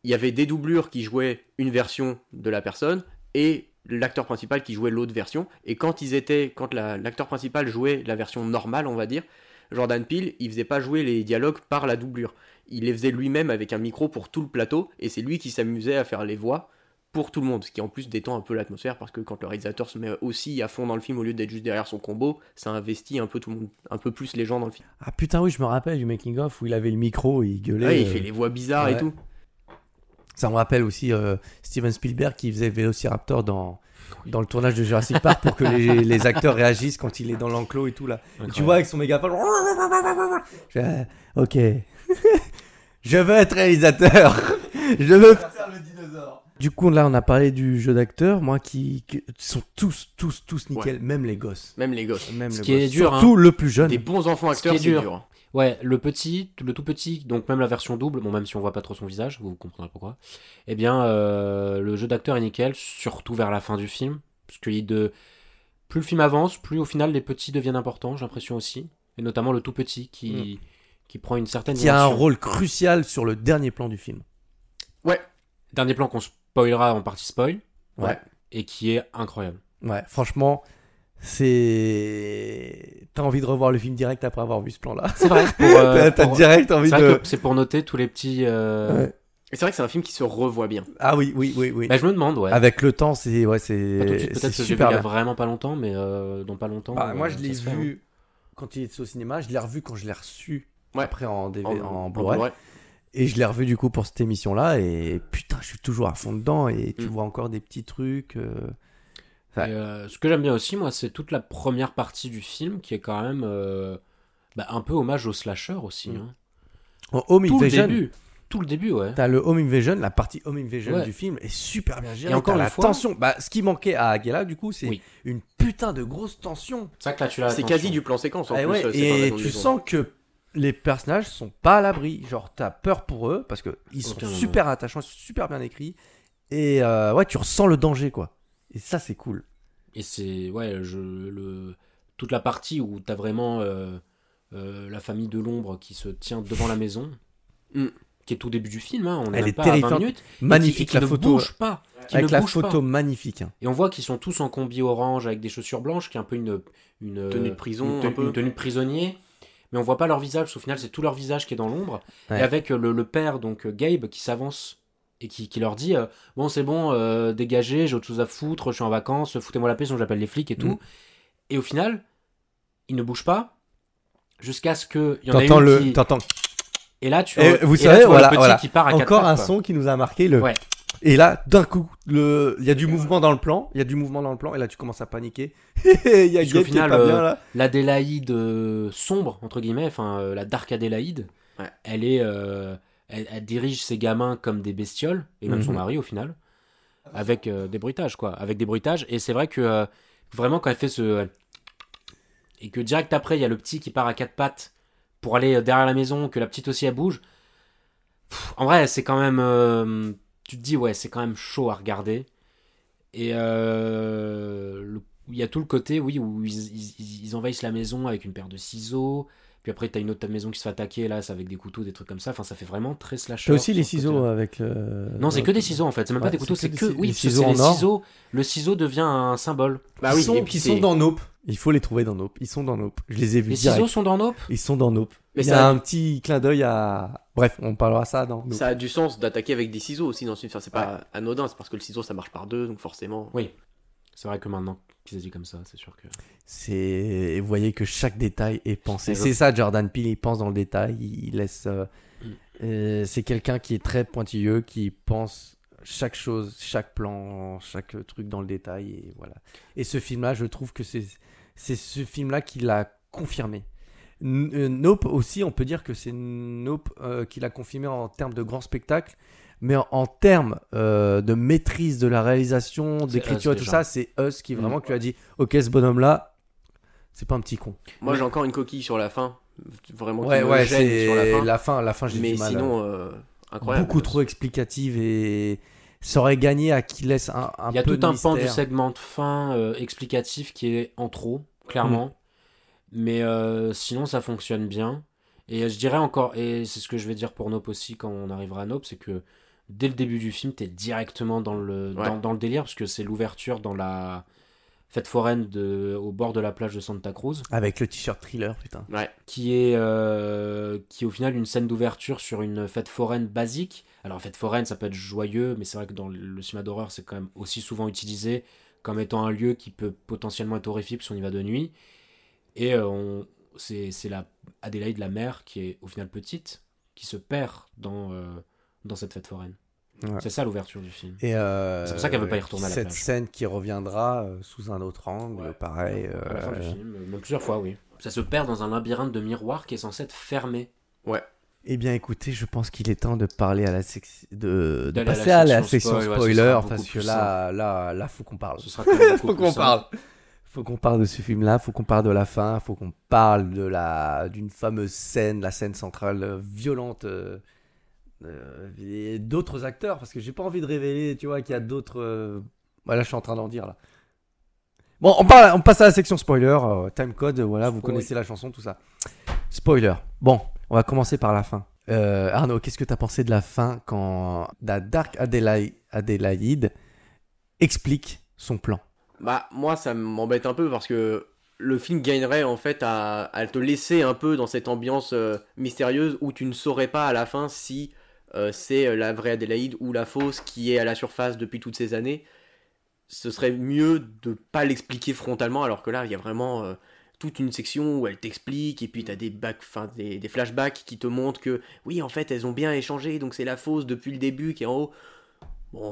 il y avait des doublures qui jouaient une version de la personne et l'acteur principal qui jouait l'autre version. Et quand ils étaient, quand la, l'acteur principal jouait la version normale, on va dire, Jordan Peele, il faisait pas jouer les dialogues par la doublure. Il les faisait lui-même avec un micro pour tout le plateau, et c'est lui qui s'amusait à faire les voix pour tout le monde, ce qui en plus détend un peu l'atmosphère, parce que quand le réalisateur se met aussi à fond dans le film au lieu d'être juste derrière son combo, ça investit un peu tout le monde, un peu plus les gens dans le film. Ah putain oui, je me rappelle du making of où il avait le micro, il gueulait. Ouais, il euh, fait les voix bizarres ouais. et tout. Ça me rappelle aussi euh, Steven Spielberg qui faisait Vélociraptor dans dans le tournage de Jurassic Park pour que les, les acteurs réagissent quand il est dans l'enclos et tout là. Et tu vois avec son mégaphone. Je fais, ok. Je veux être réalisateur. Je veux faire le dinosaure. Du coup, là, on a parlé du jeu d'acteur. Moi, qui, qui sont tous, tous, tous nickel. Ouais. Même les gosses. Même les gosses. Même Ce les qui gosses. est dur. Surtout hein. le plus jeune. Des bons enfants acteurs, Ce qui est c'est dur. dur. Ouais, le petit, le tout petit, donc même la version double, bon, même si on voit pas trop son visage, vous comprendrez pourquoi. Eh bien, euh, le jeu d'acteur est nickel, surtout vers la fin du film. Parce que de... plus le film avance, plus au final les petits deviennent importants, j'ai l'impression aussi. Et notamment le tout petit qui, mm. qui prend une certaine qui a un rôle crucial sur le dernier plan du film. Ouais. Dernier plan qu'on spoilera en partie spoil. Ouais. Et qui est incroyable. Ouais, franchement, c'est... T'as envie de revoir le film direct après avoir vu ce plan-là. C'est vrai. Pour, euh, t'as, t'as pour... direct envie c'est de... vrai que c'est pour noter tous les petits... Euh... Ouais. Et c'est vrai que c'est un film qui se revoit bien. Ah oui, oui, oui, oui. Bah, je me demande, ouais. Avec le temps, c'est, ouais, c'est, pas tout de suite, peut-être c'est que j'ai super vu il y bien. a vraiment pas longtemps, mais euh, dans pas longtemps. Bah, euh, moi, je l'ai fait, vu hein. quand il était au cinéma. Je l'ai revu quand je l'ai reçu ouais. après en, D V, en, en, en Blu-ray. Blu-ray. Et je l'ai revu du coup pour cette émission-là. Et putain, je suis toujours à fond dedans. Et tu mm. vois encore des petits trucs. Euh... Ouais. Et, euh, ce que j'aime bien aussi, moi, c'est toute la première partie du film qui est quand même euh, bah, un peu hommage au slasher aussi. Mm. Hein. En Home Tout Invasion. le début. Tout le début, ouais. T'as le Home Invasion, la partie Home Invasion ouais. du film est super bien gérée. Et encore T'as une la fois, tension. Bah, ce qui manquait à Aguela, du coup, c'est oui. une putain de grosse tension. C'est vrai que là, tu l'as. C'est quasi du plan séquence en et plus. Ouais, c'est et tu sens que les personnages sont pas à l'abri. Genre, t'as peur pour eux parce que ils sont okay, super attachants, super bien écrits. Et euh, ouais, tu ressens le danger, quoi. Et ça, c'est cool. Et c'est ouais, je, le toute la partie où t'as vraiment euh, euh, la famille de l'ombre qui se tient devant la maison. Mm. Qui est tout début du film, hein, on elle est pas terrifiante, à vingt minutes, magnifique et qui, et qui la ne photo, bouge pas, qui avec ne la bouge photo pas. magnifique. Hein. Et on voit qu'ils sont tous en combi orange avec des chaussures blanches, qui est un peu une une tenue de prison, une, ten, un peu. une tenue de prisonnier, mais on voit pas leur visage, parce qu'au final c'est tout leur visage qui est dans l'ombre, ouais. et avec le, le père donc Gabe qui s'avance et qui, qui leur dit euh, bon c'est bon, euh, dégagez, j'ai autre chose à foutre, je suis en vacances, foutez-moi la paix, sinon j'appelle les flics et tout. Mm. Et au final, ils ne bougent pas jusqu'à ce que il y en t'entends a une le, qui... t'entends. Et là, tu et vois, vous et savez, là, tu vois voilà, le petit voilà. qui part à encore quatre un pattes, son qui nous a marqué. Le... Ouais. Et là, d'un coup, le... il y a du mouvement dans le plan. Il y a du mouvement dans le plan. Et là, tu commences à paniquer. Il y a Gabe qui est pas bien là. L'Adélaïde euh, sombre entre guillemets, enfin euh, la Dark Adélaïde, ouais. elle est, euh, elle, elle dirige ses gamins comme des bestioles et même mm-hmm. son mari au final, avec euh, des bruitages quoi, avec des bruitages. Et c'est vrai que euh, vraiment quand elle fait ce et que direct après il y a le petit qui part à quatre pattes pour aller derrière la maison, que la petite aussi elle bouge. Pff, en vrai, c'est quand même... Euh, tu te dis, ouais, c'est quand même chaud à regarder. Et euh, le, il y a tout le côté, oui, où ils, ils, ils envahissent la maison avec une paire de ciseaux. Puis après, t'as une autre maison qui se fait attaquer, là, c'est avec des couteaux, des trucs comme ça. Enfin, ça fait vraiment très slasher. T'as aussi les ciseaux avec le... Non, c'est que des ciseaux, en fait. C'est même ouais, pas des couteaux, c'est, c'est que... que oui, les parce que ciseaux c'est en les or. ciseaux. Le ciseau devient un symbole. Bah oui, ils sont, qui sont dans Nope. Il faut les trouver dans Nope. Ils sont dans Nope. Je les ai vus Les direct. ciseaux sont dans Nope. Ils sont dans Nope. Mais il y ça a a un petit clin d'œil à... Bref, on parlera ça dans Nope. Ça a du sens d'attaquer avec des ciseaux aussi dans ce film. Enfin, c'est pas ouais. anodin, c'est parce que le ciseau ça marche par deux, donc forcément... Oui. C'est vrai que maintenant qu'ils dit comme ça, c'est sûr que... C'est... Vous voyez que chaque détail est pensé. C'est, c'est ça, Jordan Peele, il pense dans le détail, il laisse... Euh... Mm. Euh, c'est quelqu'un qui est très pointilleux, qui pense chaque chose, chaque plan, chaque truc dans le détail, et voilà. Et ce film-là, je trouve que c'est, c'est ce film-là qui l'a confirmé. N- euh, Nope aussi, on peut dire que c'est Nope euh, qui l'a confirmé en termes de grand spectacle. Mais en, en termes euh, de maîtrise de la réalisation, c'est d'écriture Us, et tout déjà. ça, c'est Us qui vraiment mmh, qui lui a dit ok, ce bonhomme-là, c'est pas un petit con. Moi j'ai encore une coquille sur la fin, vraiment qui ouais, me ouais, gêne c'est sur la fin. La fin, la fin j'ai mais du mal. sinon, euh, incroyable. Beaucoup trop explicative et ça aurait gagné à qu'il laisse un, un peu de Il y a tout un mystère. pan du segment de fin euh, explicatif qui est en trop, clairement. Mmh. Mais euh, sinon ça fonctionne bien. Et je dirais encore, et c'est ce que je vais dire pour Nope aussi quand on arrivera à Nope, c'est que dès le début du film, t'es directement dans le, Ouais. dans, dans le délire, parce que c'est l'ouverture dans la fête foraine de, au bord de la plage de Santa Cruz. Avec le t-shirt Thriller, putain. Ouais. Qui est, euh, qui est au final une scène d'ouverture sur une fête foraine basique. Alors, fête foraine, ça peut être joyeux, mais c'est vrai que dans le cinéma d'horreur, c'est quand même aussi souvent utilisé comme étant un lieu qui peut potentiellement être horrifique si on y va de nuit. Et euh, on, c'est, c'est la Adélaïde, la mère, qui est au final petite, qui se perd dans, euh, dans cette fête foraine. Ouais. C'est ça l'ouverture du film. Et euh, c'est pour ça qu'elle veut pas y retourner à la cette plage. scène qui reviendra euh, sous un autre angle, Ouais. pareil. À la fin du euh, film, euh, même plusieurs fois, oui. Ça se perd dans un labyrinthe de miroirs qui est censé être fermé. Ouais. Eh bien, écoutez, je pense qu'il est temps de parler à la section, de, de D'aller à la passer à la section section spoil, ouais, ce spoiler, sera beaucoup parce que plus là, là, là, faut qu'on parle. Ce sera quand même beaucoup faut plus qu'on simple. parle. Faut qu'on parle de ce film-là, faut qu'on parle de la fin, faut qu'on parle de la, d'une fameuse scène, la scène centrale euh, violente, euh, euh, et d'autres acteurs, parce que j'ai pas envie de révéler, tu vois, qu'il y a d'autres. Euh... Voilà, je suis en train d'en dire là. Bon, on, parle, on passe à la section spoiler, euh, time code, voilà, vous Spoil. connaissez la chanson, tout ça. Spoiler. Bon, on va commencer par la fin. Euh, Arnaud, qu'est-ce que tu as pensé de la fin quand la Dark Adélaïde, Adélaïde explique son plan? Bah, moi, ça m'embête un peu parce que le film gagnerait en fait à, à te laisser un peu dans cette ambiance euh, mystérieuse où tu ne saurais pas à la fin si euh, c'est la vraie Adélaïde ou la fausse qui est à la surface depuis toutes ces années. Ce serait mieux de pas l'expliquer frontalement, alors que là, il y a vraiment euh, toute une section où elle t'explique, et puis t'as des, back, des, des flashbacks qui te montrent que oui, en fait, elles ont bien échangé, donc c'est la fausse depuis le début qui est en haut. Bon.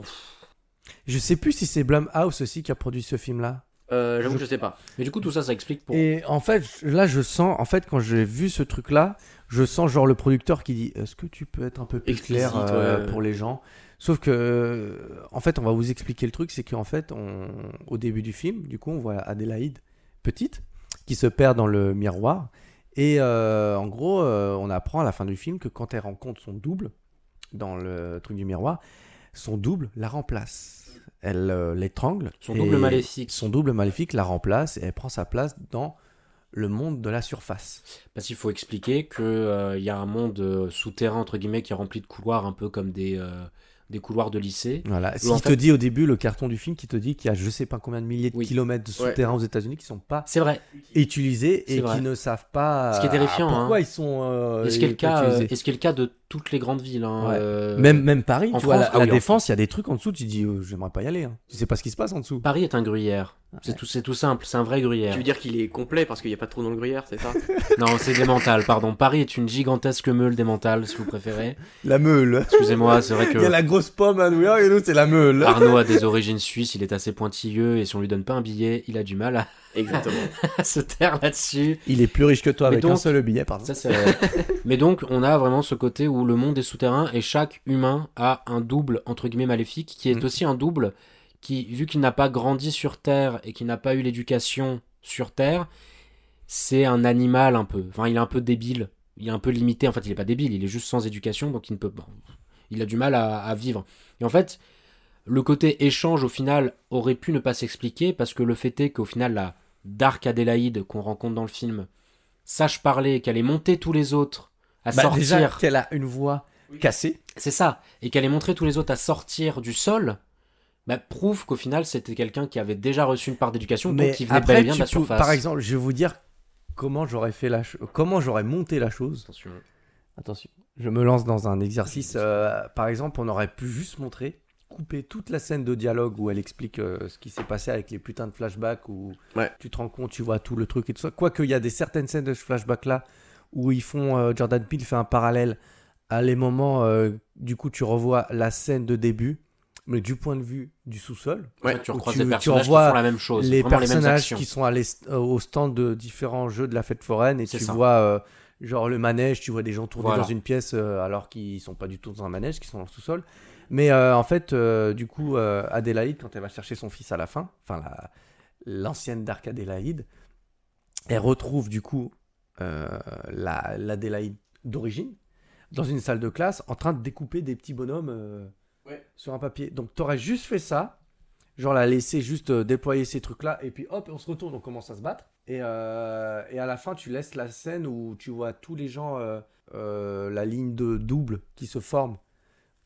Je sais plus si c'est Blumhouse aussi qui a produit ce film-là. Euh, j'avoue je... que je sais pas. Mais du coup, tout ça, ça explique pour. Et en fait, là, je sens, en fait, quand j'ai vu ce truc-là, je sens genre le producteur qui dit est-ce que tu peux être un peu plus Explicite, clair euh, ouais. pour les gens? Sauf que, en fait, on va vous expliquer le truc, c'est qu'en fait, on... au début du film, du coup, on voit Adélaïde, petite, qui se perd dans le miroir. Et euh, en gros, euh, on apprend à la fin du film que quand elle rencontre son double, dans le truc du miroir, son double la remplace. Elle euh, l'étrangle. Son double maléfique. Son double maléfique la remplace et elle prend sa place dans le monde de la surface. Parce qu'il faut expliquer qu'il euh, y a un monde euh, souterrain, entre guillemets, qui est rempli de couloirs, un peu comme des, euh, des couloirs de lycée. Voilà. Où, en S'il te fait... dit au début, le carton du film, qui te dit qu'il y a je sais pas combien de milliers de oui. kilomètres de souterrains ouais. aux États-Unis qui sont pas c'est vrai. utilisés et vrai. qui ne savent pas Ce qui est terrifiant, pourquoi hein. ils sont euh, est-ce, le cas, euh, est-ce qu'il est le cas de toutes les grandes villes hein, ouais. euh... même, même Paris, en tu France, vois, la, ah la oui, Défense, il y a des trucs en dessous, tu dis euh, j'aimerais pas y aller. Hein. Tu sais pas ce qui se passe en dessous. Paris est un gruyère. Ouais. C'est, tout, c'est tout simple, c'est un vrai gruyère. Tu veux dire qu'il est complet parce qu'il n'y a pas de trou dans le gruyère, c'est ça? Non, c'est des mentales, pardon. Paris est une gigantesque meule des mentales, si vous préférez. La meule. Excusez-moi, c'est vrai que... Il y a la grosse pomme à New York et nous, c'est la meule. Arnaud a des origines suisses, il est assez pointilleux et si on lui donne pas un billet, il a du mal à, Exactement. à se taire là-dessus. Il est plus riche que toi Mais avec donc, un seul billet, pardon. Ça, c'est... Mais donc, on a vraiment ce côté où le monde est souterrain et chaque humain a un double, entre guillemets, maléfique, qui est mmh. aussi un double qui, vu qu'il n'a pas grandi sur Terre et qu'il n'a pas eu l'éducation sur Terre, c'est un animal un peu. Enfin, il est un peu débile. Il est un peu limité. En fait, il est pas débile, il est juste sans éducation, donc il ne peut pas... Il a du mal à, à vivre. Et en fait, le côté échange, au final, aurait pu ne pas s'expliquer, parce que le fait est qu'au final, la Dark Adélaïde qu'on rencontre dans le film sache parler, qu'elle ait monté tous les autres à bah, sortir... Déjà qu'elle a une voix cassée. C'est ça. Et qu'elle ait montré tous les autres à sortir du sol... Bah, prouve qu'au final c'était quelqu'un qui avait déjà reçu une part d'éducation, mais donc qui venait après, bel et bien de la peux, surface. Par exemple, je vais vous dire comment j'aurais fait la ch- comment j'aurais monté la chose. Attention. Attention. Je me lance dans un exercice. Euh, par exemple, on aurait pu juste montrer, couper toute la scène de dialogue où elle explique euh, ce qui s'est passé avec les putains de flashbacks où ouais. tu te rends compte, tu vois tout le truc et tout ça. Quoique il y a des certaines scènes de flashback là où ils font euh, Jordan Peele fait un parallèle à les moments. Euh, du coup, tu revois la scène de début. Mais du point de vue du sous-sol, ouais, tu recroises tu, des personnages qui font la même chose, les personnages les qui sont allés au stand de différents jeux de la fête foraine et c'est tu ça. vois euh, genre le manège, tu vois des gens tourner voilà. dans une pièce euh, alors qu'ils sont pas du tout dans un manège, qu'ils sont dans le sous-sol. Mais euh, en fait, euh, du coup, euh, Adélaïde, quand elle va chercher son fils à la fin, enfin la, l'ancienne Dark Adélaïde, elle retrouve du coup euh, la, l'Adélaïde d'origine dans une salle de classe en train de découper des petits bonhommes. Euh, Ouais. Sur un papier. Donc t'aurais juste fait ça, genre la laisser juste euh, déployer ces trucs là et puis hop on se retourne, on commence à se battre et, euh, et à la fin tu laisses la scène où tu vois tous les gens euh, euh, la ligne de double qui se forme,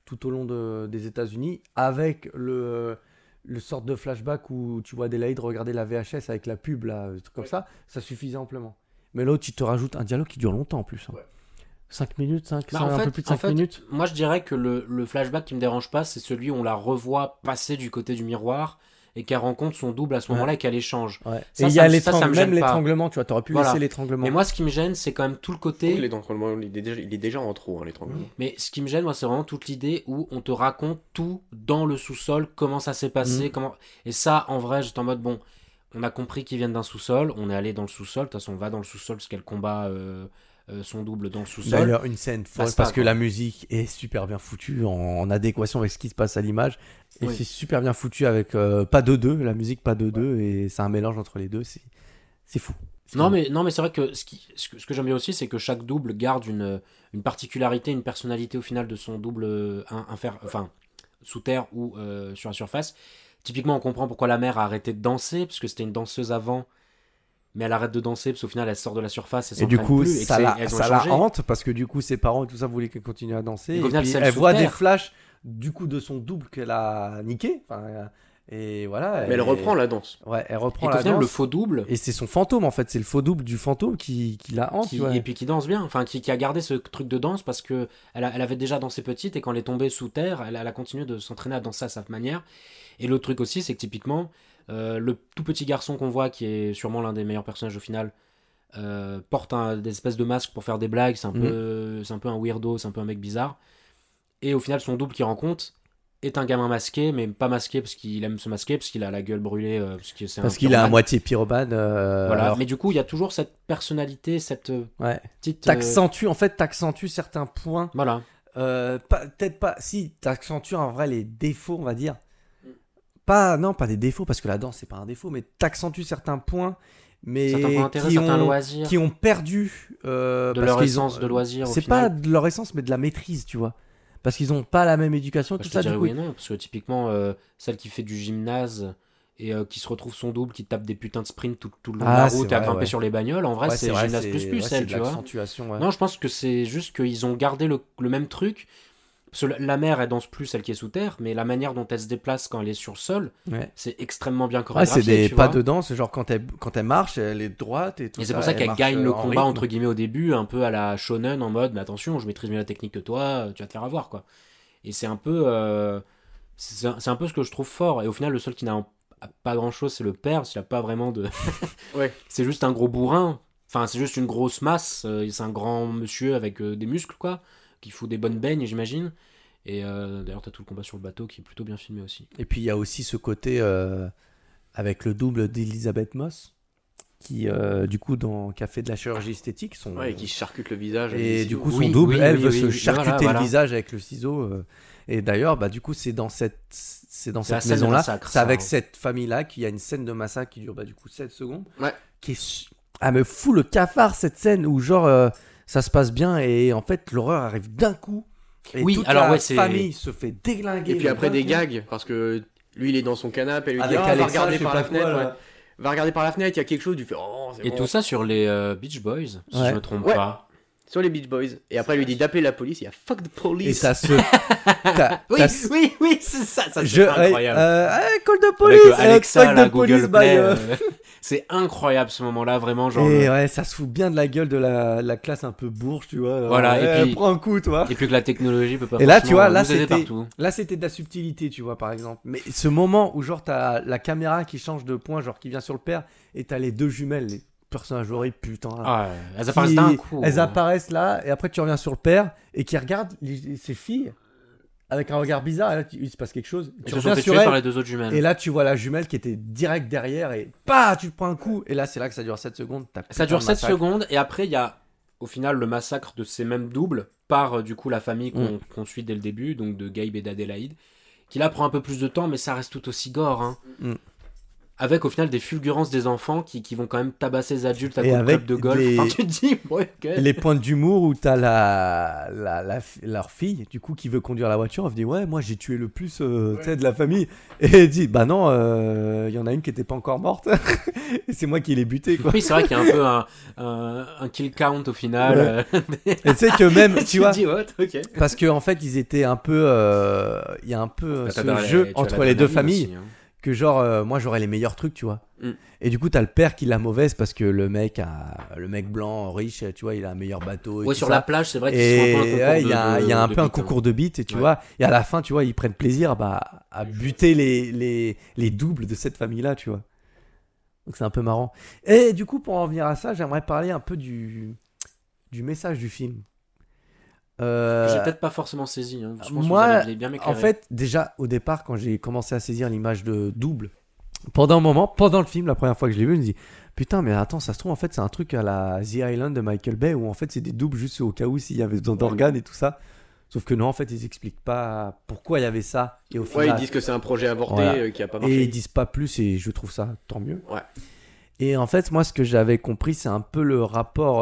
tout au long de, des États-Unis, avec le, le sorte de flashback où tu vois Adélaïde regarder la V H S avec la pub, là, un truc comme ça, ça suffisait amplement. Mais là, tu te rajoutes un dialogue qui dure longtemps en plus. Hein. cinq minutes, cinq, Bah, un en fait, peu plus de en cinq fait, minutes. Moi, je dirais que le, le flashback qui me dérange pas, c'est celui où on la revoit passer du côté du miroir et qu'elle rencontre son double à ce moment-là Ouais. et qu'elle échange. Ouais. Ça, et il y ça, a me- ça, ça l'étranglement, me même gêne pas. l'étranglement, tu vois, t'aurais pu Voilà. laisser l'étranglement. Mais moi, ce qui me gêne, c'est quand même tout le côté. L'étranglement, il est déjà, il est déjà en trop, hein, l'étranglement. Mais ce qui me gêne, moi, c'est vraiment toute l'idée où on te raconte tout dans le sous-sol, comment ça s'est passé, Mhm. comment. Et ça, en vrai, j'étais en mode bon, on a compris qu'ils viennent d'un sous-sol, on est allé dans le sous-sol. De toute façon, on va dans le sous-sol parce qu'elle combat euh, euh, son double dans le sous-sol. D'ailleurs, une scène folle Basta, parce que quoi. la musique est super bien foutue, en, en adéquation avec ce qui se passe à l'image. Et Oui. c'est super bien foutu avec euh, pas de deux, la musique pas de deux, et c'est un mélange entre les deux. C'est, c'est fou. C'est Non fou. mais, non mais c'est vrai que ce, qui, ce que, ce que j'aime bien aussi, c'est que chaque double garde une, une particularité, une personnalité au final de son double euh, in- infer, enfin, sous terre ou euh, sur la surface. Typiquement, on comprend pourquoi la mère a arrêté de danser, parce que c'était une danseuse avant, mais elle arrête de danser, parce qu'au final, elle sort de la surface et Et du s'entraîne coup, plus, et que ça, c'est- la, elles ont ça la changé. hante parce que du coup, ses parents et tout ça voulaient qu'elle continue à danser. Et Et, qu'au final, puis, celle elle sous voit des terre. flashs du coup de son double qu'elle a niqué. Enfin, euh, et voilà. Mais elle et- reprend la danse. Ouais, elle Et reprend qu'au la final, danse. le faux double, Et c'est son fantôme en fait, c'est le faux double du fantôme qui, qui la hante. qui, tu vois. et puis qui danse bien, enfin qui, qui a gardé ce truc de danse parce que elle, a- elle avait déjà dansé petite et quand elle est tombée sous terre, elle, elle a continué de s'entraîner à danser à sa manière. Et l'autre truc aussi, c'est que typiquement, euh, le tout petit garçon qu'on voit, qui est sûrement l'un des meilleurs personnages au final, euh, porte un, des espèces de masques pour faire des blagues, c'est un, Mhm. peu, c'est un peu un weirdo, c'est un peu un mec bizarre. Et au final, son double qu'il rencontre est un gamin masqué, mais pas masqué parce qu'il aime se masquer, parce qu'il a la gueule brûlée, euh, parce que c'est Parce un qu'il est à pyromane. moitié pyromane. euh, Voilà, alors- mais du coup, il y a toujours cette personnalité, cette euh, Ouais. petite. euh, T'accentues, en fait, t'accentues certains points. Voilà. Euh, pas- peut-être pas. Si, t'accentues en vrai les défauts, on va dire. Pas, non, pas des défauts, parce que la danse, c'est pas un défaut, mais t'accentues certains points, mais Certains points d'intérêt, qui, certains ont, loisirs. qui ont perdu. euh, De parce leur qu'ils essence ont- de loisir, au C'est final. pas de leur essence, mais de la maîtrise, tu vois. Parce qu'ils ont pas la même éducation, Bah, tout je te ça, dirais du coup. oui et non, parce que typiquement, euh, celle qui fait du gymnase et euh, qui se retrouve son double, qui tape des putains de sprints tout, tout le long de Ah, la c'est route et à vrai, grimper ouais. sur les bagnoles, en vrai, Ouais, c'est c'est vrai, gymnase c'est- plus plus, ouais, c'est elle, de tu vois. l'accentuation, ouais. Non, je pense que c'est juste qu'ils ont gardé le, le même truc. Parce que la- la mère, elle danse plus, celle qui est sous terre, mais la manière dont elle se déplace quand elle est sur le sol, Ouais. c'est extrêmement bien Ouais, chorégraphié. c'est des tu pas vois. de danse, genre quand elle, quand elle marche, elle est droite et tout Et c'est ça, pour ça elle qu'elle marche, gagne le euh, en combat, rythme. entre guillemets, au début, un peu à la shonen, en mode, mais attention, je maîtrise mieux la technique que toi, tu vas te faire avoir, quoi. Et c'est un peu... euh, c'est un, c'est un peu ce que je trouve fort. Et au final, le seul qui n'a pas grand-chose, c'est le père, parce qu'il n'a pas vraiment de... Ouais. C'est juste un gros bourrin. Enfin, c'est juste une grosse masse. euh, C'est un grand monsieur avec euh, des muscles, quoi, qui fout des bonnes beignes, j'imagine. Et euh, d'ailleurs, t'as tout le combat sur le bateau qui est plutôt bien filmé aussi. Et puis il y a aussi ce côté euh, avec le double d'Elizabeth Moss, qui euh, du coup dans qui a fait de la chirurgie esthétique, son Ouais, et qui charcute le visage. avec et des du ciseaux. coup son Oui, double, oui, elle oui, veut oui, se oui. charcuter Voilà, voilà. le visage avec le ciseau. euh, et d'ailleurs, bah du coup c'est dans cette c'est dans C'est la cette scène de maison là, massacre, c'est ça, avec hein. cette famille là qu'il y a une scène de massacre qui dure bah du coup sept secondes, Ouais. qui est su- ah me fout le cafard cette scène où genre euh, ça se passe bien et en fait l'horreur arrive d'un coup. Et Oui, toute alors la ouais, c'est- famille se fait déglinguer. Et puis mais après d'un des coup. gags, parce que lui il est dans son canapé, elle lui dit Avec ah, va Alexa, regarder je sais par pas la fenêtre, quoi, là. ouais. Va regarder par la fenêtre, il y a quelque chose, tu fais oh c'est Et bon. tout ça sur les euh, Beach Boys, si Ouais. je me trompe Ouais. pas. Sur les Beach Boys. Et après il lui dit d'appeler la police, il y a fuck the Et police. ça se t'as- Oui, t'as- oui, oui, c'est ça, ça Je, c'est incroyable. Euh, hey, call de Avec police, euh, euh, Alexa, fuck la de police, Google by, Play, euh. euh, c'est incroyable ce moment-là, vraiment, genre... Et le- ouais, ça se fout bien de la gueule de la, la classe un peu bourge, tu vois. Voilà, Ouais, et puis- prends un coup, tu vois. Et puis que la technologie peut pas Et là, tu forcément vois, là nous aider c'était, partout. là c'était de la subtilité, tu vois, par exemple. Mais ce moment où genre t'as la caméra qui change de point, genre qui vient sur le père, et t'as les deux jumelles, les personnages horribles, putain. là, Ah, ouais, elles qui- apparaissent d'un coup. Elles apparaissent là, et après tu reviens sur le père, et qui regarde les- ses filles avec un regard bizarre, et là tu- il se passe quelque chose. Elles Tu se sont reviens fait sur tuer elle, par les deux autres jumelles. et là tu vois la jumelle qui était direct derrière, et bah, tu te prends un coup, et là c'est là que ça dure sept secondes. t'as Ça putain dure de sept massacre. secondes, et après, il y a au final le massacre de ces mêmes doubles par euh, du coup la famille qu'on Mm. qu'on suit dès le début, donc de Gabe et d'Adélaïde, qui là prend un peu plus de temps, mais ça reste tout aussi gore. Hein. Mm. avec au final des fulgurances des enfants qui, qui vont quand même tabasser les adultes à Et coups de avec club de golf. les- Enfin, tu te dis, ouais, ok. Les points d'humour où t'as la, la, la, leur fille, du coup, qui veut conduire la voiture. Elle dit ouais, moi j'ai tué le plus euh, tu sais, de la famille. Et elle dit bah non, il euh, y en a une qui était pas encore morte. Et c'est moi qui l'ai buté quoi. Oui, c'est vrai qu'il y a un peu un, un, un kill count au final. Ouais. euh, Et tu sais que même, tu te vois, dis, what, ok. parce qu'en en fait ils étaient un peu, euh, il y a un peu Bah, ce t'as la- jeu tu as entre la les deux dynamique familles. aussi, hein. Que genre euh, moi j'aurais les meilleurs trucs tu vois Mm. et du coup t'as le père qui l'a mauvaise parce que le mec a le mec blanc riche tu vois il a un meilleur bateau et Ouais, tout sur ça. la plage, c'est vrai qu'ils Et font un peu un concours ouais, il y de- a, il y a de- un de peu un beat, hein. concours de beat et tu Ouais. vois et à la fin tu vois ils prennent plaisir bah, à buter les, les, les doubles de cette famille là tu vois, donc c'est un peu marrant. Et du coup pour en revenir à ça j'aimerais parler un peu du du message du film. Euh, Que j'ai peut-être pas forcément saisi. Hein. Je pense que vous moi, allez bien en m'éclairer. fait, déjà au départ, quand j'ai commencé à saisir l'image de double, pendant un moment, pendant le film, la première fois que je l'ai vu, je me dis putain, mais attends, ça se trouve en fait, c'est un truc à la The Island de Michael Bay où en fait c'est des doubles juste au cas où s'il y avait besoin d'organes et tout ça. Sauf que non, en fait, ils expliquent pas pourquoi il y avait ça. Et au Ouais, final, ils disent que c'est un projet avorté voilà. euh, qui a pas marché. Et ils disent pas plus, et je trouve ça tant mieux. Ouais. Et en fait, moi, ce que j'avais compris, c'est un peu le rapport.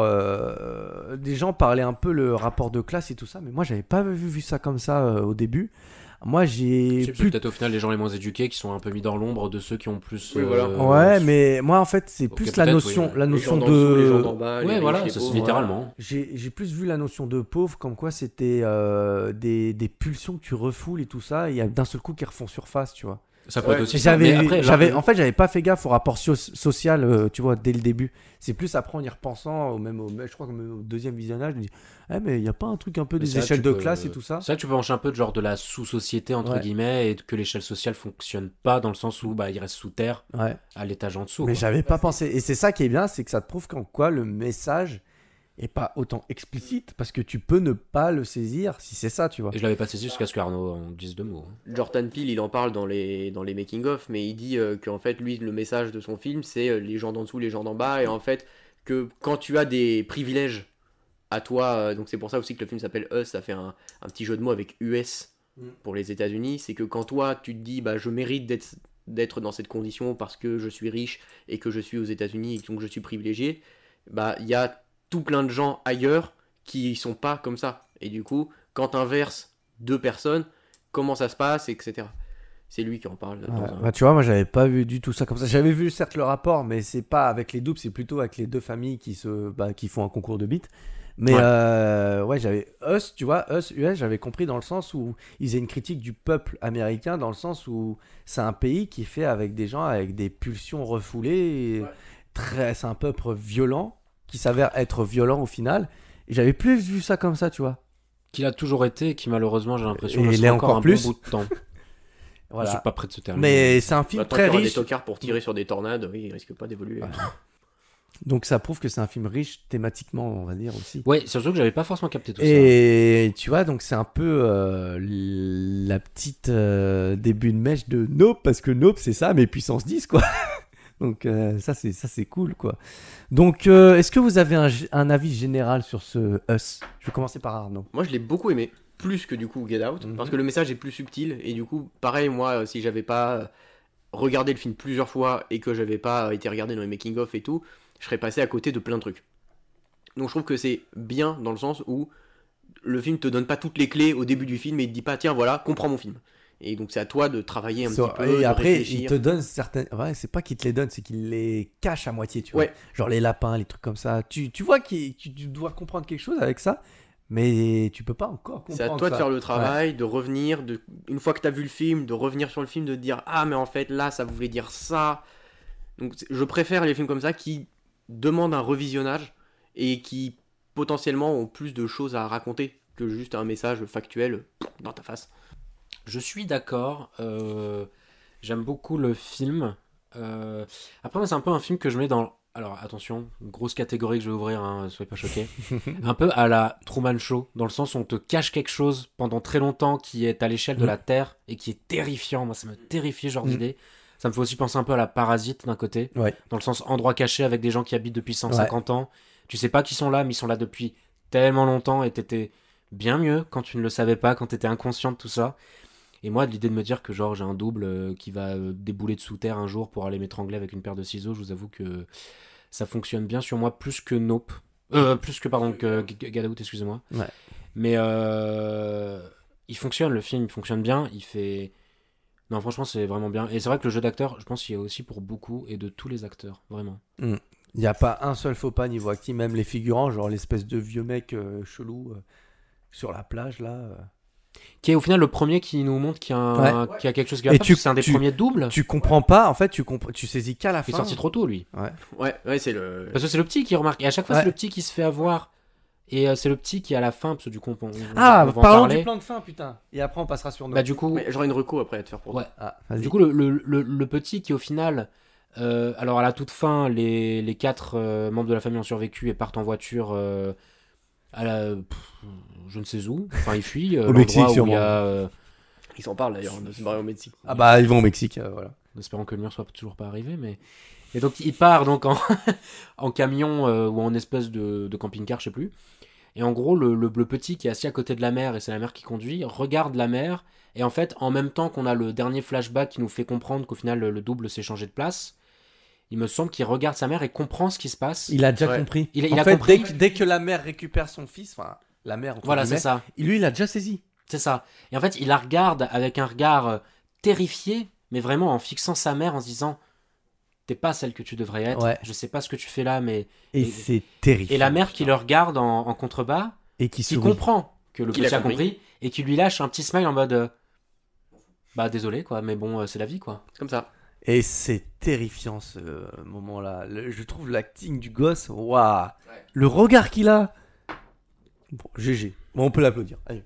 Euh, des gens parlaient un peu le rapport de classe et tout ça, mais moi, j'avais pas vu, vu ça comme ça euh, au début. Moi, j'ai. C'est plus... peut-être au final les gens les moins éduqués qui sont un peu mis dans l'ombre de ceux qui ont plus. Oui, voilà. euh, Ouais, mais moi, en fait, c'est ok, plus la peut-être, notion, oui. la Les notion gens de. d'en dessous, les gens d'en bas, les Ouais, riches, voilà, les ça, pauvres. c'est littéralement. J'ai j'ai plus vu la notion de pauvre comme quoi c'était euh, des, des pulsions que tu refoules et tout ça, et il y a d'un seul coup qui refont surface, tu vois. Ça peut Ouais. être aussi. ça. J'avais, Mais après, là, j'avais, le- en fait, j'avais pas fait gaffe au rapport so- social, euh, tu vois, dès le début. C'est plus après en y repensant, au même, au, je crois que même au deuxième visionnage, je me dis, eh, mais il y a pas un truc un peu Mais des ça, échelles tu de peux- classe et tout ça. C'est vrai que tu peux pencher un peu de genre de la sous-société entre Ouais. guillemets et que l'échelle sociale fonctionne pas dans le sens où bah il reste sous terre Ouais. à l'étage en dessous. Mais quoi. j'avais pas pensé. Et c'est ça qui est bien, c'est que ça te prouve qu'en quoi le message est pas autant explicite parce que tu peux ne pas le saisir si c'est ça, tu vois. Et je l'avais pas saisi jusqu'à ce qu'Arnaud en dise deux mots. hein. Jordan Peele, il en parle dans les, dans les making-of, mais il dit euh, qu'en fait, lui, le message de son film, c'est euh, les gens d'en dessous, les gens d'en bas, et en fait, que quand tu as des privilèges à toi, euh, donc c'est pour ça aussi que le film s'appelle Us, ça fait un, un petit jeu de mots avec U S pour les États-Unis, c'est que quand toi, tu te dis, bah, je mérite d'être, d'être dans cette condition parce que je suis riche et que je suis aux États-Unis et que donc je suis privilégié, bah, il y a tout plein de gens ailleurs qui sont pas comme ça. Et du coup, quand t'inverses deux personnes, comment ça se passe, et cetera. C'est lui qui en parle. dans Ouais, un- bah, tu vois, moi j'avais pas vu du tout ça comme ça. J'avais vu certes le rapport, mais c'est pas avec les doubles, c'est plutôt avec les deux familles qui se, bah, qui font un concours de beat. Mais Ouais. euh, ouais, j'avais Us, tu vois, Us, U S, j'avais compris dans le sens où ils faisaient une critique du peuple américain, dans le sens où c'est un pays qui est fait avec des gens avec des pulsions refoulées. Et très, c'est un peuple violent qui s'avère être violent au final. Et j'avais plus vu ça comme ça, tu vois. Qu'il a toujours été et qui malheureusement j'ai l'impression Et le il sera est encore encore un plus. bon bout de temps. Voilà. Je suis pas prêt de se terminer. Mais c'est un film Maintenant très qu'il y aura riche. des tocards pour tirer sur des tornades, oui, il risque pas d'évoluer. Donc ça prouve que c'est un film riche thématiquement, on va dire aussi. Ouais, surtout que j'avais pas forcément capté tout Et tu vois, donc c'est un peu euh, la petite euh, début de mèche de Nope, parce que Nope c'est ça, mais puissance dix quoi. Donc euh, ça c'est ça c'est cool quoi. Donc euh, est-ce que vous avez un, un avis général sur ce Us? Je vais commencer par Arnaud. Moi, je l'ai beaucoup aimé, plus que du coup Get Out, Mhm. parce que le message est plus subtil, et du coup, pareil, moi, euh, si j'avais pas euh, regardé le film plusieurs fois et que j'avais pas été regardé dans les making-of et tout, je serais passé à côté de plein de trucs. Donc je trouve que c'est bien dans le sens où le film te donne pas toutes les clés au début du film et il te dit pas tiens voilà comprends mon film. Et donc c'est à toi de travailler un So- petit peu, et de après, réfléchir. il te donne certaines. Ouais, c'est pas qu'il te les donne, c'est qu'il les cache à moitié, tu vois. Ouais. Genre les lapins, les trucs comme ça. Tu, tu vois que tu, tu dois comprendre quelque chose avec ça, mais tu peux pas encore comprendre. C'est à toi de ça. faire le Ouais. travail, de revenir, de, une fois que tu as vu le film, de revenir sur le film, de te dire ah mais en fait là ça voulait dire ça. Donc c'est- je préfère les films comme ça qui demandent un revisionnage et qui potentiellement ont plus de choses à raconter que juste un message factuel dans ta face. Je suis d'accord. euh, J'aime beaucoup le film. Euh, Après, moi, c'est un peu un film que je mets dans. Alors, attention, grosse catégorie que je vais ouvrir, hein, soyez pas choqués. Un peu à la Truman Show, dans le sens où on te cache quelque chose pendant très longtemps qui est à l'échelle de Mm. la Terre et qui est terrifiant. Moi, ça me terrifie, ce genre Mm. d'idée. Ça me fait aussi penser un peu à la Parasite d'un côté, Ouais. dans le sens endroit caché avec des gens qui habitent depuis cent cinquante Ouais. ans. Tu sais pas qui sont là, mais ils sont là depuis tellement longtemps et t'étais bien mieux quand tu ne le savais pas, quand t'étais inconscient de tout ça. Et moi, l'idée de me dire que genre j'ai un double euh, qui va euh, débouler de sous terre un jour pour aller m'étrangler avec une paire de ciseaux, je vous avoue que ça fonctionne bien sur moi plus que Nope. Euh, plus que, pardon, que G- Get Out, excusez-moi. Ouais. Mais euh, il fonctionne, le film, il fonctionne bien, il fait... Non, franchement, c'est vraiment bien. Et c'est vrai que le jeu d'acteur, je pense qu'il y a aussi pour beaucoup, et de tous les acteurs, vraiment. Il mm. n'y a pas un seul faux pas niveau acting, même les figurants, genre l'espèce de vieux mec euh, chelou euh, sur la plage, là... Euh... Qui est au final le premier qui nous montre qu'il y a, un, ouais. qu'il y a quelque chose qui va pas, parce que c'est un des tu, premiers doubles. Tu comprends pas, en fait, tu, comp- tu saisis qu'à la fin. Il est sorti trop tôt, lui. Ouais, ouais, ouais c'est le... Parce que c'est le petit qui remarque. Et à chaque fois, ouais. c'est le petit qui se fait avoir. Et euh, c'est le petit qui, à la fin, parce que du coup, on, on, ah, on va parlons en parler. du plan de fin, putain. Et après, on passera sur nos... Bah, du coup... Ouais, j'aurai une reco après à te faire pour ouais. toi. Ah, du coup, le, le, le, le petit qui, au final... Euh, alors, à la toute fin, les, les quatre euh, membres de la famille ont survécu et partent en voiture... Euh, à la... Pff, je ne sais où. Enfin, ils fuient. Euh, au Mexique, sûrement. Où il y a... Euh, Ils s'en parlent d'ailleurs, de se barrer au Mexique. Ah bah ils vont au Mexique, euh, voilà. En espérant que le mur soit toujours pas arrivé, mais... Et donc il part donc en, en camion euh, ou en espèce de, de camping-car, je sais plus. Et en gros, le, le, le petit qui est assis à côté de la mer, et c'est la mer qui conduit, regarde la mer, et en fait, en même temps qu'on a le dernier flashback qui nous fait comprendre qu'au final, le, le double s'est changé de place, il me semble qu'il regarde sa mère et comprend ce qui se passe. Il a déjà ouais. compris. Il, il en a fait, compris. Dès, que, dès que la mère récupère son fils, enfin, la mère, voilà, c'est ça. Lui, il a déjà saisi. C'est ça. Et en fait, il la regarde avec un regard euh, terrifié, mais vraiment en fixant sa mère, en se disant t'es pas celle que tu devrais être, ouais. je sais pas ce que tu fais là, mais... Et, et c'est terrifiant. Et la mère qui le regarde en, en contrebas, et qui, qui comprend que le qui petit a compris. compris, et qui lui lâche un petit smile en mode euh, bah désolé, quoi, mais bon, euh, c'est la vie, quoi. C'est comme ça. Et c'est terrifiant ce moment-là. Le, je trouve l'acting du gosse, waouh, ouais. Le regard qu'il a. Bon, G G. Bon, on peut l'applaudir. Allez.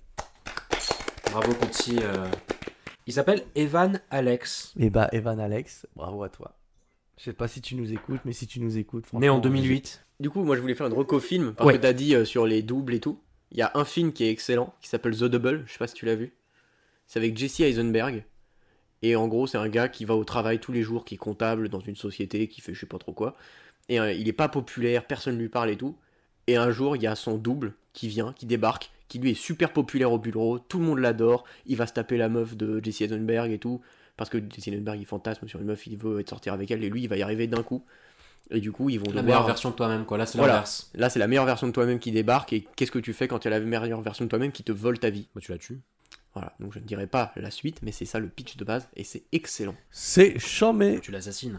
Bravo, petit. Euh... Il s'appelle Evan Alex. Et bah, Evan Alex, bravo à toi. Je sais pas si tu nous écoutes, mais si tu nous écoutes, franchement. Né en deux mille huit. Du coup, moi, je voulais faire une reco film, parce ouais. que t'as dit euh, sur les doubles et tout. Il y a un film qui est excellent, qui s'appelle The Double. Je sais pas si tu l'as vu. C'est avec Jesse Eisenberg. Et en gros, c'est un gars qui va au travail tous les jours, qui est comptable dans une société, qui fait je sais pas trop quoi. Et euh, il est pas populaire, personne lui parle et tout. Et un jour, il y a son double qui vient, qui débarque, qui lui est super populaire au bureau, tout le monde l'adore, il va se taper la meuf de Jesse Eisenberg et tout, parce que Jesse Eisenberg il fantasme sur une meuf, il veut être sortir avec elle, et lui il va y arriver d'un coup. Et du coup, ils vont la devoir... meilleure version de toi-même, quoi. Là, c'est voilà. l'inverse. Là, c'est la meilleure version de toi-même qui débarque, et qu'est-ce que tu fais quand il y a la meilleure version de toi-même qui te vole ta vie ? Bah, tu la tues. Voilà, donc je ne dirai pas la suite, mais c'est ça le pitch de base, et c'est excellent. C'est chambé. Tu l'assassines.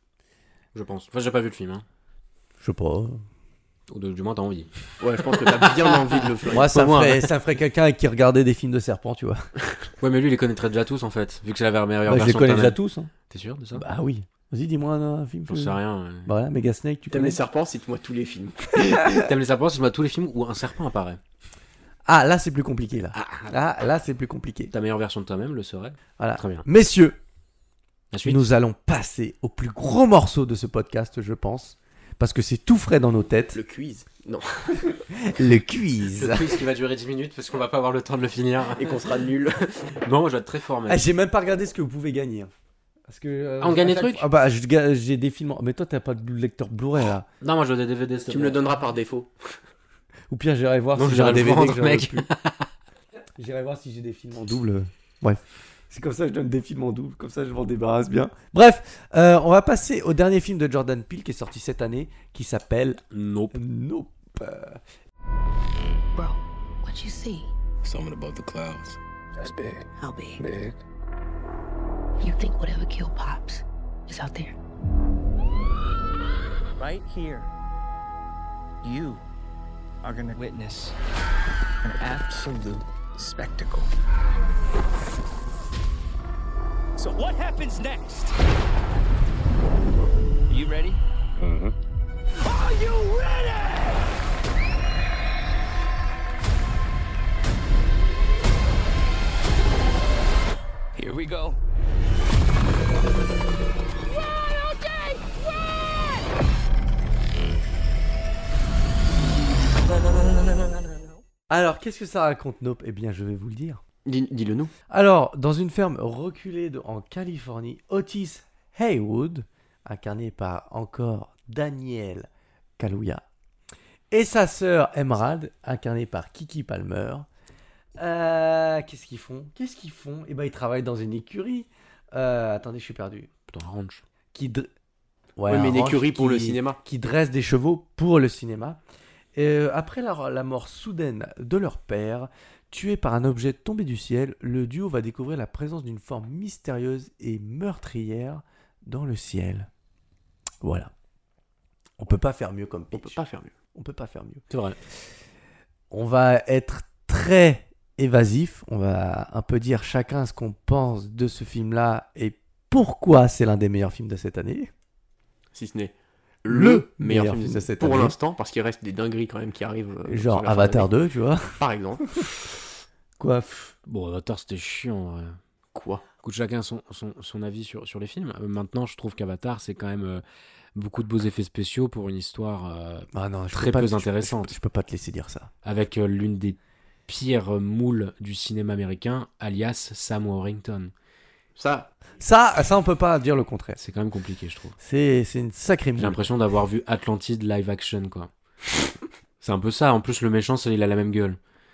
Je pense. Enfin, j'ai pas vu le film, hein. Je sais pas. Ou de, du moins, t'as envie. Ouais, je pense que t'as bien envie de le faire. Moi, ça me ferait, ça ferait quelqu'un qui regardait des films de serpents, tu vois. Ouais, mais lui, il les connaîtrait déjà tous, en fait, vu que c'est la meilleure bah, version. Je les connais déjà tous. Hein. T'es sûr de ça ? Bah oui. Vas-y, dis-moi un, un film. J'en sais rien. Ouais. Bah voilà, Mega Snake, tu T'aimes connais les serpents, cite-moi tous les films. T'aimes les serpents, cite-moi tous les films où un serpent apparaît. Ah, là, c'est plus compliqué, là. Ah, là, là, c'est plus compliqué. Ta meilleure version de toi-même le serait. Voilà. Très bien. Messieurs, la suite. Nous allons passer au plus gros morceau de ce podcast, je pense. Parce que c'est tout frais dans nos têtes. Le quiz. Non. Le quiz. Le quiz qui va durer dix minutes parce qu'on va pas avoir le temps de le finir. Et qu'on sera nul. Non, moi je vais être très fort, mec. Ah, j'ai même pas regardé ce que vous pouvez gagner. Parce que, euh, ah, on gagne des trucs. Ah bah je, j'ai des films. Mais toi t'as pas de lecteur Blu-ray là. Non, moi je veux des D V D. Tu me le donneras par défaut. Ou pire j'irai voir non, si j'ai un D V D vendre, que mec. J'irai voir si j'ai des films en double. Bref. C'est comme ça que je donne des films en double, comme ça je m'en débarrasse bien. Bref, euh, on va passer au dernier film de Jordan Peele qui est sorti cette année, qui s'appelle Nope. Nope. Bro, what you see? Something above the clouds. That's big. How big? Big. You think whatever killed Pops is out there? Right here, you are gonna witness an absolute spectacle. So what happens next? Are you ready? Mm-hmm. Are you ready? Here we go. Run, O J! Run! Non, non, non, non, non, non, non, non. Alors, qu'est-ce que ça raconte, Nope ? Eh bien, je vais vous le dire. Dis-le nous. Alors, dans une ferme reculée de, en Californie, Otis Haywood, incarné par encore Daniel Kaluuya, et sa sœur Emerald, incarnée par Kiki Palmer, Euh, qu'est-ce qu'ils font Qu'est-ce qu'ils font Eh ben, ils travaillent dans une écurie. Euh, attendez, je suis perdu. Dans un ranch. Qui dr- Ouais, ouais, mais un une ranch écurie pour qui- le cinéma. Qui dresse des chevaux pour le cinéma. Et, euh, après la, la mort soudaine de leur père, tué par un objet tombé du ciel, le duo va découvrir la présence d'une forme mystérieuse et meurtrière dans le ciel. Voilà. On peut pas faire mieux comme pitch. On peut pas faire mieux. On peut pas faire mieux. C'est vrai. On va être très évasif. On va un peu dire chacun ce qu'on pense de ce film-là et pourquoi c'est l'un des meilleurs films de cette année. Si ce n'est Le le meilleur, meilleur film, film de cette pour année. l'instant, parce qu'il reste des dingueries quand même qui arrivent. euh, Genre sur la fin Avatar d'année. deux, tu vois. Par exemple. Quoi pff, Bon, Avatar, c'était chiant. Ouais. Quoi Écoute, chacun son, son, son avis sur, sur les films. Euh, maintenant, je trouve qu'Avatar, c'est quand même euh, beaucoup de beaux effets spéciaux pour une histoire euh, Ah non, je très peux pas- peu je- je- intéressante. Je, je peux pas te laisser dire ça. Avec euh, l'une des pires euh, moules du cinéma américain, alias Sam Worthington. Ça, Ça, ça on peut pas dire le contraire. C'est quand même compliqué, je trouve. C'est, c'est une sacrée J'ai moule. l'impression d'avoir vu Atlantide live action, quoi. C'est un peu ça. En plus, le méchant, c'est, il a la même gueule.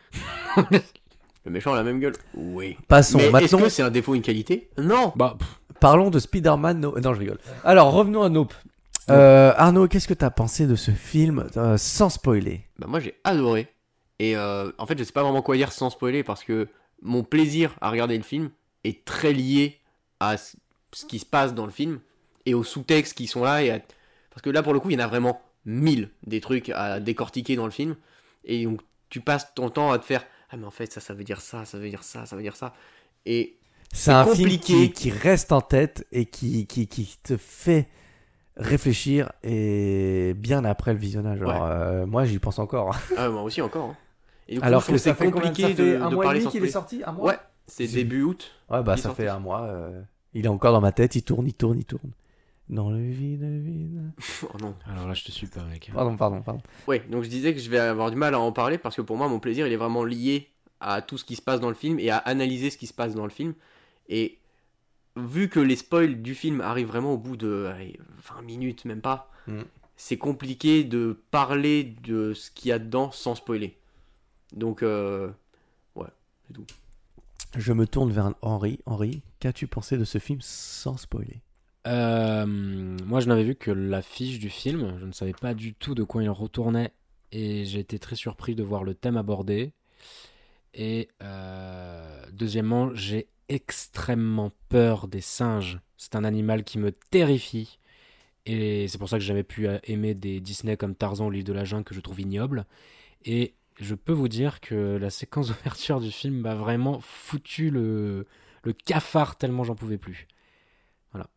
le méchant a la même gueule. Oui. Passons Mais est-ce maintenant. que c'est un défaut, une qualité Non. Bah, pff, Parlons de Spider-Man. No- Non, je rigole. Alors, revenons à Nope. Euh, Arnaud, qu'est-ce que t'as pensé de ce film euh, sans spoiler? Bah moi j'ai adoré. Et euh, en fait je sais pas vraiment quoi dire sans spoiler parce que mon plaisir à regarder le film est très lié à ce ce qui se passe dans le film et aux sous-textes qui sont là. Et à... Parce que là pour le coup il y en a vraiment mille des trucs à décortiquer dans le film. Et donc tu passes ton temps à te faire ah mais en fait ça ça veut dire ça, ça veut dire ça, ça veut dire ça. Et C'est un compliqué. film qui, qui reste en tête et qui, qui, qui te fait réfléchir et bien après le visionnage. Alors, Ouais. euh, moi, j'y pense encore. Ah, moi aussi encore. hein. Et du coup, Alors je trouve que ça c'est fait combien- compliqué ça fait de, un de mois et parler demi sans qu'il est spoiler. sorti, un mois Ouais, c'est C'est- début août. Ouais, bah Il est ça sorti. fait un mois. euh, Il est encore dans ma tête, il tourne, il tourne, il tourne. Dans le vide, le vide. Oh non. alors là, je te suis pas, mec. Pardon, pardon, pardon. Ouais, donc je disais que je vais avoir du mal à en parler parce que pour moi, mon plaisir, il est vraiment lié à tout ce qui se passe dans le film et à analyser ce qui se passe dans le film. Et vu que les spoils du film arrivent vraiment au bout de allez, vingt minutes, même pas, Mm. c'est compliqué de parler de ce qu'il y a dedans sans spoiler. Donc, euh, ouais, c'est tout. Je me tourne vers Henri. Henri, qu'as-tu pensé de ce film sans spoiler? Euh, moi, je n'avais vu que l'affiche du film. Je ne savais pas du tout de quoi il retournait. Et j'ai été très surpris de voir le thème abordé. Et euh, deuxièmement, j'ai extrêmement peur des singes. C'est un animal qui me terrifie. Et c'est pour ça que j'ai jamais pu euh, aimer des Disney comme Tarzan ou L'île de la jungle que je trouve ignoble. Et je peux vous dire que la séquence d'ouverture du film m'a vraiment foutu le, le cafard tellement j'en pouvais plus. Voilà.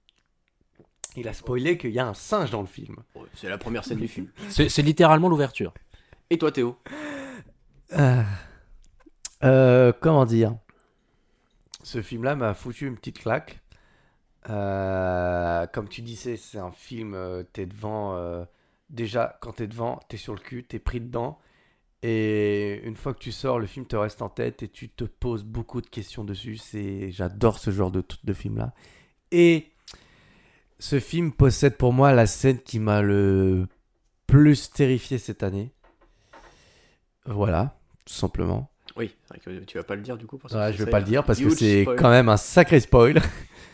Il a spoilé qu'il y a un singe dans le film. Ouais, c'est la première scène du film. C'est, c'est littéralement l'ouverture. Et toi, Théo? Euh, euh, comment dire? Ce film-là m'a foutu une petite claque. Euh, comme tu disais, c'est un film, euh, t'es devant. euh, déjà, quand t'es devant, t'es sur le cul, t'es pris dedans. Et une fois que tu sors, le film te reste en tête et tu te poses beaucoup de questions dessus. C'est, j'adore ce genre de, de film-là. Et ce film possède pour moi la scène qui m'a le plus terrifié cette année. Voilà, tout simplement. Oui, c'est vrai que tu vas pas le dire du coup. Parce que Ouais, ce je vais serait pas le dire parce que huge c'est spoil. quand même un sacré spoil.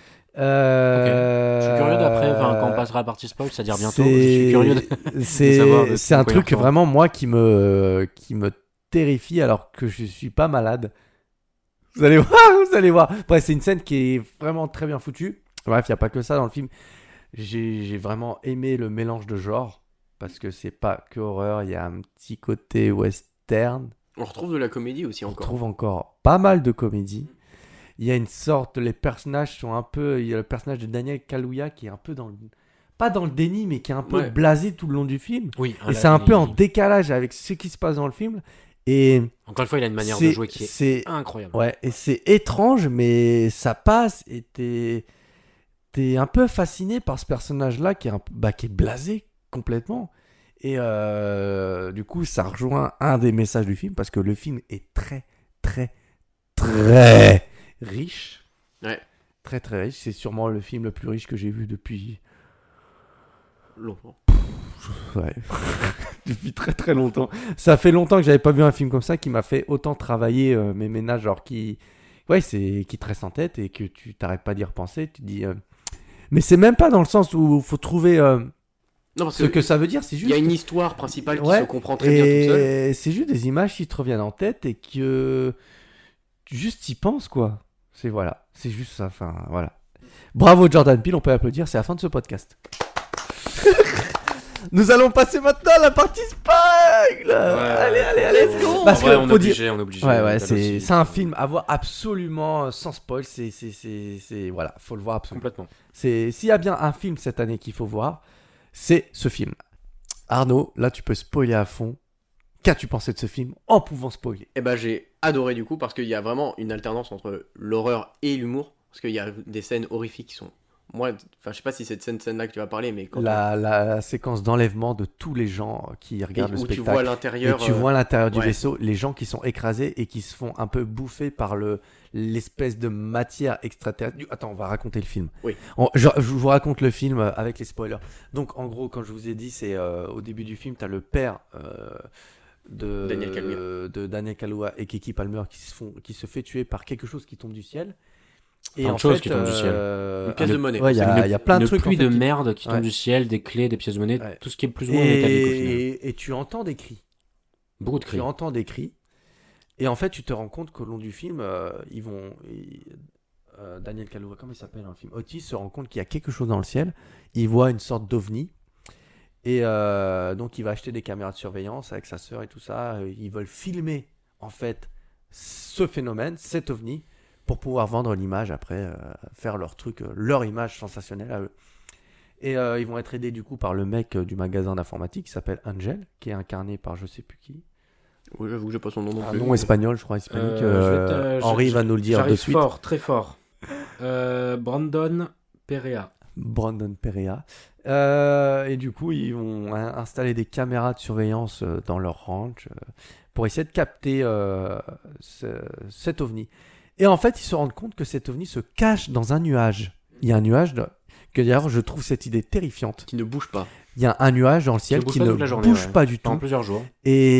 Euh, Je suis curieux d'après, enfin, quand on passera à la partie spoil, c'est-à-dire bientôt. c'est- Je suis curieux de, de c'est savoir de c'est un quoi il truc retourne. vraiment moi qui me qui me terrifie alors que je suis pas malade. Vous allez voir, vous allez voir. Bref, c'est une scène qui est vraiment très bien foutue. Bref, il y a pas que ça dans le film. J'ai j'ai vraiment aimé le mélange de genres parce que c'est pas que horreur, il y a un petit côté western. On retrouve de la comédie aussi On encore. trouve encore pas mal de comédie. Il y a une sorte, les personnages sont un peu, il y a le personnage de Daniel Kaluuya qui est un peu dans le, pas dans le déni, mais qui est un peu Ouais. blasé tout le long du film. Oui, Et là, c'est un il- peu en décalage avec ce qui se passe dans le film. Et Encore une fois, il a une manière de c'est- jouer qui est c'est- incroyable. Ouais, et c'est étrange, mais ça passe. Et t'es, t'es un peu fasciné par ce personnage-là qui est, un, bah, qui est blasé complètement. Et euh, du coup, ça rejoint un des messages du film parce que le film est très, très, très riche. Ouais. Très, très riche. C'est sûrement le film le plus riche que j'ai vu depuis Longtemps. Ouais. Depuis très très longtemps. Ça fait longtemps que j'avais pas vu un film comme ça qui m'a fait autant travailler euh, mes ménages, genre qui, ouais, c'est qui te reste en tête et que tu t'arrêtes pas d'y repenser. Tu dis, euh... mais c'est même pas dans le sens où il faut trouver euh... non, parce ce que, que ça veut dire. C'est juste. Il y a une histoire principale qui ouais, se comprend très bien toute seule. Et c'est juste des images qui te reviennent en tête et que tu juste y penses quoi. C'est voilà, c'est juste ça. Enfin voilà. Bravo Jordan Peele, on peut applaudir. C'est la fin de ce podcast. Nous allons passer maintenant à la partie spoil. Ouais, allez, allez, allez, let's go. Parce que on est obligé, dire... on est obligé. Ouais, ouais, c'est, c'est un film à voir absolument sans spoil. C'est, c'est, c'est, c'est, voilà, faut le voir absolument. Complètement. C'est, s'il y a bien un film cette année qu'il faut voir, c'est ce film. Arnaud, là, tu peux spoiler à fond. Qu'as-tu pensé de ce film en pouvant spoiler ? Eh ben, j'ai adoré du coup parce qu'il y a vraiment une alternance entre l'horreur et l'humour. Parce qu'il y a des scènes horrifiques qui sont. Moi, enfin, je sais pas si c'est cette scène, scène-là que tu vas parler, mais quand la, on... la, la séquence d'enlèvement de tous les gens qui regardent et le où spectacle. Tu vois l'intérieur, et tu euh... vois l'intérieur du ouais. vaisseau, les gens qui sont écrasés et qui se font un peu bouffer par le, l'espèce de matière extraterrestre. Attends, on va raconter le film. Oui. On, je, je vous raconte le film avec les spoilers. Donc, en gros, quand je vous ai dit, c'est euh, au début du film, tu as le père euh, de, Daniel Kaluuya. de Daniel Kaluuya et Keke Palmer qui se, font, qui se fait tuer par quelque chose qui tombe du ciel. Et plein en de choses fait, qui tombent du ciel. Euh, une pièce le, de monnaie. Ouais, il y, y a plein de une trucs. Une pluie en fait, de qui... merde qui tombe ouais. du ciel, des clés, des pièces de monnaie, ouais. Tout ce qui est plus ou moins et... métallique au final. Et, et tu entends des cris. Beaucoup de cris. Tu entends des cris. Et en fait, tu te rends compte qu'au long du film, euh, ils vont. Ils... Euh, Daniel Kaluuya, comment il s'appelle dans le film ? Otis se rend compte qu'il y a quelque chose dans le ciel. Il voit une sorte d'ovni. Et euh, donc, il va acheter des caméras de surveillance avec sa sœur et tout ça. Ils veulent filmer, en fait, ce phénomène, cet ovni, pour pouvoir vendre l'image après, euh, faire leur truc, euh, leur image sensationnelle à eux. Et euh, ils vont être aidés du coup par le mec euh, du magasin d'informatique qui s'appelle Angel, qui est incarné par je sais plus qui. Oui, j'avoue que j'ai pas son nom non Un plus. nom espagnol, je crois, hispanique. Euh, euh, te... Henri je, va nous le dire de suite. Fort, très fort. Euh, Brandon Perea. Brandon Perea. Euh, et du coup, ils vont hein, installer des caméras de surveillance euh, dans leur ranch euh, pour essayer de capter euh, ce, cet ovni. Et en fait, ils se rendent compte que cet ovni se cache dans un nuage. Il y a un nuage de... que d'ailleurs, je trouve cette idée terrifiante. Qui ne bouge pas. Il y a un nuage dans le ciel qui ne journée, bouge ouais. pas du tout. Pendant plusieurs jours.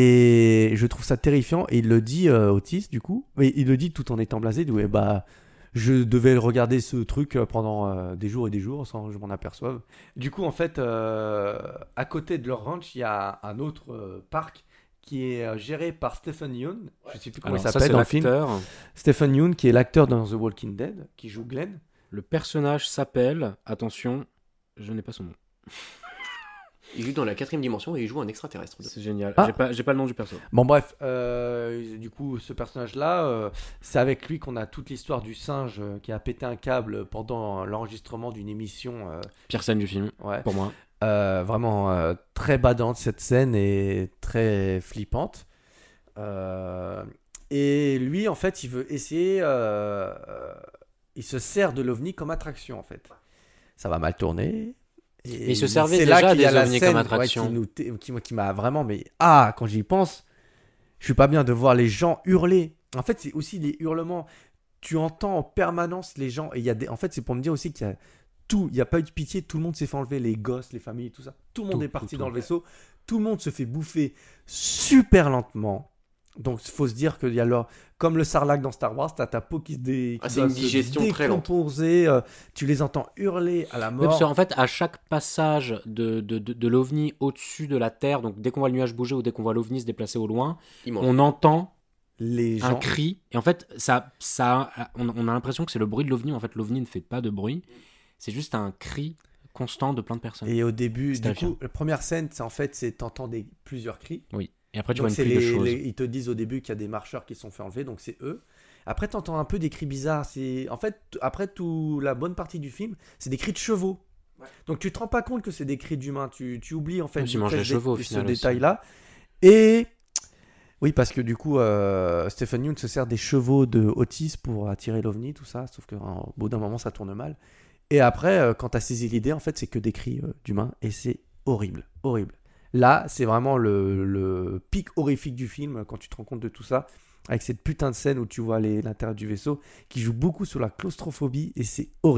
Et je trouve ça terrifiant. Et il le dit, euh, Otis, du coup. Mais il le dit tout en étant blasé. D'où, bah, je devais regarder ce truc pendant euh, des jours et des jours sans que je m'en aperçoive. Du coup, en fait, euh, à côté de leur ranch, il y a un autre euh, parc qui est géré par Stephen Yeun. Je ne sais plus comment Alors, il s'appelle ça, dans le film. Stephen Yeun, qui est l'acteur dans The Walking Dead, qui joue Glenn. Le personnage s'appelle, attention, je n'ai pas son nom. Il joue dans la quatrième dimension et il joue un extraterrestre. C'est génial. Ah. J'ai pas, j'ai pas le nom du perso. Bon bref, euh, du coup, ce personnage-là, euh, c'est avec lui qu'on a toute l'histoire du singe euh, qui a pété un câble pendant l'enregistrement d'une émission. Euh, Pire scène du film, ouais. pour moi. Euh, vraiment euh, très badante cette scène et très flippante. Euh, et lui, en fait, il veut essayer. Euh, euh, il se sert de l'ovni comme attraction, en fait. Ça va mal tourner. Et mais il se servait c'est déjà là qu'il y a des la ovnis scène, comme attraction. Ouais, qui, nous, qui, qui m'a vraiment. Mais ah, quand j'y pense, je suis pas bien de voir les gens hurler. En fait, c'est aussi des hurlements. Tu entends en permanence les gens. Et il y a des. En fait, c'est pour me dire aussi qu'il y a tout. Il n'y a pas eu de pitié. Tout le monde s'est fait enlever. Les gosses, les familles, tout ça. Tout le monde tout, est parti tout, dans tout. le vaisseau. Tout le monde se fait bouffer super lentement. Donc, il faut se dire qu'il y a leur... Comme le sarlac dans Star Wars, tu as ta peau qui se, dé... ah, qui c'est une digestion très lente. Euh, tu les entends hurler à la mort. Oui, parce qu'en fait, à chaque passage de, de, de, de l'ovni au-dessus de la Terre, donc dès qu'on voit le nuage bouger ou dès qu'on voit l'ovni se déplacer au loin, on entend les un gens... cri. Et en fait, ça, ça, on, on a l'impression que c'est le bruit de l'ovni, mais en fait, l'ovni ne fait pas de bruit. C'est juste un cri constant de plein de personnes. Et au début, c'est du coup, la première scène, c'est en fait, c'est t'entends des plusieurs cris. Oui. Et après, tu donc vois une pluie les, de choses. Les, ils te disent au début qu'il y a des marcheurs qui se sont fait enlever, donc c'est eux. Après, t'entends un peu des cris bizarres. C'est... En fait, t- après, tout, la bonne partie du film, c'est des cris de chevaux. Ouais. Donc, tu te rends pas compte que c'est des cris d'humains. Tu, tu oublies, en fait, tu manges les chevaux, au final, ce aussi. détail-là. Et... Oui, parce que du coup, euh, Stephen Yeun se sert des chevaux de Otis pour attirer l'ovni, tout ça. Sauf qu'au bout d'un moment, ça tourne mal. Et après, euh, quand t'as saisi l'idée, en fait, c'est que des cris euh, d'humains. Et c'est horrible, horrible. Là, c'est vraiment le, le pic horrifique du film quand tu te rends compte de tout ça, avec cette putain de scène où tu vois les, l'intérieur du vaisseau qui joue beaucoup sur la claustrophobie et c'est horrible.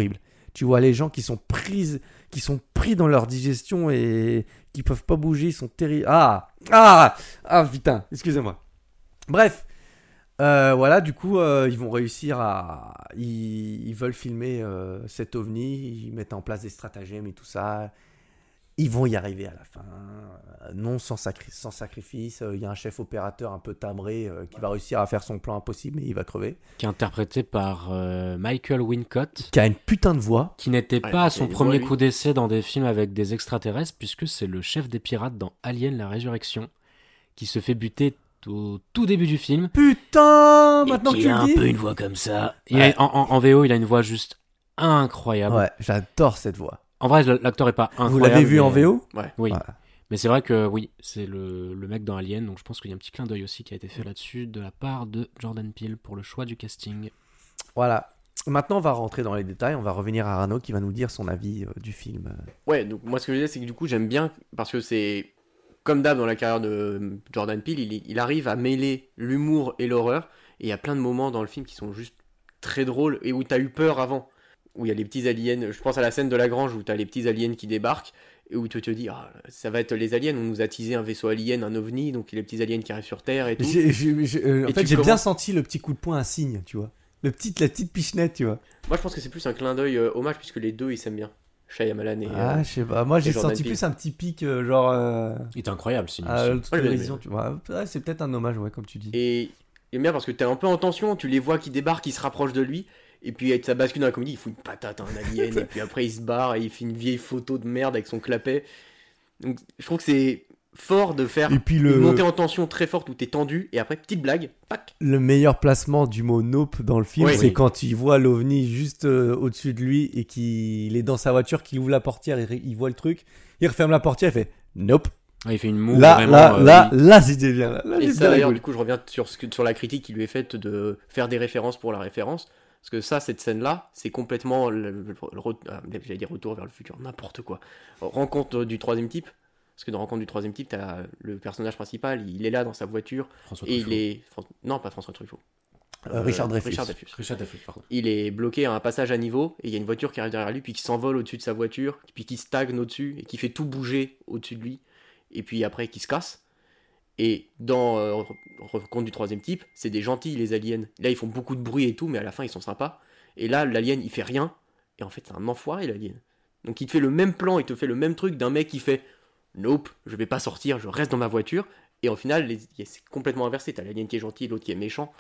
Tu vois les gens qui sont pris, qui sont pris dans leur digestion et qui peuvent pas bouger, ils sont terribles. Ah, ah, ah, putain, excusez-moi. Bref, euh, voilà, du coup, euh, ils vont réussir à, ils, ils veulent filmer euh, cet ovni, ils mettent en place des stratagèmes et tout ça. Ils vont y arriver à la fin, euh, non sans, sacri- sans sacrifice. Il y a un chef opérateur un peu timbré euh, qui va réussir à faire son plan impossible, mais il va crever. Qui est interprété par euh, Michael Wincott. Qui a une putain de voix. Qui n'était Ouais, pas à il son a une premier voix, coup d'essai dans des films avec des extraterrestres, puisque c'est le chef des pirates dans Alien la Résurrection, qui se fait buter au tout début du film. Putain, et maintenant que qui tu a le un dis. peu une voix comme ça. Il Ouais. a- en, en- en V O, il a une voix juste incroyable. Ouais, j'adore cette voix. En vrai, l'acteur est pas incroyable. Vous l'avez vu mais- en V O? Ouais. Oui. Voilà. Mais c'est vrai que oui, c'est le, le mec dans Alien, donc je pense qu'il y a un petit clin d'œil aussi qui a été fait là-dessus de la part de Jordan Peele pour le choix du casting. Voilà. Maintenant, on va rentrer dans les détails. On va revenir à Arnaud qui va nous dire son avis euh, du film. Ouais, donc moi ce que je disais, c'est que du coup j'aime bien parce que c'est comme d'hab dans la carrière de Jordan Peele, il, il arrive à mêler l'humour et l'horreur. Et il y a plein de moments dans le film qui sont juste très drôles et où t'as eu peur avant. Où il y a les petits aliens, je pense à la scène de la grange où t'as les petits aliens qui débarquent et où tu te dis, ah, ça va être les aliens, on nous a teasé un vaisseau alien, un ovni, donc les petits aliens qui arrivent sur Terre et tout. J'ai- j'ai- j'ai- euh, en Et fait, tu j'ai bien commences- senti le petit coup de poing à cygne, tu vois. Le petit, la petite pichenette, tu vois. Moi je pense que c'est plus un clin d'œil euh, hommage puisque les deux ils s'aiment bien. Shyamalan et. Ah, euh, je sais pas. Moi, et j'ai Jordan senti Peele. plus un petit pic, euh, genre. euh, Il est incroyable, c'est une à mission. l'autodérision, tu vois. Ouais, c'est peut-être un hommage, ouais, comme tu dis. Et j'aime bien parce que t'es un peu en tension, tu les vois qui débarquent, qui se rapprochent de lui, et puis ça bascule dans la comédie, il fout une patate à un alien, et puis après il se barre et il fait une vieille photo de merde avec son clapet. Donc je trouve que c'est fort de faire Et puis le- une montée en tension très forte où t'es tendu, et après petite blague, pac. Le meilleur placement du mot nope dans le film, Oui. c'est Oui. quand il voit l'ovni juste euh, au-dessus de lui et qu'il est dans sa voiture, qu'il ouvre la portière, il, il voit le truc, il referme la portière, il fait nope. Ah, il fait une moue Là, vraiment. là, euh, là, oui. là, c'était bien. Là, là, Et j'ai ça bien d'ailleurs, rigolé. du coup, je reviens sur, ce que, sur la critique qui lui est faite de faire des références pour la référence. Parce que ça, cette scène-là, c'est complètement le, le- le re- ah, j'allais dire retour vers le futur, n'importe quoi. Rencontre du troisième type. Parce que dans Rencontre du troisième type, t'as le personnage principal, il est là dans sa voiture. François et Truffaut. il est. Fran- Non, pas François Truffaut. Euh, Richard Dreyfuss. Richard Dreyfuss. Richard Dreyfuss, pardon. Il est bloqué à un passage à niveau et il y a une voiture qui arrive derrière lui, puis qui s'envole au-dessus de sa voiture, puis qui stagne au-dessus et qui fait tout bouger au-dessus de lui, et puis après qui se casse. Et dans euh, Rencontre du troisième type, c'est des gentils les aliens. Là ils font beaucoup de bruit et tout, mais à la fin ils sont sympas. Et là l'alien il fait rien, et en fait c'est un enfoiré l'alien. Donc il te fait le même plan, il te fait le même truc d'un mec qui fait nope, je vais pas sortir, je reste dans ma voiture. Et au final les- c'est complètement inversé, t'as l'alien qui est gentil et l'autre qui est méchant.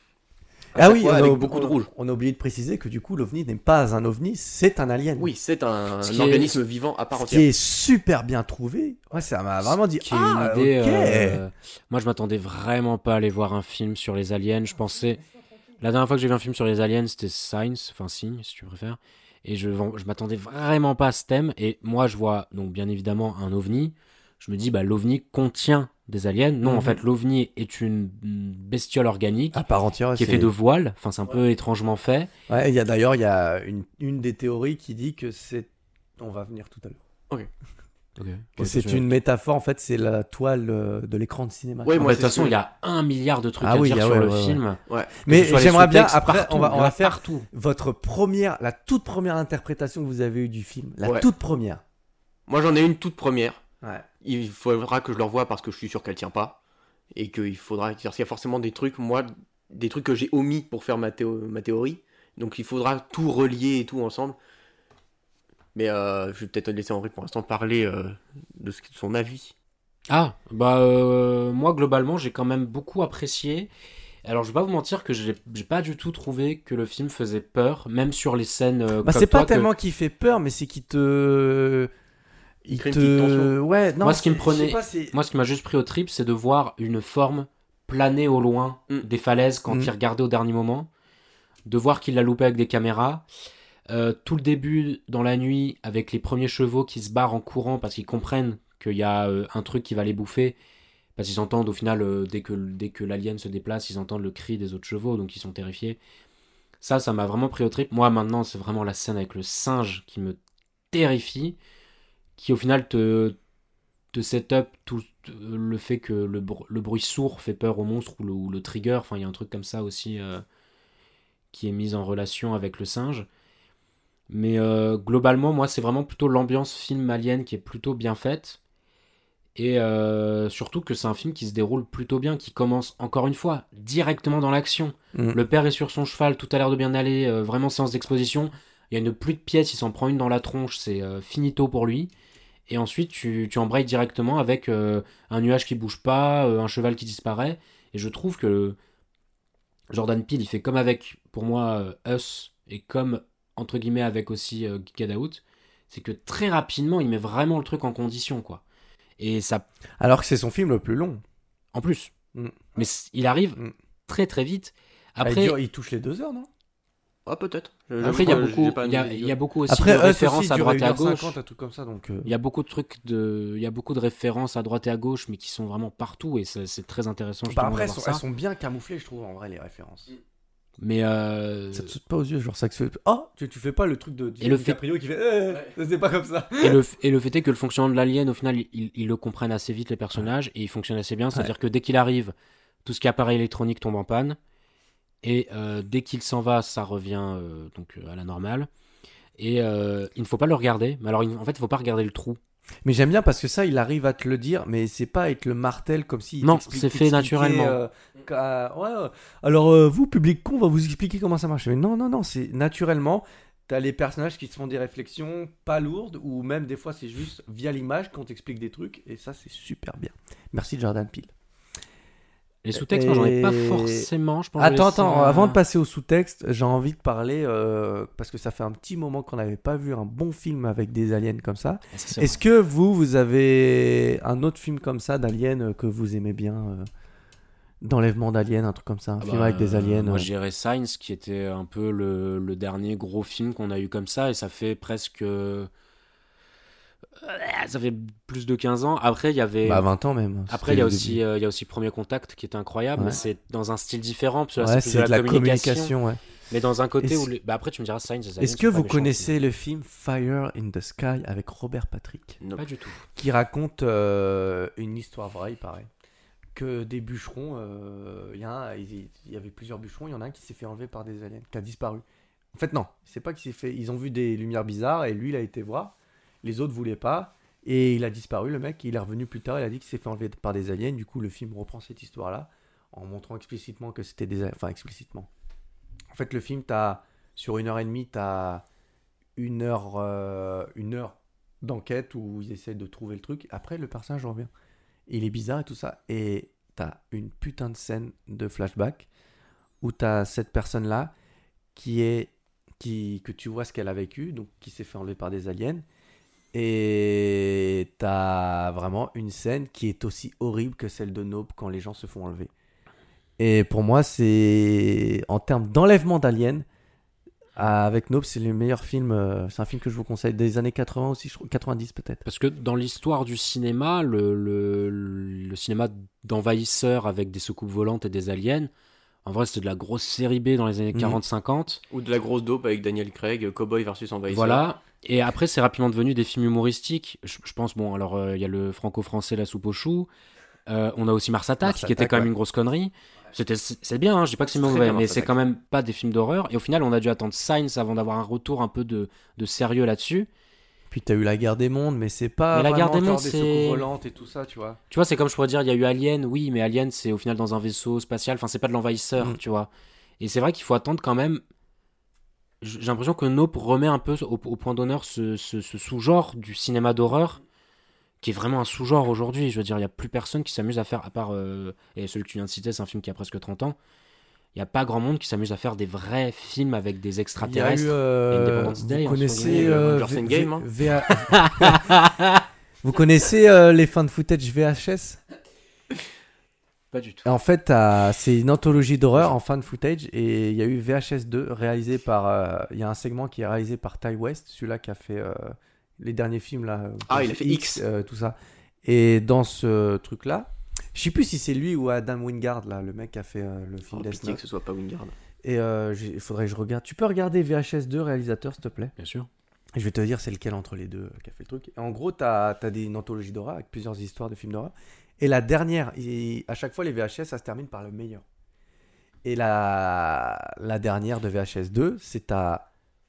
À Ah chaque oui, fois, on a, avec ob- beaucoup de on- rouge. on a oublié de préciser que du coup, l'ovni n'est pas un ovni, c'est un alien. Oui, c'est un, Ce un qui est- organisme vivant à part Ce entière. qui est super bien trouvé. Ouais, ça m'a vraiment dit. Qui est Ah, une idée. ok. euh, Moi, je m'attendais vraiment pas à aller voir un film sur les aliens. Je pensais. La dernière fois que j'ai vu un film sur les aliens, c'était Science, enfin Signe, si tu préfères. Et je, je m'attendais vraiment pas à ce thème. Et moi, je vois donc bien évidemment un ovni. Je me dis, bah, l'ovni contient des aliens. Non, en Mhm. fait, l'ovni est une bestiole organique À part entière, qui est c'est- fait de voiles. Enfin, c'est un peu étrangement fait. Ouais, il y a d'ailleurs, il y a une, une des théories qui dit que c'est. On va venir tout à l'heure. Ok. Ok. Que c'est une métaphore, en fait, c'est la toile euh, de l'écran de cinéma. Ouais, En moi, fait, de toute c'est façon, sûr. il y a un milliard de trucs Ah à oui, dire ah sur ouais, le ouais, film. Ouais. Mais ce soit les j'aimerais bien, sous-textes après, partout, on va, il on y en va a faire partout. votre première, la toute première interprétation que vous avez eue du film. La Ouais. toute première. Moi j'en ai une toute première. Ouais. Il faudra que je le revoie parce que je suis sûr qu'elle tient pas. Et qu'il faudra. Parce qu'il y a forcément des trucs, moi, des trucs que j'ai omis pour faire ma, théo- ma théorie. Donc il faudra tout relier et tout ensemble. Mais euh, je vais peut-être laisser Henri pour l'instant parler euh, de, ce, de son avis. Ah, bah euh, moi globalement j'ai quand même beaucoup apprécié. Alors je vais pas vous mentir que j'ai j'ai pas du tout trouvé que le film faisait peur, même sur les scènes. euh, Bah, comme c'est pas toi, que- tellement qu'il fait peur, mais c'est qu'il te. Il crée une te. petite tension. Ouais, non. moi ce qui me c'est- je sais prenait, pas, c'est- moi ce qui m'a juste pris au trip, c'est de voir une forme planer au loin Mm. des falaises quand Mm. il regardait au dernier moment, de voir qu'il l'a loupé avec des caméras. Euh, tout le début dans la nuit avec les premiers chevaux qui se barrent en courant parce qu'ils comprennent qu'il y a euh, un truc qui va les bouffer, parce qu'ils entendent au final euh, dès que, dès que l'alien se déplace, ils entendent le cri des autres chevaux, donc ils sont terrifiés. Ça, ça m'a vraiment pris au trip. Moi maintenant c'est vraiment la scène avec le singe qui me terrifie, qui au final te, te set up tout euh, le fait que le, br- le bruit sourd fait peur au monstre, ou le, ou le trigger, enfin il y a un truc comme ça aussi euh, qui est mis en relation avec le singe. Mais euh, globalement, moi, c'est vraiment plutôt l'ambiance film Alien qui est plutôt bien faite. Et euh, surtout que c'est un film qui se déroule plutôt bien, qui commence, encore une fois, directement dans l'action. Mm. Le père est sur son cheval, tout a l'air de bien aller, euh, vraiment séance d'exposition. Il y a une pluie de pièces, il s'en prend une dans la tronche, c'est euh, finito pour lui. Et ensuite, tu, tu embrayes directement avec euh, un nuage qui bouge pas, euh, un cheval qui disparaît. Et je trouve que Jordan Peele, il fait comme avec, pour moi, euh, Us, et comme, entre guillemets, avec aussi euh, Get Out, c'est que très rapidement, il met vraiment le truc en condition, quoi. Et ça... Alors que c'est son film le plus long. En plus. Mm. Mais c- il arrive Mm. très très vite. Ah, Après, il, dure- il touche les deux heures, non? Ah, peut-être. Je- après il y a je- beaucoup, j'ai pas il y a, une- il y a beaucoup aussi Après, de Us références aussi à dure droite et à une heure gauche. cinquante, un truc comme ça, donc, euh. Il y a beaucoup de trucs de, il y a beaucoup de références à droite et à gauche, mais qui sont vraiment partout et c'est, c'est très intéressant. Bah justement après, elles d'avoir sont, ça. elles sont bien camouflées, je trouve, en vrai, les références. Mais euh... Ça te saute pas aux yeux, genre ça que fait. Oh, tu, tu fais pas le truc de Et le fait- DiCaprio qui fait. Eh, c'est pas comme ça. Et le, et le fait est que le fonctionnement de l'alien, au final, ils, ils le comprennent assez vite, les personnages, et il fonctionne assez bien. C'est-à-dire Ouais. que dès qu'il arrive, tout ce qui est appareil électronique tombe en panne. Et euh, dès qu'il s'en va, ça revient euh, donc euh, à la normale. Et euh, il ne faut pas le regarder. Mais alors, il- en fait, il ne faut pas regarder le trou. Mais j'aime bien parce que ça, il arrive à te le dire, mais c'est pas avec le martel comme si. Non, c'est fait naturellement. Euh, qu'à- ouais, ouais. Alors, euh, vous, public con, on va vous expliquer comment ça marche. Mais non, non, non, c'est naturellement. T'as les personnages qui se font des réflexions pas lourdes, ou même des fois, c'est juste via l'image qu'on t'explique des trucs, et ça, c'est super bien. Merci, Jordan Peele. Les sous-textes, moi, j'en ai pas Et- forcément. Je pense que je vais Attends, laisser attends, la- avant de passer au sous-texte, j'ai envie de parler, euh, parce que ça fait un petit moment qu'on n'avait pas vu un bon film avec des aliens comme ça. Ah, ça, c'est Est-ce que vous, vous avez un autre film comme ça d'aliens euh, que vous aimez bien euh, d'enlèvement d'aliens, un truc comme ça, un Ah film bah, avec des aliens Moi, euh. je dirais Signs, qui était un peu le, le dernier gros film qu'on a eu comme ça, et ça fait presque. euh, Ça fait plus de quinze ans. Après, il y avait. Bah, vingt ans même. Après, il y, a C'était le aussi, début. euh, il y a aussi Premier Contact qui était incroyable, Ouais. mais c'est dans un style différent, parce que là, Ouais, c'est plus c'est de la, de la communication. communication, ouais. Mais dans un côté Est-ce- où. les- Bah, après, tu me diras Signs. les aliens Est-ce sont que pas vous méchants, connaissez le film Fire in the Sky avec Robert Patrick? Non. Pas du tout. Qui raconte euh, une histoire vraie, il paraît. Que des bûcherons, euh, il y, a un- il il y avait plusieurs bûcherons, il y en a un qui s'est fait enlever par des aliens, qui a disparu. En fait, non, c'est pas qu'il s'est fait. Ils ont vu des lumières bizarres et lui, il a été voir. Les autres voulaient pas. Et il a disparu, le mec. Il est revenu plus tard. Il a dit qu'il s'est fait enlever par des aliens. Du coup, le film reprend cette histoire-là en montrant explicitement que c'était des. Enfin, explicitement. En fait, le film, t'as, sur une heure et demie, tu as une heure, euh, une heure d'enquête où ils essaient de trouver le truc. Après, le personnage revient. Il est bizarre et tout ça. Et tu as une putain de scène de flashback où tu as cette personne-là qui est. Qui, que tu vois ce qu'elle a vécu, donc qui s'est fait enlever par des aliens. Et tu as vraiment une scène qui est aussi horrible que celle de Nope quand les gens se font enlever. Et pour moi, c'est en termes d'enlèvement d'aliens, avec Nope, c'est le meilleur film. euh, C'est un film que je vous conseille des années quatre-vingts aussi, je crois, quatre-vingt-dix peut-être. Parce que dans l'histoire du cinéma, le, le, le cinéma d'envahisseurs avec des soucoupes volantes et des aliens, en vrai, c'était de la grosse série B dans les années Mhm. quarante cinquante. Ou de la grosse dope avec Daniel Craig, Cowboy versus Envahisseur. Voilà. Et après, c'est rapidement devenu des films humoristiques. Je, je pense, bon, alors, euh, il y a le franco-français La Soupe aux choux. Euh, on a aussi Mars Attack, Mars qui était Attack, quand même ouais. une grosse connerie. C'était, c'est c'est bien, hein, je dis pas que c'est C'est très mauvais, bien, mais Mars c'est Attack. quand même pas des films d'horreur. Et au final, on a dû attendre Signs avant d'avoir un retour un peu de, de sérieux là-dessus. Puis t'as eu La Guerre des Mondes, mais c'est pas Mais La vraiment Guerre des genre Mondes, des c'est- secours volantes et tout ça, tu vois. Tu vois, c'est comme je pourrais dire, il y a eu Alien, oui, mais Alien, c'est au final dans un vaisseau spatial. Enfin, c'est pas de l'envahisseur, Mm. tu vois. Et c'est vrai qu'il faut attendre quand même. J'ai l'impression que Nope remet un peu au, au point d'honneur ce, ce- ce sous-genre du cinéma d'horreur, qui est vraiment un sous-genre aujourd'hui. Je veux dire, il n'y a plus personne qui s'amuse à faire, à part. euh, et celui que tu viens de citer, c'est un film qui a presque trente ans. Il n'y a pas grand monde qui s'amuse à faire des vrais films avec des Il y a extraterrestres. eu, et euh, Independence Day, vous entre connaissez guillemets. euh, Avengers V- Endgame, hein. V- VA Vous connaissez euh, les fans de footage V H S? Pas du tout. En fait, t'as- c'est une anthologie d'horreur en fan footage et il y a eu V H S deux réalisé par. euh, Il y a un segment qui est réalisé par Ty West, celui-là qui a fait euh, les derniers films là. euh, Ah, il a fait X. euh, tout ça. Et dans ce truc-là, je sais plus si c'est lui ou Adam Wingard là, le mec qui a fait euh, le film Oh, Death pitié Note. que ce soit pas Wingard. Et euh, j'ai- il faudrait que je regarde. Tu peux regarder V H S deux réalisateur, s'il te plaît? Bien sûr. Je vais te dire c'est lequel entre les deux euh, qui a fait le truc. Et en gros, tu as, des, une anthologie d'horreur avec plusieurs histoires de films d'horreur. Et la dernière, il- à chaque fois, les V H S, ça se termine par le meilleur. Et la, la dernière de V H S deux, c'est ta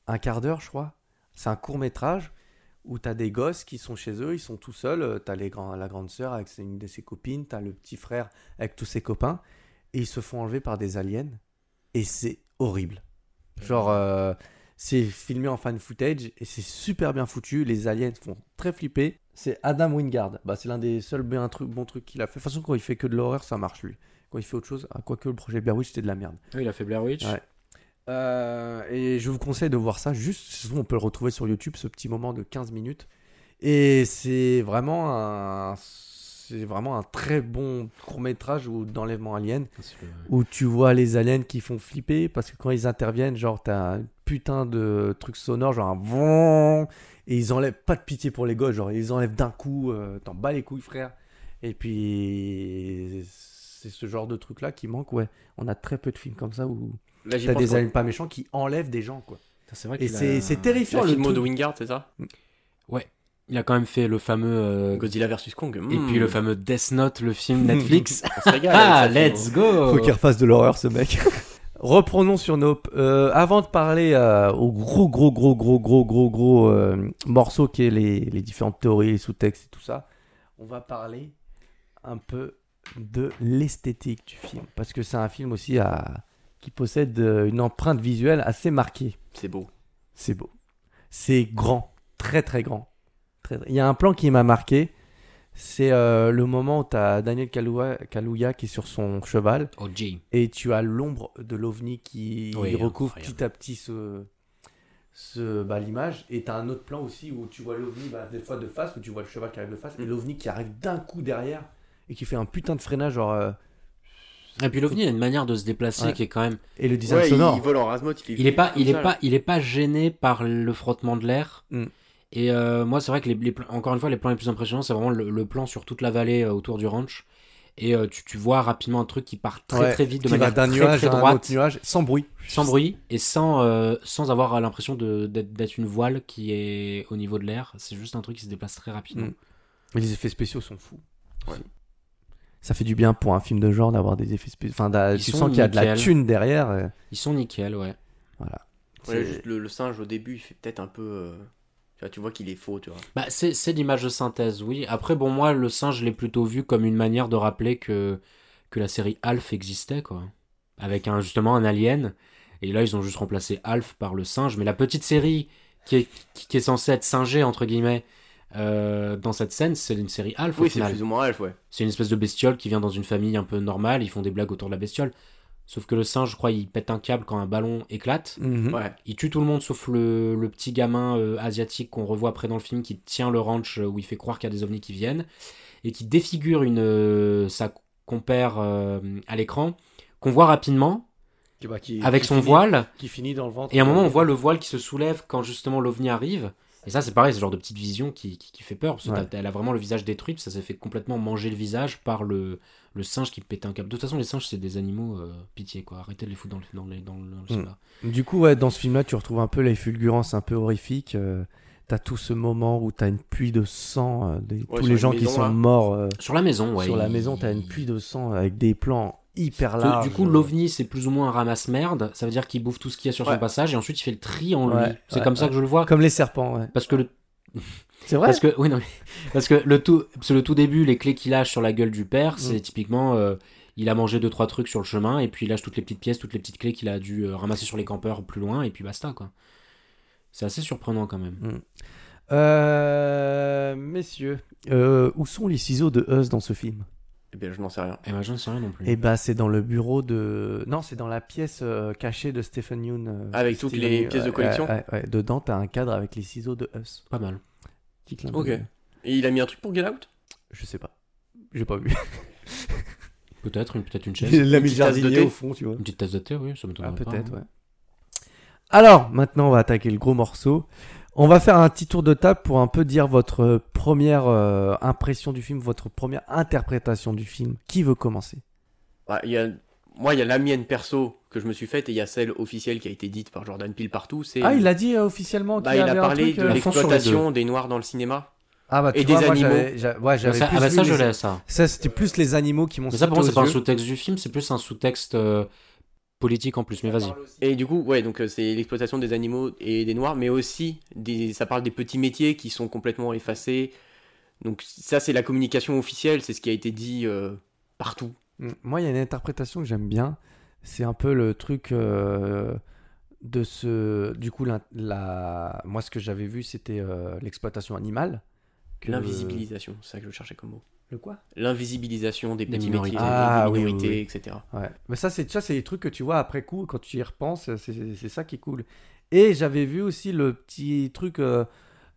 un quart d'heure, je crois. C'est un court métrage où t'as des gosses qui sont chez eux, ils sont tout seuls. euh, T'as les grands, la grande sœur avec ses- une de ses copines, t'as le petit frère avec tous ses copains, et ils se font enlever par des aliens. Et c'est horrible. Genre, euh, c'est filmé en fan footage et c'est super bien foutu. Les aliens font très flipper. C'est Adam Wingard. Bah, c'est l'un des seuls bien trucs, bons trucs qu'il a fait. De toute façon, quand il fait que de l'horreur, ça marche lui. Quand il fait autre chose, ah, quoique le projet Blair Witch, c'était de la merde. Oui, il a fait Blair Witch. Ouais. Euh, et je vous conseille de voir ça. Juste, souvent, on peut le retrouver sur YouTube, ce petit moment de quinze minutes. Et c'est vraiment un, c'est vraiment un très bon court-métrage où- d'enlèvement alien, où tu vois les aliens qui font flipper parce que quand ils interviennent, genre, t'as un putain de truc sonore, genre un vont, et ils enlèvent pas de pitié pour les gosses, genre, ils enlèvent d'un coup, euh, t'en bats les couilles, frère. Et puis, c'est ce genre de truc-là qui manque, ouais. On a très peu de films comme ça où Là, j'y t'as pense des quand- aliens pas méchants qui enlèvent des gens, quoi. C'est vrai Et qu'il a- c'est c'est terrifiant. La le filmo truc. de Wingard, c'est ça Ouais. Il a quand même fait le fameux euh, Godzilla versus Kong. Et Mm. puis le fameux Death Note, le film Netflix. On se régale Ah, avec ça, let's sinon. go. Faut qu'il refasse de l'horreur, ce mec. Reprenons sur Nope. Euh, avant de parler euh, au gros, gros, gros, gros, gros, gros, gros euh, morceau qui est les, les différentes théories, les sous-textes et tout ça, on va parler un peu de l'esthétique du film. Parce que c'est un film aussi à... qui possède euh, une empreinte visuelle assez marquée. C'est beau. C'est beau. C'est grand. Très, très grand. Très, très- Il y a un plan qui m'a marqué. C'est euh, le moment où tu as Daniel Kaluuya, Kaluuya qui est sur son cheval. O G. Et tu as l'ombre de l'ovni qui Oui, recouvre incroyable. petit à petit ce, ce, bah, l'image. Et tu as un autre plan aussi où tu vois l'ovni, bah, des fois de face, où tu vois le cheval qui arrive de face, et l'ovni qui arrive d'un coup derrière et qui fait un putain de freinage. Genre, euh, Et puis l'OVNI a une manière de se déplacer Ouais. qui est quand même. Et le design Ouais, sonore. il vole en rase-motte, il fait Il est pas, comme il est ça, pas, là. il est pas gêné par le frottement de l'air. Mm. Et euh, moi, c'est vrai que les, les plans- encore une fois, les plans les plus impressionnants, c'est vraiment le, le plan sur toute la vallée euh, autour du ranch. Et euh, tu, tu vois rapidement un truc qui part très Ouais, très vite de qui va manière d'un très nuage très à un droite, autre nuage, sans bruit. sans bruit et sans euh, sans avoir l'impression de d'être, d'être une voile qui est au niveau de l'air. C'est juste un truc qui se déplace très rapidement. Mm. Mais les effets spéciaux sont fous. Ouais. Ça fait du bien pour un film de genre d'avoir des effets spéciaux. Enfin, d'a- Ils tu sont sens qu'il y a de la nickel. thune derrière. euh, Ils sont nickel, ouais. Voilà. Ouais, C'est- juste le, le singe au début, il fait peut-être un peu. euh, Tu vois, tu vois qu'il est faux, tu vois. Bah, c'est, c'est l'image de synthèse, oui. Après, bon, moi, le singe, je l'ai plutôt vu comme une manière de rappeler que, que la série Alf existait, quoi. Avec un, justement un alien. Et là, ils ont juste remplacé Alf par le singe. Mais la petite série qui est, qui, qui est censée être singée, entre guillemets, euh, dans cette scène, c'est une série Alf, Oui, au c'est final. plus ou moins Alf, ouais. C'est une espèce de bestiole qui vient dans une famille un peu normale. Ils font des blagues autour de la bestiole. Sauf que le singe, je crois, il pète un câble quand un ballon éclate. Mhm. Ouais. Il tue tout le monde sauf le, le petit gamin euh, asiatique qu'on revoit après dans le film qui tient le ranch euh, où il fait croire qu'il y a des ovnis qui viennent et qui défigure une, euh, sa compère euh, à l'écran qu'on voit rapidement Qui- bah, qui- avec qui son finit- voile. Qui finit dans le ventre. Et à un moment, on voit le voile qui se soulève quand justement l'ovni arrive. Et ça, c'est pareil, c'est le genre de petite vision qui, qui, qui fait peur. Parce que Ouais. t'as- elle a vraiment le visage détruit. Puis ça s'est fait complètement manger le visage par le, le singe qui pétait un câble. De toute façon, les singes, c'est des animaux, euh, pitié, quoi. Arrêtez de les foutre dans le, dans les- dans le, dans le cinéma. Du coup, ouais, dans ce film-là, tu retrouves un peu les fulgurances un peu horrifiques. euh, T'as tout ce moment où t'as une pluie de sang, euh, des- Ouais, tous sur les une gens qui maison, sont là. morts. euh, Sur la maison, ouais. Sur la il- maison, t'as une pluie de sang avec des plans hyper Que, larges. du coup, l'ovni, c'est plus ou moins un ramasse-merde. Ça veut dire qu'il bouffe tout ce qu'il y a sur Ouais. son passage et ensuite il fait le tri en lui. Ouais, C'est ouais, comme ça ouais. que je le vois. Comme les serpents, ouais. Parce que le. C'est vrai Parce que, oui, non, mais... Parce que le tout, parce que le tout début, les clés qu'il lâche sur la gueule du père, c'est Mm. typiquement. euh, il a mangé deux trois trucs sur le chemin et puis il lâche toutes les petites pièces, toutes les petites clés qu'il a dû euh, ramasser sur les campeurs plus loin et puis basta, quoi. C'est assez surprenant quand même. Mm. Euh, messieurs, euh, où sont les ciseaux de Us dans ce film? Eh bien, je n'en sais rien. Et ben, je ne sais rien non plus. Eh bah, c'est dans le bureau de. Non, c'est dans la pièce euh, cachée de Stephen Yeun. euh, Avec toutes Stephen les Yeun, pièces de ouais, collection. ouais, ouais. Dedans, t'as un cadre avec les ciseaux de Us. Pas mal. Petit clin Ok. d'œil. Et il a mis un truc pour Get Out? Je sais pas. J'ai pas vu. Peut-être, une, peut-être une chaise. Il a Une mis le petite tasse de jardinier thé. au fond, tu vois. Une petite tasse de thé, oui, ça Ah, m'étonnerait pas. peut-être, hein. ouais. Alors, maintenant, on va attaquer le gros morceau. On va faire un petit tour de table pour un peu dire votre première euh, impression du film, votre première interprétation du film. Qui veut commencer? Bah, il y a... Moi, il y a la mienne perso que je me suis faite et il y a celle officielle qui a été dite par Jordan Peele partout. C'est... Ah, il a dit euh, officiellement qu'il Bah, y il avait a un parlé truc, de euh, l'exploitation des noirs dans le cinéma. Ah bah tu et vois, des moi, animaux. j'avais, j'a- ouais, j'avais ça- plus ah bah vu ça, je les- l'ai, ça. Ça, c'était plus les animaux qui m'ont Mais ça, pour sauté moi, c'est aux pas un yeux. sous-texte du film, c'est plus un sous-texte euh, politique en plus, mais vas-y. Et du coup, ouais, donc euh, c'est l'exploitation des animaux et des noirs, mais aussi des, ça parle des petits métiers qui sont complètement effacés. Donc ça, c'est la communication officielle, c'est ce qui a été dit euh, partout. Moi, il y a une interprétation que j'aime bien. C'est un peu le truc euh, de ce. Du coup, la, la... moi, ce que j'avais vu, c'était euh, l'exploitation animale. Que... L'invisibilisation, c'est ça que je cherchais comme mot. Le quoi? L'invisibilisation des, des petits minorités, métiers, ah, des minorités, oui, oui, oui. et cetera. Ouais. Mais ça, c'est ça, c'est des trucs que tu vois après coup, quand tu y repenses, c'est, c'est ça qui est cool. Et j'avais vu aussi le petit truc euh,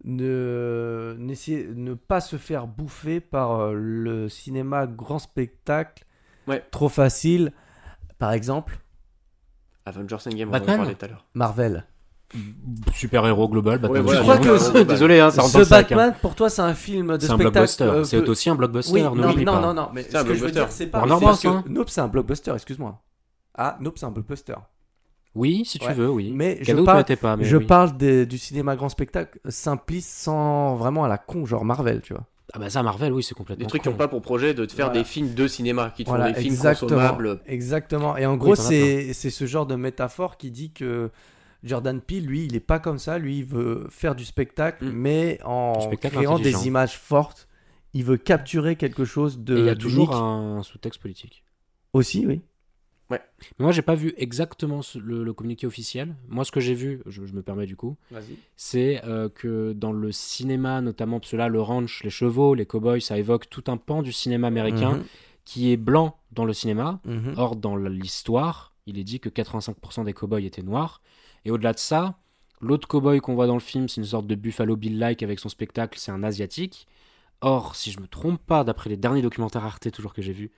ne, ne pas se faire bouffer par euh, le cinéma grand spectacle, ouais. trop facile. Par exemple, Avengers Endgame, on Batman, en parlait tout à l'heure. Marvel. Super héros global, Batman. Ouais, voilà, je crois que ce... désolé, hein, ça rentre dans le The sac, Batman, hein. pour toi, c'est un film de c'est spectacle. Un blockbuster. Euh, c'est peu... aussi un blockbuster. Oui, non, non, pas. non, non, mais c'est ce un que je veux blockbuster. dire, c'est pas. Warner C'est Bros, parce que hein. Nope, c'est un blockbuster. Excuse-moi. Ah, Nope, c'est un blockbuster. Oui, si tu ouais. veux, oui. Mais Cadeau, je parle, pas, mais je oui. parle des, du cinéma grand spectacle simpliste, sans vraiment à la con, genre Marvel, tu vois. Ah bah ça, Marvel, oui, c'est complètement. Des trucs con. qui n'ont pas pour projet de te faire voilà. des films de cinéma, qui te voilà, font des films exactement, consommables. Exactement. Et en gros, oui, c'est, c'est ce genre de métaphore qui dit que Jordan Peele, lui, il est pas comme ça. Lui, il veut faire du spectacle, mm. mais en spectacle créant des images fortes. Il veut capturer quelque chose de. Et il y a toujours unique. un sous-texte politique. Aussi, oui. Ouais. Mais moi, j'ai pas vu exactement le, le communiqué officiel. Moi, ce que j'ai vu, je, je me permets du coup, Vas-y. c'est euh, que dans le cinéma, notamment, parce que là, le ranch, les chevaux, les cow-boys, ça évoque tout un pan du cinéma américain mm-hmm. qui est blanc dans le cinéma. Mm-hmm. Or, dans l'histoire, il est dit que quatre-vingt-cinq pour cent des cow-boys étaient noirs. Et au-delà de ça, l'autre cow-boy qu'on voit dans le film, c'est une sorte de Buffalo Bill-like avec son spectacle, c'est un asiatique. Or, si je me trompe pas, d'après les derniers documentaires Arte toujours que j'ai vus,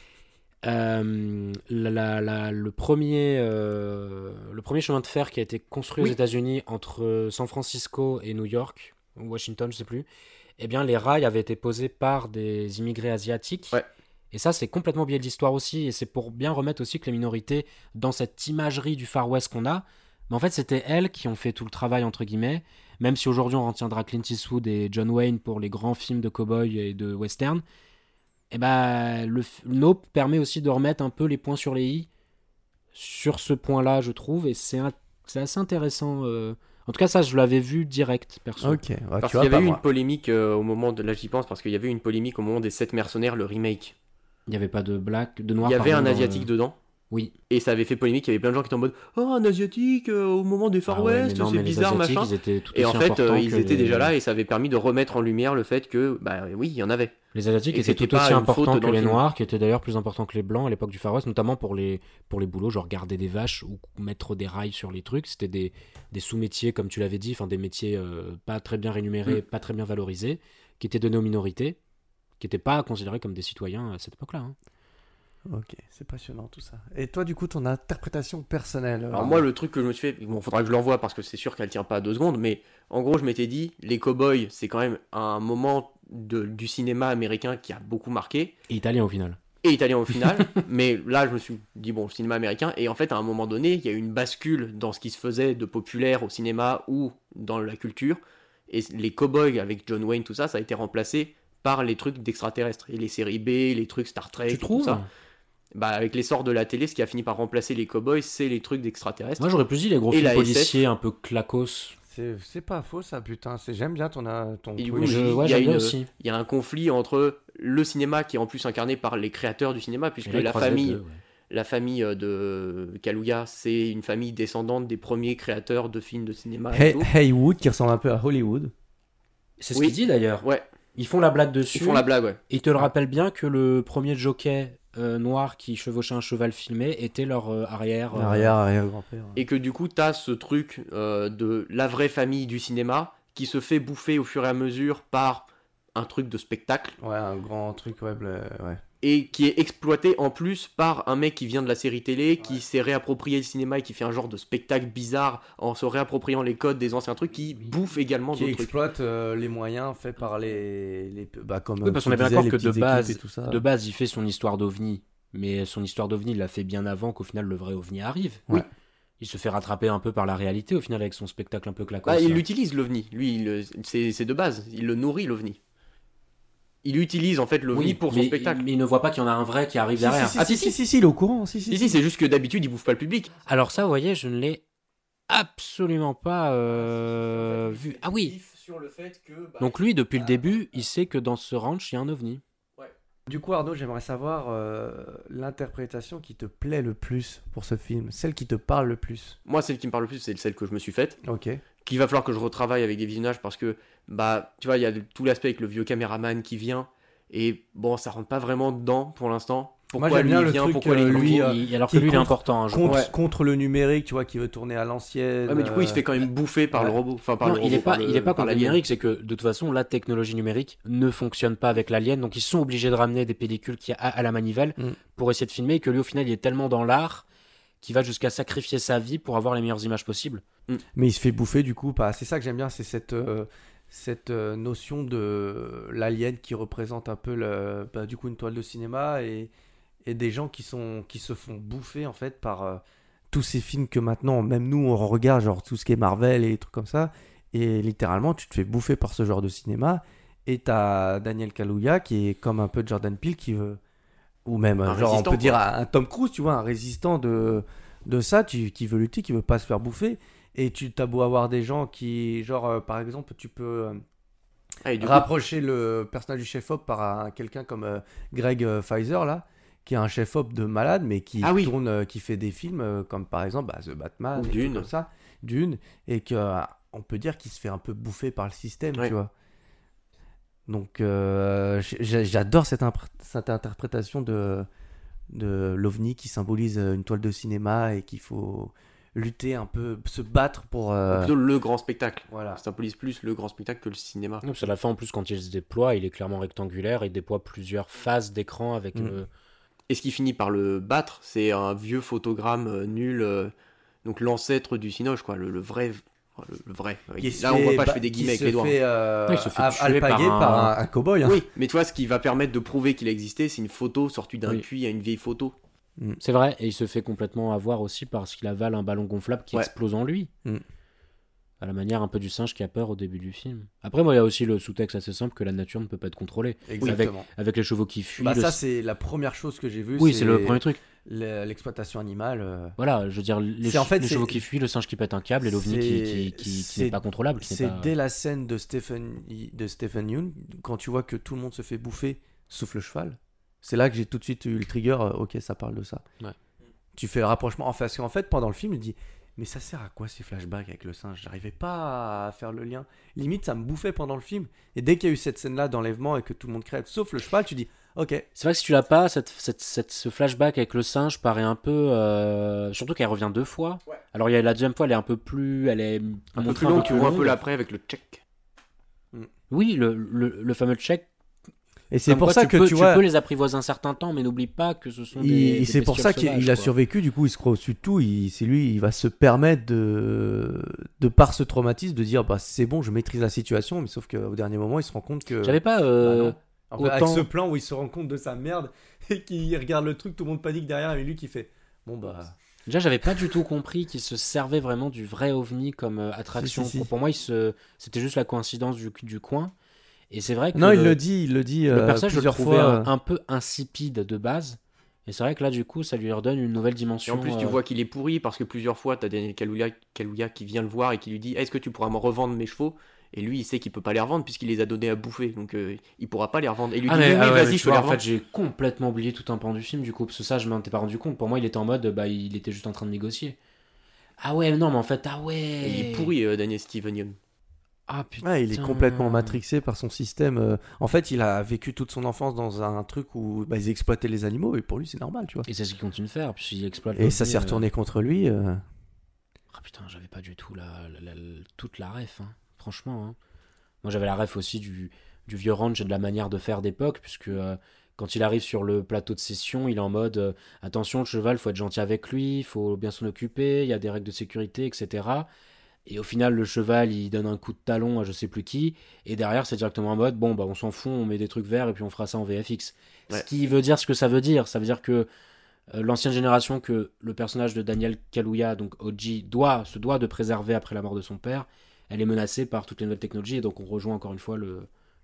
euh, la, la, la, le, premier, euh, le premier chemin de fer qui a été construit oui. aux États-Unis entre San Francisco et New York, ou Washington, je sais plus, eh bien, les rails avaient été posés par des immigrés asiatiques. Ouais. Et ça, c'est complètement biais de l'histoire aussi, et c'est pour bien remettre aussi que les minorités, dans cette imagerie du Far West qu'on a, mais en fait, c'était elles qui ont fait tout le travail, entre guillemets, même si aujourd'hui on retiendra Clint Eastwood et John Wayne pour les grands films de cow-boy et de western, et ben, le Nope permet aussi de remettre un peu les points sur les i sur ce point-là, je trouve, et c'est, un, c'est assez intéressant. Euh... En tout cas, ça, je l'avais vu direct, perso. Ok. Ouais, parce tu qu'il y vois, avait eu moi. une polémique euh, au moment de... Là, j'y pense, parce qu'il y avait eu une polémique au moment des Sept Mercenaires, le remake. Il n'y avait pas de black, de noir. Il y avait pardon, un asiatique euh... dedans. Oui. Et ça avait fait polémique, il y avait plein de gens qui étaient en mode « Oh, un asiatique euh, au moment des Far ah ouais, West, non, c'est bizarre, machin. » Et en fait, euh, ils étaient les... déjà là et ça avait permis de remettre en lumière le fait que, bah oui, il y en avait. Les asiatiques et étaient tout aussi importants que les noirs, qui étaient d'ailleurs plus importants que les blancs à l'époque du Far West, notamment pour les, pour les boulots, genre garder des vaches ou mettre des rails sur les trucs. C'était des, des sous-métiers, comme tu l'avais dit, enfin des métiers euh, pas très bien rémunérés, mm. pas très bien valorisés, qui étaient donnés aux minorités, qui n'étaient pas considérés comme des citoyens à cette époque-là. Hein. Ok, c'est passionnant tout ça. Et toi, du coup, ton interprétation personnelle Alors, moi, le truc que je me suis fait, bon, faudra que je l'envoie parce que c'est sûr qu'elle tient pas à deux secondes, mais en gros, je m'étais dit, les cow-boys, c'est quand même un moment de, du cinéma américain qui a beaucoup marqué. Et italien au final. Et italien au final, mais là, je me suis dit, bon, le cinéma américain, et en fait, à un moment donné, il y a eu une bascule dans ce qui se faisait de populaire au cinéma ou dans la culture, et les cow-boys avec John Wayne, tout ça, ça a été remplacé par les trucs d'extraterrestres, et les séries B, les trucs Star Trek, tu trouves tout ça. Bah, avec l'essor de la télé, ce qui a fini par remplacer les cow-boys, c'est les trucs d'extraterrestres. Moi, j'aurais plus dit les gros films policiers un peu clacos. C'est, c'est pas faux, ça, putain. C'est, j'aime bien ton... ton et du coup, je, ouais, il, y a une, il y a un conflit entre le cinéma, qui est en plus incarné par les créateurs du cinéma, puisque la famille, deux, ouais. la famille de Kaluuya, c'est une famille descendante des premiers créateurs de films de cinéma. Hey, Haywood, qui ressemble un peu à Hollywood. C'est ce oui. qu'il dit, d'ailleurs. Ouais. Ils font la blague dessus. Ils font la blague, ouais. Et ils te le rappellent bien que le premier jockey... Euh, noir qui chevauchait un cheval filmé était leur euh, arrière euh... arrière arrière grand-père et que du coup t'as ce truc euh, de la vraie famille du cinéma qui se fait bouffer au fur et à mesure par un truc de spectacle, ouais, un grand truc ouais, bleu, ouais. et qui est exploité en plus par un mec qui vient de la série télé, qui ouais. s'est réapproprié le cinéma et qui fait un genre de spectacle bizarre en se réappropriant les codes des anciens trucs, qui bouffe également qui d'autres exploite trucs. Euh, les moyens faits par les, les bah comme oui, parce qu'on est bien d'accord que de base de base il fait son histoire d'ovni, mais son histoire d'ovni il l'a fait bien avant qu'au final le vrai ovni arrive. Oui. Il se fait rattraper un peu par la réalité au final avec son spectacle un peu claquant. Bah, il utilise l'ovni, lui il, c'est, c'est de base, il le nourrit l'ovni. il utilise en fait l'OVNI Oui, pour son mais, spectacle. mais il ne voit pas qu'il y en a un vrai qui arrive Si, derrière. si, Ah, si, si, si, si, si, il est au courant. Si, si, Si, si, c'est juste que d'habitude, il bouffe pas le public. Alors ça, vous voyez, je ne l'ai absolument pas euh, vu. Ah oui. Sur le fait que, bah, Donc lui, depuis le début, il sait que dans ce ranch, il y a un ovni. Du coup, Arnaud, j'aimerais savoir euh, l'interprétation qui te plaît le plus pour ce film, celle qui te parle le plus. Moi, celle qui me parle le plus, c'est celle que je me suis faite. Ok. Qu'il va falloir que je retravaille avec des visionnages parce que, bah, tu vois, il y a tout l'aspect avec le vieux caméraman qui vient. Et bon, ça rentre pas vraiment dedans pour l'instant. Pourquoi Moi, j'aime lui bien il le vient, truc, pourquoi euh, les lui, nouveaux- euh, Il- alors qui que lui, il est contre- important, hein, je contre, pense. contre le numérique, tu vois, qui veut tourner à l'ancienne. Ouais, mais du coup, il se euh, fait quand même bouffer par le ouais. robot. Enfin, par Non, le il robot, n'est pas, par le- il est pas par contre le l'alien. numérique, c'est que de toute façon, la technologie numérique ne fonctionne pas avec l'alien, donc ils sont obligés de ramener des pellicules qui a à la manivelle Mm. pour essayer de filmer, et que lui, au final, il est tellement dans l'art qu'il va jusqu'à sacrifier sa vie pour avoir les meilleures images possibles. Mais il se fait bouffer du coup. Bah, c'est ça que j'aime bien, c'est cette, euh, cette euh, notion de l'alien qui représente un peu le, bah, du coup une toile de cinéma et, et des gens qui, sont, qui se font bouffer en fait par euh, tous ces films que maintenant, même nous, on regarde, genre tout ce qui est Marvel et des trucs comme ça. Et littéralement, tu te fais bouffer par ce genre de cinéma. Et t'as Daniel Kaluuya qui est comme un peu Jordan Peele qui veut. Ou même, Un genre, on résistant, peut dire quoi. un Tom Cruise, tu vois, un résistant de, de ça, tu- qui veut lutter, qui veut pas se faire bouffer. Et tu t'as beau avoir des gens qui, genre, euh, par exemple, tu peux euh, Ah, et du coup- rapprocher le personnage du chef-op par un- quelqu'un comme euh, Greg euh, Pfizer, là, qui est un chef-op de malade, mais qui Ah oui. tourne, euh, qui fait des films euh, comme par exemple bah, The Batman, Ou et des trucs Dune. comme ça, Dune, et que euh, on peut dire qu'il se fait un peu bouffer par le système, Ouais. tu vois. Donc, euh, j'- j'adore cette, impré- cette interprétation de, de l'OVNI qui symbolise euh, une toile de cinéma et qu'il faut lutter un peu, se battre pour. euh, Plutôt le grand spectacle. Voilà. Ça symbolise plus le grand spectacle que le cinéma. Non, parce qu'à la fin, en plus, quand il se déploie, il est clairement rectangulaire, il déploie plusieurs phases d'écran avec... Mm. euh, Et ce qui finit par le battre, c'est un vieux photogramme euh, nul, euh, donc l'ancêtre du Cinoche, quoi, le, le vrai, enfin, le, le vrai. Avec- Qui se Là, on voit fait pas, je ba- fais des qui guillemets avec se les doigts. fait, euh, Ouais, il se fait a- tuer alpaguer par par un- un, un cow-boy. hein. Oui, mais tu vois, ce qui va permettre de prouver qu'il a existé, c'est une photo sortie d'un Oui. puits à une vieille photo. C'est vrai, et il se fait complètement avoir aussi parce qu'il avale un ballon gonflable qui Ouais. explose en lui. Mm. À la manière un peu du singe qui a peur au début du film. Après, moi, il y a aussi le sous-texte assez simple que la nature ne peut pas être contrôlée. Avec, Exactement. avec les chevaux qui fuient. Bah, le- ça, c'est la première chose que j'ai vue. Oui, c'est le premier truc. le- L'exploitation animale. euh, Voilà, je veux dire, les, C'est en ch- fait, les c'est- chevaux qui fuient, le singe qui pète un câble et l'ovni qui, c'est- qui, qui- qui c'est- n'est pas contrôlable. qui n'est C'est pas- dès la scène de Stephen, de Stephen Yeun, quand tu vois que tout le monde se fait bouffer, sauf le cheval. C'est là que j'ai tout de suite eu le trigger. euh, ok, ça parle de ça. Ouais. Tu fais le rapprochement. Enfin, parce qu'en fait, pendant le film, il dit mais ça sert à quoi ces flashbacks avec le singe? J'arrivais pas à faire le lien. Limite, ça me bouffait pendant le film. Et dès qu'il y a eu cette scène-là d'enlèvement et que tout le monde crève, sauf le cheval, tu dis ok. C'est vrai que si tu l'as pas, cette, cette, cette- ce flashback avec le singe paraît un peu. euh, Surtout qu'elle revient deux fois. Alors, il y a la deuxième fois, elle est un peu plus. Elle est Un peu montrée plus long, tu vois un peu longue. l'après avec le check. Oui, le, le, le fameux check. Et c'est Comme pour quoi, ça tu que peux, tu vois- peux les apprivoiser un certain temps, mais n'oublie pas que ce sont des. Il- des c'est pour ça bestioles qu'il sauvages, il a quoi. survécu, du coup il se croit au-dessus de tout, il- c'est lui, il va se permettre de, de par ce traumatisme de dire bah c'est bon, je maîtrise la situation, mais sauf qu'au dernier moment il se rend compte que... J'avais pas, euh, Bah non. En fait, avec autant- ce plan où il se rend compte de sa merde et qu'il regarde le truc, tout le monde panique derrière et lui qui fait bon bah... Déjà, j'avais pas du tout compris qu'il se servait vraiment du vrai ovni comme euh, attraction. Si, si, si. Pour, pour moi, il se... c'était juste la coïncidence du, du coin. Et c'est vrai que. Non, il le dit, il le dit, Le euh, personnage, je le plusieurs trouvais fois, un, un peu insipide de base. Et c'est vrai que là, du coup, ça lui redonne une nouvelle Et dimension. en plus, tu euh, vois qu'il est pourri parce que plusieurs fois, t'as Daniel Kaluuya, Kaluuya qui vient le voir et qui lui dit est-ce que tu pourras me revendre mes chevaux? Et lui, il sait qu'il peut pas les revendre puisqu'il les a donnés à bouffer, donc euh, il pourra pas les revendre. Et il lui Ah, dit mais, oui, ah oui, ouais, mais vas-y, tu je peux vois, les en revendre. fait, j'ai complètement oublié tout un pan du film, du coup, parce que ça, je m'en étais pas rendu compte. Pour moi, il était en mode, bah, il était juste en train de négocier. Ah ouais, non, mais en fait, ah ouais. Et il est pourri, euh, Daniel Steven Yeun. Ah putain. Ouais, il est complètement matrixé par son système. euh. En fait, il a vécu toute son enfance dans un truc où bah, ils exploitaient les animaux et pour lui c'est normal, tu vois. Et c'est ce qu'il continue de faire, puisqu'il exploite. Et ça l'ovni, s'est euh, retourné contre lui. euh. Ah putain, j'avais pas du tout la, la- la- toute la ref, hein. Franchement. Hein. Moi j'avais la ref aussi du, du vieux ranch et de la manière de faire d'époque, puisque euh, quand il arrive sur le plateau de session, il est en mode euh, attention, le cheval, faut être gentil avec lui, il faut bien s'en occuper, il y a des règles de sécurité, et cetera. Et au final, le cheval, il donne un coup de talon à je sais plus qui, et derrière, c'est directement en mode bon, bah on s'en fout, on met des trucs verts et puis on fera ça en V F X. Ouais. Ce qui veut dire ce que ça veut dire. Ça veut dire que euh, l'ancienne génération que le personnage de Daniel Kaluuya, donc O G, doit, se doit de préserver après la mort de son père, elle est menacée par toutes les nouvelles technologies, et donc on rejoint encore une fois le,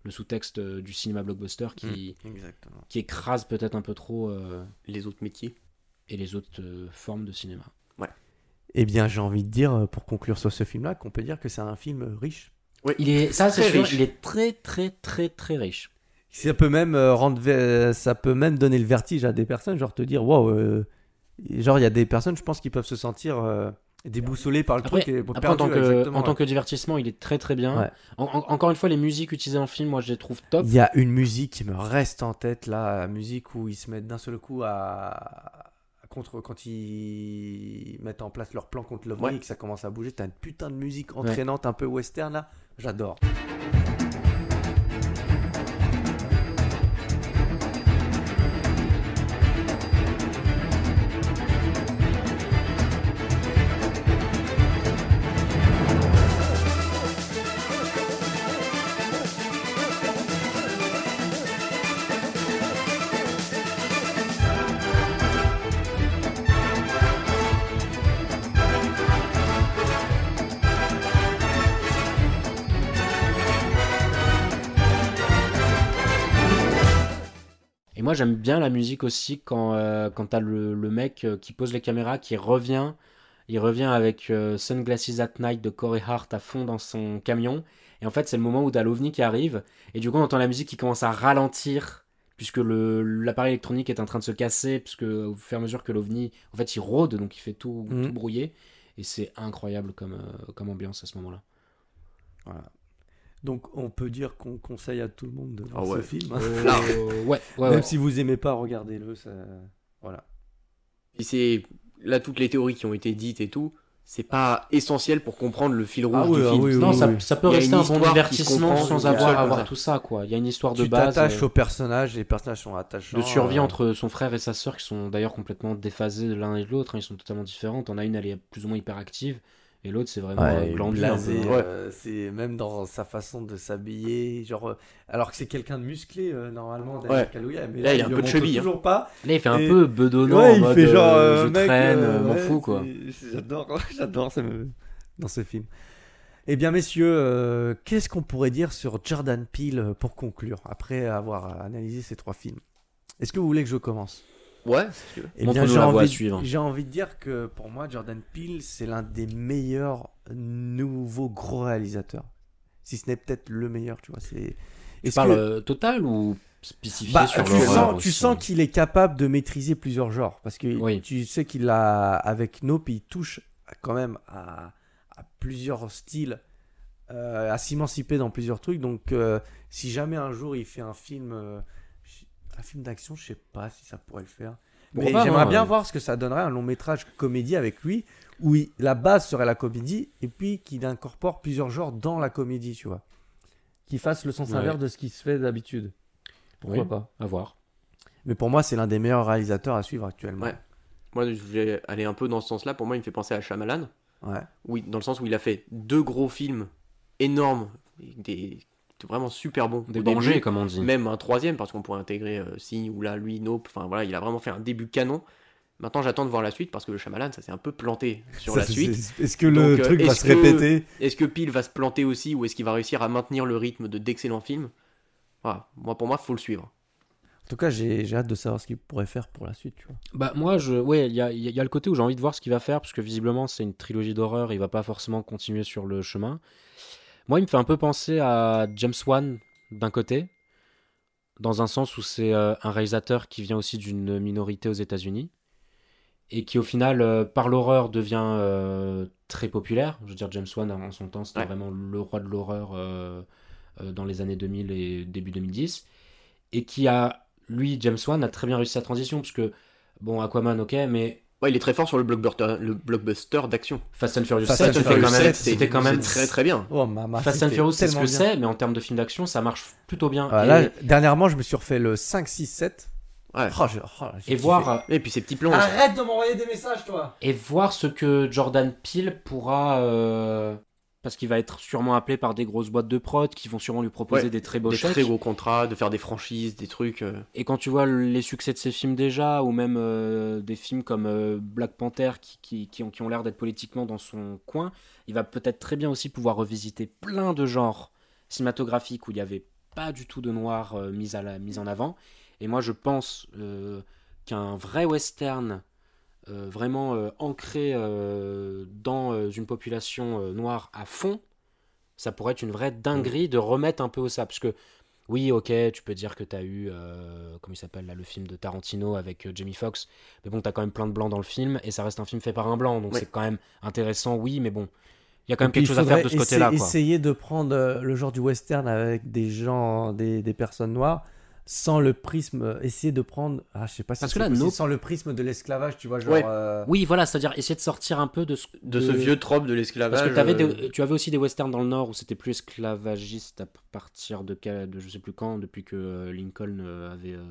le sous-texte euh, du cinéma blockbuster qui, Mmh, exactement. qui écrase peut-être un peu trop euh, les autres métiers et les autres euh, formes de cinéma. Ouais. Eh bien, j'ai envie de dire, pour conclure sur ce film-là, qu'on peut dire que c'est un film riche. Oui, il est, ça c'est très sûr, riche. il est très très très très riche. Ça peut même euh, rendre, ve- ça peut même donner le vertige à des personnes, genre te dire, waouh, euh, genre il y a des personnes, je pense, qui peuvent se sentir euh, déboussolées par le Après, truc. Et après, en, perdues, tant que, exactement, en tant ouais. que divertissement, il est très très bien. Ouais. En- en- encore une fois, les musiques utilisées dans le film, moi je les trouve top. Il y a une musique qui me reste en tête là, la musique où ils se mettent d'un seul coup à, à contre quand ils mettent en place leur plan contre l'ovni Ouais. et que ça commence à bouger. T'as une putain de musique entraînante, un peu western là. J'adore. Et moi j'aime bien la musique aussi quand, euh, quand t'as le, le mec euh, qui pose les caméras, qui revient, il revient avec euh, Sunglasses at Night de Corey Hart à fond dans son camion. Et en fait c'est le moment où t'as l'ovni qui arrive, et du coup on entend la musique qui commence à ralentir, puisque le, l'appareil électronique est en train de se casser, puisque au fur et à mesure que l'ovni, en fait il rôde, donc il fait tout, Mhm. tout brouiller. Et c'est incroyable comme, euh, comme ambiance à ce moment-là. Voilà. Donc on peut dire qu'on conseille à tout le monde de voir Ah ouais. ce film. Euh, ouais, ouais, Même ouais. si vous aimez pas, regardez-le. Ça... Voilà. Et c'est là toutes les théories qui ont été dites et tout, c'est pas essentiel pour comprendre le fil rouge Ah oui, du ah film. oui, oui, Non, oui, ça, oui. ça peut Il y a rester une un bon histoire qui se divertissement comprend, sans il y a avoir ça, à avoir comme ça. tout ça, quoi. Il y a une histoire de Tu base t'attaches euh, aux personnages, les personnages sont attachants. de survie euh, entre son frère et sa sœur, qui sont d'ailleurs complètement déphasés de l'un et de l'autre, hein. Ils sont totalement différents. T'en as une, elle est plus ou moins hyperactive, et l'autre, c'est vraiment Ouais, euh, glandu. un blasé, peu. euh, c'est même dans sa façon de s'habiller, genre, euh, alors que c'est quelqu'un de musclé euh, normalement, Daniel Ouais. Kaluuya, mais Là, il a le un peu de montre cheville, hein. toujours pas. Là, il fait un Et- peu bedonnant, Ouais, en il mode fait genre, euh, euh, je mec, traîne, euh, m'en ouais, fous, quoi. c'est- J'adore, j'adore ça me- dans ce film. Eh bien, messieurs, euh, qu'est-ce qu'on pourrait dire sur Jordan Peele euh, pour conclure, après avoir analysé ces trois films? Est-ce que vous voulez que je commence? Ouais, si tu veux. Eh bien, Montre-nous j'ai la voie à envie, suivre. j'ai envie de dire que pour moi, Jordan Peele, c'est l'un des meilleurs nouveaux gros réalisateurs. Si ce n'est peut-être le meilleur, tu vois. C'est... Tu Est-ce parles que- euh, total ou spécifié Bah, sur tu, l'horreur sens, aussi. tu sens qu'il est capable de maîtriser plusieurs genres. Parce que Oui. tu sais qu'il a, avec Nope, il touche quand même à, à plusieurs styles, euh, à s'émanciper dans plusieurs trucs. Donc, euh, si jamais un jour il fait un film, euh, un film d'action, je sais pas si ça pourrait le faire. Mais Pourquoi pas, j'aimerais hein, bien ouais. voir ce que ça donnerait un long métrage comédie avec lui, où il- la base serait la comédie, et puis qu'il incorpore plusieurs genres dans la comédie, tu vois. Qu'il fasse le sens Ouais. inverse de ce qui se fait d'habitude. Pourquoi Oui, pas? à voir. Mais pour moi, c'est l'un des meilleurs réalisateurs à suivre actuellement. Ouais. Moi, je vais aller un peu dans ce sens-là. Pour moi, il me fait penser à Shyamalan. Ouais. Oui, dans le sens où il a fait deux gros films énormes, des vraiment super bons. Des au dangers, début. comme on dit. Même un troisième, parce qu'on pourrait intégrer euh, Signe ou là, lui, Nope. Enfin voilà, il a vraiment fait un début canon. Maintenant, j'attends de voir la suite parce que le Shyamalan, ça s'est un peu planté sur Ça, la c'est- suite. c'est- est-ce que le Donc, euh, truc va est-ce se que- répéter? Est-ce que Peele va se planter aussi ou est-ce qu'il va réussir à maintenir le rythme de d'excellents films? Voilà, moi pour moi, faut le suivre. En tout cas, j'ai j'ai hâte de savoir ce qu'il pourrait faire pour la suite, tu vois. Bah moi je ouais il y a, il y a le côté où j'ai envie de voir ce qu'il va faire parce que visiblement c'est une trilogie d'horreur, il va pas forcément continuer sur le chemin. Moi il me fait un peu penser à James Wan d'un côté, dans un sens où c'est euh, un réalisateur qui vient aussi d'une minorité aux États-Unis et qui au final euh, par l'horreur devient euh, très populaire. Je veux dire James Wan en son temps c'était Ouais. vraiment le roi de l'horreur euh, euh, dans les années deux mille et début deux mille dix et qui a lui, James Wan, a très bien réussi sa transition, parce que, bon, Aquaman, ok, mais... Ouais, il est très fort sur le blockbuster, le blockbuster d'action. Fast and Furious Fast sept, and c'était Furious quand même, sept, c'était quand même c'est très très bien. Oh, ma, ma, Fast and c'était Furious, c'est ce tellement que bien. c'est, mais en termes de film d'action, ça marche plutôt bien. Ah, et, là, dernièrement, je me suis refait le cinq, six, sept. Ouais. Oh, j'ai- oh, j'ai et kiffé. voir, euh, Et puis ces petits plans. Arrête de m'envoyer des messages, toi! et voir ce que Jordan Peele pourra... euh, parce qu'il va être sûrement appelé par des grosses boîtes de prod qui vont sûrement lui proposer Ouais, des très beaux des chèques. très gros contrats, de faire des franchises, des trucs. euh, Et quand tu vois les succès de ces films déjà, ou même euh, des films comme euh, Black Panther qui, qui, qui ont, qui ont l'air d'être politiquement dans son coin, il va peut-être très bien aussi pouvoir revisiter plein de genres cinématographiques où il y avait pas du tout de noir euh, mis, à la, mis en avant. Et moi, je pense euh, qu'un vrai western euh, vraiment euh, ancré euh, dans euh, une population euh, noire à fond, ça pourrait être une vraie dinguerie de remettre un peu au ça. Parce que, oui, ok, tu peux dire que tu as eu, euh, comment il s'appelle là, le film de Tarantino avec euh, Jamie Foxx, mais bon, tu as quand même plein de blancs dans le film, et ça reste un film fait par un blanc, donc Ouais. c'est quand même intéressant, oui, mais bon, il y a quand même Et puis, quelque il chose à faire de ce faudrait côté-là. essa- Quoi. Essayer de prendre euh, le genre du western avec des gens, des, des personnes noires, sans le prisme, essayer de prendre, ah, je sais pas si Parce c'est que là, possible, Nope- sans le prisme de l'esclavage, tu vois, genre. Ouais. euh, Oui, voilà, c'est-à-dire essayer de sortir un peu de ce, De ce vieux trope de l'esclavage. Parce que t'avais euh, des- tu avais aussi des westerns dans le Nord où c'était plus esclavagiste à partir de, quel- de je sais plus quand, depuis que euh, Lincoln euh, avait euh,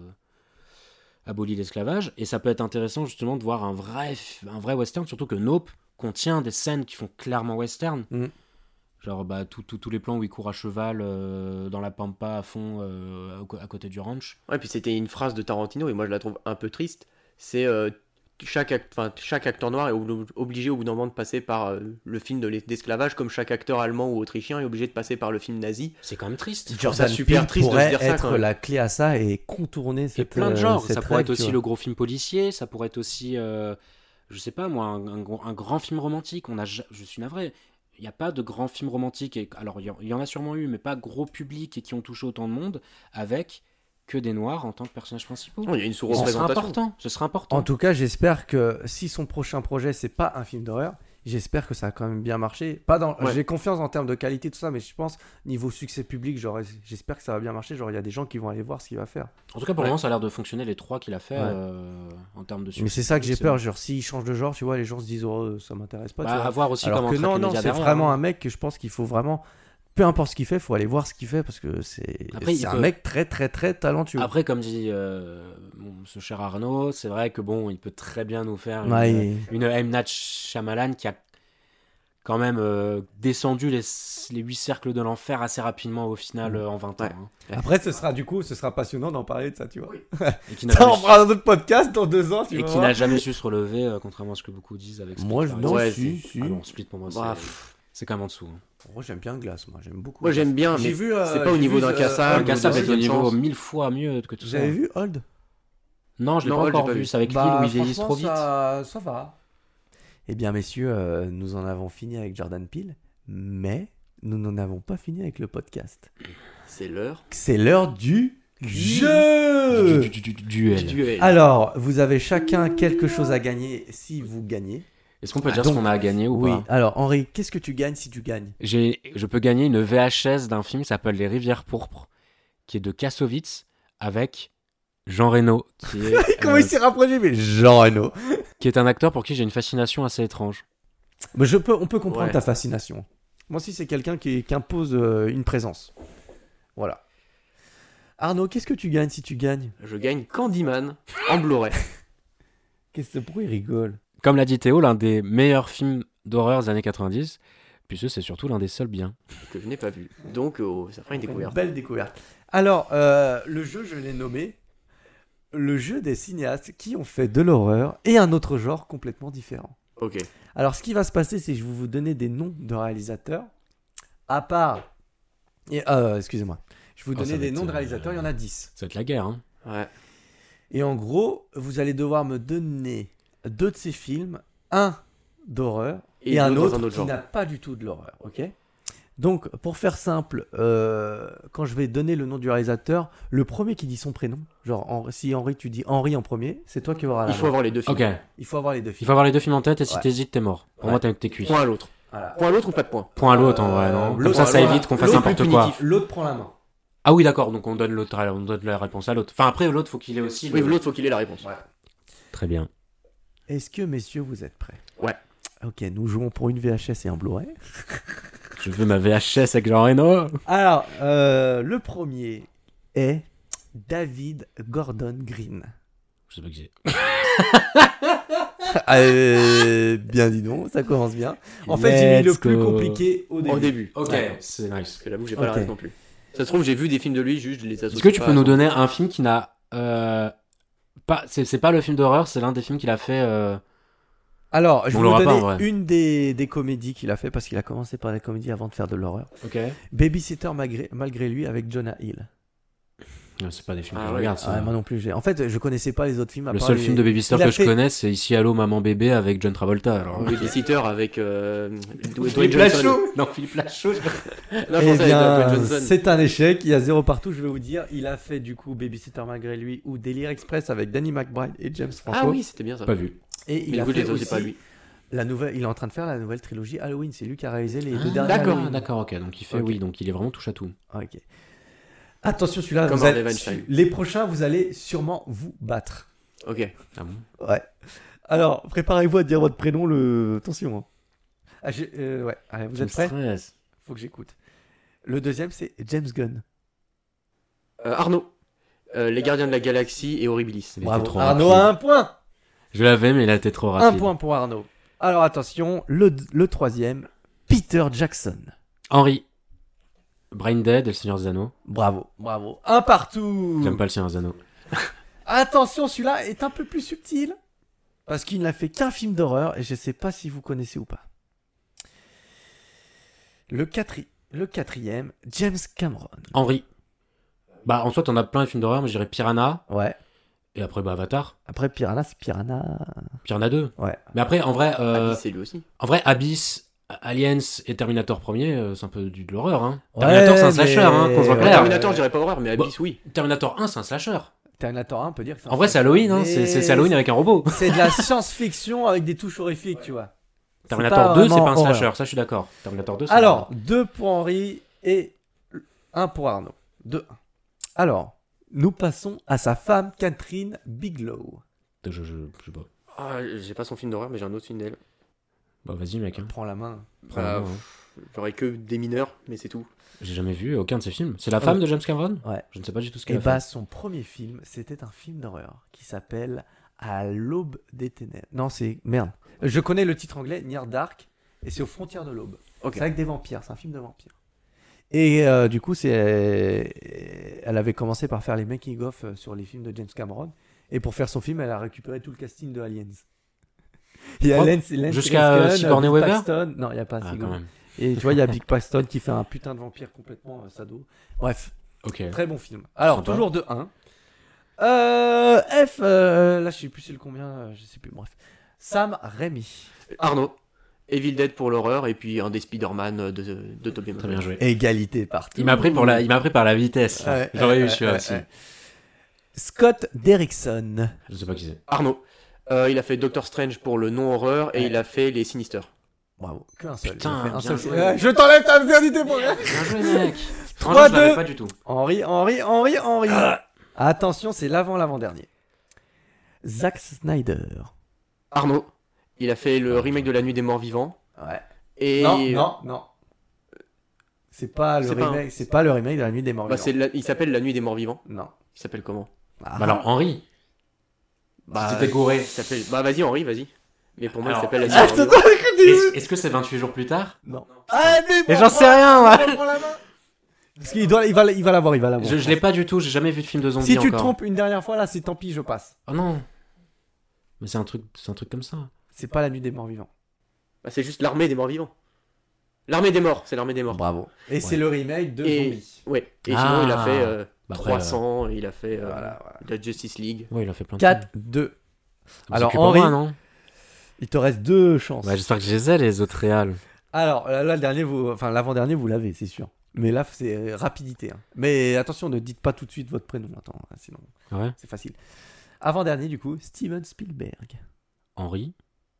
aboli l'esclavage. Et ça peut être intéressant justement de voir un vrai, f- un vrai western, surtout que Nope contient des scènes qui font clairement western. Mm. Genre bah, tout- tout- tous les plans où il court à cheval euh, dans la pampa à fond euh, au co- à côté du ranch. Ouais, puis c'était une phrase de Tarantino, et moi je la trouve un peu triste. C'est euh, chaque, act- enfin, chaque acteur noir est ob- obligé au bout d'un moment de passer par euh, le film de l'es- d'esclavage, comme chaque acteur allemand ou autrichien est obligé de passer par le film nazi. C'est quand même triste. Je trouve ça Jordan super Peele triste de se pourrait dire ça, être quand même. la clé à ça et contourner Il y a cette plein de euh, genres. cette Ça pourrait règle, être tu aussi vois. le gros film policier, ça pourrait être aussi, euh, je sais pas moi, un, un gros- un grand film romantique. On a, ja- je suis navré, il n'y a pas de grand film romantique. Et, alors, il y, en- il y en a sûrement eu, mais pas gros public et qui ont touché autant de monde, avec que des noirs en tant que personnages principaux. Oh, il y a une Et ce sera sous-représentation. important. Ce sera important. En tout cas, j'espère que si son prochain projet, c'est pas un film d'horreur, j'espère que ça a quand même bien marché. Pas dans... Ouais. J'ai confiance en termes de qualité, tout ça, mais je pense, niveau succès public, genre, j'espère que ça va bien marcher. Genre, il y a des gens qui vont aller voir ce qu'il va faire. En tout cas, pour Ouais. le moment, ça a l'air de fonctionner les trois qu'il a fait Ouais. euh, en termes de succès. Mais c'est ça que j'ai C'est peur. bon. Genre, s'il change de genre, tu vois, les gens se disent, oh, ça m'intéresse pas. tu Bah, vois. à voir aussi Alors comment que traite non, les non, médias c'est derrière, vraiment hein. un mec que je pense qu'il faut vraiment. Peu importe ce qu'il fait, il faut aller voir ce qu'il fait parce que c'est Après, il c'est un peut- mec très, très, très talentueux. Après, comme dit euh, bon, ce cher Arnaud, c'est vrai que bon, il peut très bien nous faire une, Ouais, il- une M. Night Shyamalan qui a quand même euh, descendu les, les huit cercles de l'enfer assez rapidement au final euh, en vingt ans. Ouais. hein. Après, ce sera du coup, ce sera passionnant d'en parler de ça, tu vois. Et qui n'a Ça, jamais on su- fera un autre podcast dans deux ans, tu et vas qui voir. n'a jamais su se relever, euh, contrairement à ce que beaucoup disent avec Split. Moi, je- par non, exemple. si, c'est- si. Ah non, Split pour moi, Bah, c'est, pff. c'est quand même en dessous. hein. Moi, j'aime bien Glace, moi, j'aime beaucoup. Moi j'aime bien, J'ai mais vu, euh, c'est pas au j'ai niveau vu, d'un euh, cassable. Le Old, Cassab de est au Deuxième niveau Chance. mille fois mieux que tout Vous ça. avez vu Old? Non, je l'ai Non, pas Old, j'ai encore pas vu. vu. C'est avec Bah, Lille où ils vieillissent trop franchement, vite. Ça, ça va. Eh bien, messieurs, euh, nous en avons fini avec Jordan Peele, mais nous n'en avons pas fini avec le podcast. C'est l'heure. C'est l'heure du jeu. Du, du- du- du duel. Du duel. Alors, vous avez chacun quelque chose à gagner si vous gagnez. Est-ce qu'on peut Ah, dire donc- ce qu'on a à gagner ou Oui. pas Alors, Henri, qu'est-ce que tu gagnes si tu gagnes? J'ai, je peux gagner une V H S d'un film qui s'appelle Les Rivières Pourpres, qui est de Kassovitz avec Jean Reno, qui est, Comment euh, il s'est rapproché? Mais Jean Reno. qui est un acteur pour qui j'ai une fascination assez étrange. Mais je peux, on peut comprendre Ouais. ta fascination. Moi aussi, c'est quelqu'un qui, qui impose euh, une présence. Voilà. Arnaud, qu'est-ce que tu gagnes si tu gagnes? Je gagne Candyman en Blu-ray. Qu'est-ce que pourquoi il rigole? Comme l'a dit Théo, l'un des meilleurs films d'horreur des années quatre-vingt-dix, puisque c'est surtout l'un des seuls biens. Que je n'ai pas vu. Donc oh, ça fera une Une découverte. belle découverte. Alors, euh, le jeu, je l'ai nommé le jeu des cinéastes qui ont fait de l'horreur et un autre genre complètement différent. Ok. Alors, ce qui va se passer, c'est que je vais vous donner des noms de réalisateurs. À part. Et, euh, excusez-moi. Je vais vous Oh, ça donner va des être, noms de euh, réalisateurs, il y en a dix. Ça va être la guerre, hein. Ouais. Et en gros, vous allez devoir me donner deux de ces films, un d'horreur et, Et un l'autre dans autre un autre qui genre. n'a pas du tout de l'horreur. Ok. Donc, pour faire simple, euh, quand je vais donner le nom du réalisateur, le premier qui dit son prénom, genre Henri- si Henri, tu dis Henri en premier, c'est toi qui auras la Il faut main. avoir les deux films. Ok. Il faut avoir les deux Il films. faut avoir les deux films en tête et si Ouais. t'hésites, t'es mort. Pour Ouais. moi, t'es, t'es cuit. Point à l'autre. Voilà. Point à l'autre ou pas de point? Point à l'autre, en vrai, non. Euh, Comme l'autre- ça, ça l'autre- évite qu'on fasse l'autre n'importe plus quoi. punitif. L'autre prend la main. Ah oui, d'accord, donc on donne, l'autre, on donne la réponse à l'autre. Enfin, après, l'autre, faut qu'il ait aussi. Oui, le- l'autre faut qu'il ait la réponse. Très bien. Est-ce que, messieurs, vous êtes prêts? Ouais. Ok, nous jouons pour une V H S et un Blu-ray. Je veux ma V H S avec Jean Reno. Alors, euh, le premier est David Gordon Green. Je sais pas qui c'est. Euh, bien dit donc, ça commence bien. En fait, j'ai mis le Let's plus go. compliqué au début. Au début. Ok, Ouais. c'est nice. Parce que j'avoue, j'ai pas la Ok. reste non plus. Ça se trouve, j'ai vu des films de lui, juste je les associe Est-ce que tu pas peux à nous son- donner un film qui n'a. euh, pas, c'est, c'est pas le film d'horreur, c'est l'un des films qu'il a fait. euh, Alors, je On vais vous l'aura pas, donner en vrai. une des, des comédies qu'il a fait parce qu'il a commencé par des comédies avant de faire de l'horreur. Ok. Babysitter malgré, malgré lui avec Jonah Hill. Non, c'est pas des films Ah que je ouais. regarde. c'est- Ouais, moi non plus. j'ai- En fait, je connaissais pas les autres films. à Le part seul les- film de Baby Star Il a que fait- je connais, c'est Ici Allô Maman Bébé avec John Travolta. Alors, Babysitter avec euh, Dwayne Philippe Johnson. Lachaud. Non, Philippe Lachaud. je- Non, je Eh pensais avec bien, Dwayne Johnson. c'est un échec. Il y a zéro partout. Je vais vous dire. Il a fait du coup Babysitter malgré lui ou Délire Express avec Danny McBride et James Franco. Ah oui, c'était bien ça. Pas vu. Et il Mais a du coup, fait les autres, c'est aussi pas lui. la nouvelle. Il est en train de faire la nouvelle trilogie Halloween. C'est lui qui a réalisé les deux Ah, derniers. d'accord, Halloween. d'accord, ok. Donc il fait, Ok. oui, donc il est vraiment touche à tout. Ok. Attention, celui-là. Comme vous allez- Harvey Weinstein. Les prochains, vous allez sûrement vous battre. Ok. Ah bon? Ouais. Alors, préparez-vous à dire votre prénom. Le attention. hein. Ah, j'ai- euh, ouais. Allez, vous Tu me êtes prêts? stresses. Faut que j'écoute. Le deuxième, c'est James Gunn. Euh, Arnaud. Euh, les Gardiens de la Galaxie et Horribilis. Il était Bravo. trop Arnaud rapide. a un point. Je l'avais, mais il a été trop Un rapide. point pour Arnaud. Alors attention, le, le troisième, Peter Jackson. Henri. Brain Dead et le Seigneur des Anneaux. Bravo, bravo. Un partout. J'aime pas le Seigneur des Anneaux. Attention, celui-là est un peu plus subtil. Parce qu'il n'a fait qu'un film d'horreur et je sais pas si vous connaissez ou pas. Le, quatri... le quatrième, James Cameron. Henri. Bah, en soi, t'en as plein de films d'horreur, mais je dirais Piranha. Ouais. Et après, bah, Avatar. Après Piranha, c'est Piranha. Piranha deux. Ouais. Mais après, en vrai. Euh... Abyss, c'est lui aussi. En vrai, Abyss, Aliens et Terminator premier, euh, c'est un peu du, de l'horreur. Hein. Ouais, Terminator, c'est un mais- slasher, hein, qu'on soit Ouais, clair. Terminator, je dirais pas horreur, mais Abyss, Bon, oui. Terminator un, c'est un slasher. Terminator un, on peut dire que c'est un En vrai, c'est slasher, Halloween, hein. mais c'est, c'est, c'est Halloween avec un robot. C'est de la science-fiction avec des touches horrifiques, tu vois. C'est Terminator pas deux, c'est vraiment pas un horreur. slasher, ça je suis d'accord. Terminator deux, c'est Alors, deux pour Henri et un pour Arnaud. deux un. Alors, nous passons à sa femme Catherine Bigelow. Je, je, je sais pas. Ah, j'ai pas son film d'horreur, mais j'ai un autre film d'elle. Bah vas-y, mec. Hein. Prends la main. Prends la Bah, main, hein. pff, J'aurais que des mineurs, mais c'est tout. J'ai jamais vu aucun de ses films. C'est la femme Ouais. de James Cameron. Ouais. Je ne sais pas du tout ce Et qu'elle a bah, fait. son premier film, c'était un film d'horreur qui s'appelle À l'aube des ténèbres. Non, c'est. Merde. Je connais le titre anglais, Near Dark, et c'est aux frontières de l'aube. Ok. C'est avec des vampires, c'est un film de vampires. Et euh, du coup, c'est, elle avait commencé par faire les making-of sur les films de James Cameron. Et pour faire son film, elle a récupéré tout le casting de Aliens. Il y a Oh, Lance- Lance jusqu'à, euh, Henriksen, Sigourney Big Weaver Paxton. Non, il n'y a pas Ah, Sigourney. quand même. Et tu vois, il y a Big Paxton qui fait un putain de vampire complètement euh, sado. Bref, Ok. très bon film. Alors, Sympa. toujours de un. Euh, F, euh, là je sais plus c'est le combien, euh, je sais plus, bref. Sam Raimi. Arnaud. Evil Dead pour l'horreur, et puis un des Spider-Man de, de Tobey Très bien joué. Égalité partout. Il m'a pris pour la, il m'a pris par la vitesse. là. Ouais, J'aurais ouais, eu celui-là ouais, aussi. ouais. Scott Derrickson. Je sais pas qui c'est. Arnaud. Euh, il a fait Doctor Strange pour le non-horreur, et Ouais. il a fait les Sinister. Bravo, qu'un seul. Putain, Il a fait un bien seul joué. film. Ouais, je t'enlève ta verdict pour rien. Bien joué, mec. trois Franchement, je l'avais deux. pas du tout. Henri, Henri, Henri, Henri. Attention, c'est l'avant, l'avant-dernier. Zack Snyder. Arnaud. Il a fait le remake de La Nuit des Morts Vivants. Ouais. Et... Non, non, non. C'est pas le C'est pas un- remake, c'est pas le remake de La Nuit des Morts Bah, Vivants. c'est la- Il s'appelle La Nuit des Morts Vivants. Non. Il s'appelle comment? Ah. Bah alors, Henri. Bah, C'était gouré. il s'appelle- Bah, vas-y, Henri, vas-y. Mais pour moi, Alors, il s'appelle La Nuit Ah, des je Morts te Vivants. donne que Est-ce, est-ce que c'est vingt-huit jours plus tard? Non. Ah, mais Mais bon, j'en sais prends- rien, ouais. prends la main. Parce qu'il doit, il va, il va l'avoir, il va l'avoir. Je, je l'ai pas du tout, j'ai jamais vu de film de zombies Si tu te encore. trompes une dernière fois, là, c'est tant pis, je passe. Oh non. Mais c'est un truc, c'est un truc comme ça. C'est pas La Nuit des Morts Vivants. Bah, c'est juste l'Armée des Morts Vivants. L'Armée des Morts, c'est l'Armée des Morts. Bravo. Et Ouais. c'est le remake de Et, Zombie. ouais. Et Ah. sinon, il a fait euh, Bah, après, trois cents, il a fait euh, Voilà, voilà. la Justice League. Ouais, il a fait plein de quatre deux. films. Alors, C'est que pour Henri, moi, non? il te reste deux chances. Ouais, j'espère que je les ai, les autres réals. Alors, là, là, le dernier, vous... enfin, l'avant-dernier, vous l'avez, c'est sûr. Mais là, c'est euh, rapidité. hein. Mais attention, ne dites pas tout de suite votre prénom. Attends, sinon, Ah ouais? c'est facile. Avant-dernier, du coup, Steven Spielberg. Henri?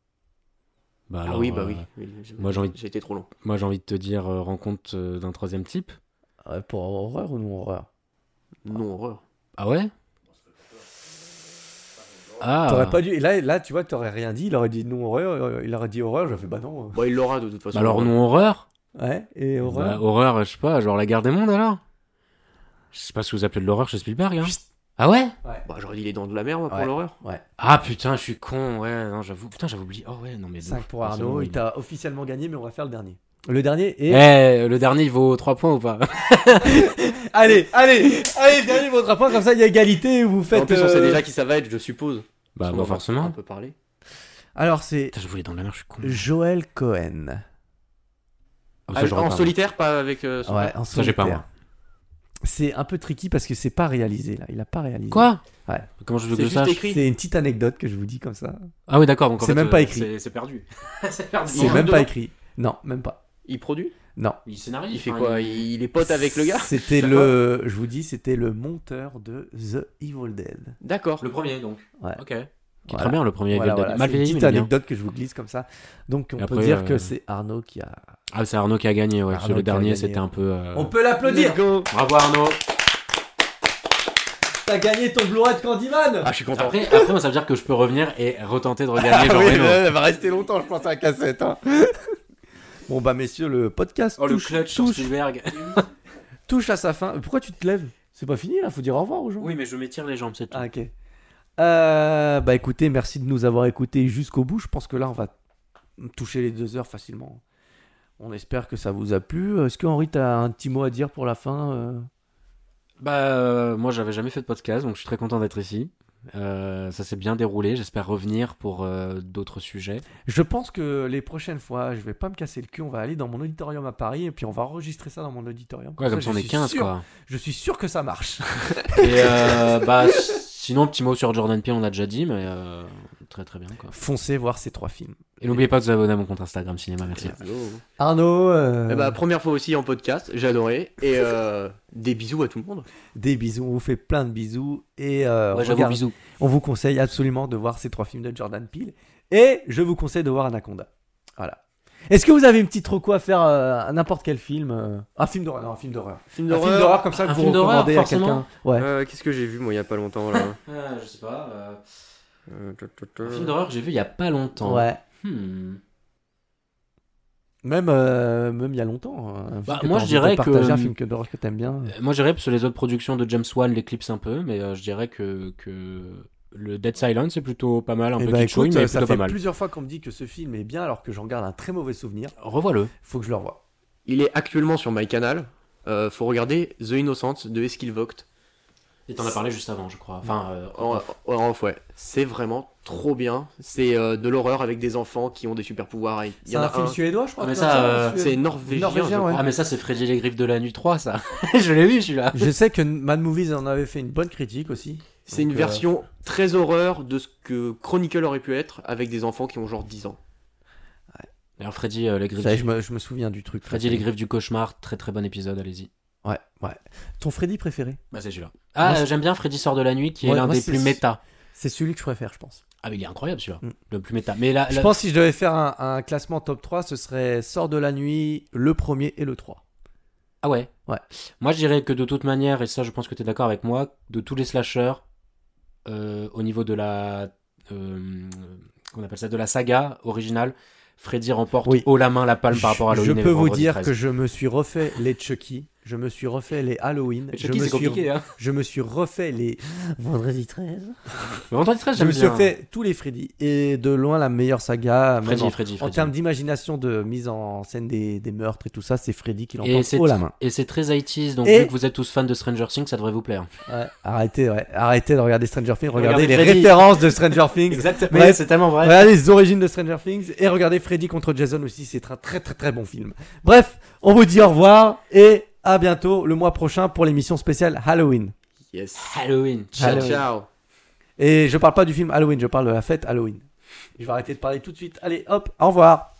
Bah Ah alors, oui, bah euh, oui. oui, j'ai- moi, j'ai envie de- J'ai été trop long. Moi, j'ai envie de te dire euh, rencontre euh, d'un troisième type. Ouais, pour horreur ou non horreur? Non, horreur. Ah ouais? Ah. T'aurais pas dû. Et là, là, tu vois, t'aurais rien dit. Il aurait dit non horreur. euh, Il aurait dit horreur. J'aurais fait bah non. Bon, il l'aura de toute façon. Bah alors, non horreur? Ouais. Et horreur. Bah, horreur, je sais pas, genre la guerre des mondes alors? Je sais pas ce que vous appelez de l'horreur chez Spielberg, hein? Ah ouais? Ouais. Bah, j'aurais dit les dents de la mer, moi, pour Ouais. l'horreur. Ouais. Ah putain, je suis con, ouais, non, j'avoue, putain, j'avais oublié. Oh ouais, non mais. de cinq ouf. pour Ah, c'est Arnaud. bon, Il il- t'a officiellement gagné, mais on va faire le dernier. Le dernier Eh, est. le dernier il vaut trois points ou pas? Allez, allez, allez, le dernier vaudra point. Comme ça, il y a égalité. Vous faites. En plus, on sait euh, déjà qui ça va être, je suppose. Bah, Parce bah qu'on va forcément. Un peu parler. Alors, c'est Putain, je voulais dans la mer, je suis con. Joel Cohen. Ah, Ah, ça, j'aurais en pas. solitaire, pas avec euh, son Ouais, père. en Ça, j'ai pas, solitaire. C'est un peu tricky parce que c'est pas réalisé là. Il a pas réalisé. Quoi ? Ouais. Comment je veux C'est que juste ça écrit. C'est une petite anecdote que je vous dis comme ça. Ah oui, d'accord. Donc en C'est fait, même euh, pas écrit. C'est, c'est perdu. c'est perdu. C'est Il même joue pas dedans écrit. Non, même pas. Il produit Non. Il scénarise. Il fait enfin, quoi il- Il est pote avec le gars C'était Chaque le, je vous dis, c'était le monteur de The Evil Dead. D'accord. Le premier, donc. Ouais. Ok. Qui est Voilà. très bien, le premier Voilà, Evil Dead. voilà. Mal C'est une vieilli, petite mais bien. anecdote que je vous glisse comme ça. Donc on Et peut après, dire euh, que c'est Arnaud qui a. Ah, c'est Arnaud qui a gagné, ouais. Parce que Arnaud le qui a dernier, gagné, c'était ouais. un peu. euh, On peut l'applaudir. Let's go. Bravo Arnaud. T'as gagné ton Blu-ray de Candyman. Ah, je suis content. Après, après, ça veut dire que je peux revenir et retenter de regagner Ah Jean oui, Reno. elle va rester longtemps, je pense, à la cassette. Hein. Bon bah messieurs, le podcast Oh, le touche, clutch sur touche, Spielberg. touche à sa fin. Pourquoi tu te lèves? C'est pas fini là, faut dire au revoir aux gens. Oui, mais je m'étire les jambes, c'est tout. Ah, ok. Euh, bah écoutez, merci de nous avoir écoutés jusqu'au bout. Je pense que là, on va toucher les deux heures facilement. On espère que ça vous a plu. Est-ce que Henri, t'as un petit mot à dire pour la fin euh Bah, euh, moi, j'avais jamais fait de podcast, donc je suis très content d'être ici. Euh, ça s'est bien déroulé. J'espère revenir pour euh, d'autres sujets. Je pense que les prochaines fois, je vais pas me casser le cul. On va aller dans mon auditorium à Paris et puis on va enregistrer ça dans mon auditorium. Ouais, comme ça, ça, on je est suis quinze, sûr- quoi. Je suis sûr que ça marche. Et euh, bah, sinon, petit mot sur Jordan Peele, on a déjà dit, mais euh, très très bien, quoi. Foncez voir ces trois films. Et n'oubliez pas de vous abonner à mon compte Instagram Cinéma, merci. Arnaud, euh, Eh bah, première fois aussi en podcast, j'ai adoré. Et euh, des bisous à tout le monde. des bisous. On vous fait plein de bisous et euh, Ouais, j'avoue, regarde- bisous. on vous conseille absolument de voir ces trois films de Jordan Peele et je vous conseille de voir Anaconda. Voilà. Est-ce que vous avez une petite reco à faire euh, à n'importe quel film euh, Un film d'horreur, non, un film d'horreur. Film Un d'horreur. film d'horreur comme ça que Un vous film d'horreur, recommandez à forcément. quelqu'un. Ouais. Euh, Qu'est-ce que j'ai vu moi il y a pas longtemps là Ah, je sais pas. euh, Euh, ta, ta, ta. Un film d'horreur que j'ai vu il y a pas longtemps. Ouais. Hmm. Même euh, même il y a longtemps. Un film Bah, que moi, t'as je envie de dirais partager, que- un film que d'horreur que t'aimes bien. Euh, Moi, je dirais, parce que les autres productions de James Wan l'éclipsent un peu, mais euh, je dirais que, que le Dead Silence c'est plutôt pas mal, un Eh peu ben, kitschouille, écoute, mais ça plutôt fait pas mal. plusieurs fois qu'on me dit que ce film est bien alors que j'en garde un très mauvais souvenir. Revois-le. Faut que je le revoie. Il est actuellement sur MyCanal. Euh, faut regarder The Innocent de Eskil Vogt. Et t'en as parlé juste avant, je crois. Enfin, euh, En, en off, ouais. C'est vraiment trop bien. C'est euh, de l'horreur avec des enfants qui ont des super pouvoirs. Il y C'est en un a film un. suédois, je crois. Ah, mais comme ça, euh, suédois. C'est norvégien. Norvégien, je crois. ouais. Ah, mais ça, c'est Freddy les Griffes de la Nuit trois, ça. Je l'ai vu, celui-là. Je sais que Mad Movies en avait fait une bonne critique aussi. C'est une Donc, euh, version très horreur de ce que Chronicle aurait pu être avec des enfants qui ont genre dix ans. D'ailleurs, Freddy euh, les Griffes. Ça y est, du... je me, je me souviens du truc. Freddy les Griffes du Cauchemar, très très bon épisode, allez-y. Ouais, ouais. Ton Freddy préféré? Bah, c'est celui-là. Ah, Moi, euh, j'aime bien Freddy sort de la nuit, qui est Ouais, l'un moi, des c'est- plus méta. C'est celui que je préfère, je pense. Ah, mais il est incroyable celui-là, Mm. le plus méta. Mais là, Je là- pense que si je devais faire un, un classement top trois, ce serait Sort de la nuit, le premier et le trois. Ah ouais. Ouais. Moi, je dirais que de toute manière, et ça, je pense que tu es d'accord avec moi, de tous les slashers, euh, au niveau de la, euh, qu'on appelle ça, de la saga originale, Freddy remporte Oui. haut la main la palme par rapport à Je Halloween. et peux le vous Vendredi dire treize. que je me suis refait les Chucky, je me suis refait les Halloween, Mais je Chucky, me c'est suis, compliqué, hein. je me suis refait les Vendredi treize. Le Vendredi treize, Je j'aime me suis bien. refait tous les Freddy et de loin la meilleure saga. Freddy, même en, Freddy, en Freddy. termes d'imagination, de mise en scène des, des meurtres et tout ça, c'est Freddy qui Et l'emporte c'est, haut la main. et c'est très eighties, donc Et- vu que vous êtes tous fans de Stranger Things, ça devrait vous plaire. Ouais, arrêtez, ouais, arrêtez de regarder Stranger Things, regardez, Regardez les Freddy. références de Stranger Things. Exactement. Mais- Ouais, c'est tellement vrai. Regardez les origines de Stranger Things et regardez Freddy contre Jason aussi, c'est un très très très bon film. Bref, on vous dit au revoir et à bientôt le mois prochain pour l'émission spéciale Halloween. Yes. Halloween. Ciao, Halloween. ciao. Et je parle pas du film Halloween, je parle de la fête Halloween. Je vais arrêter de parler tout de suite. Allez, hop, au revoir.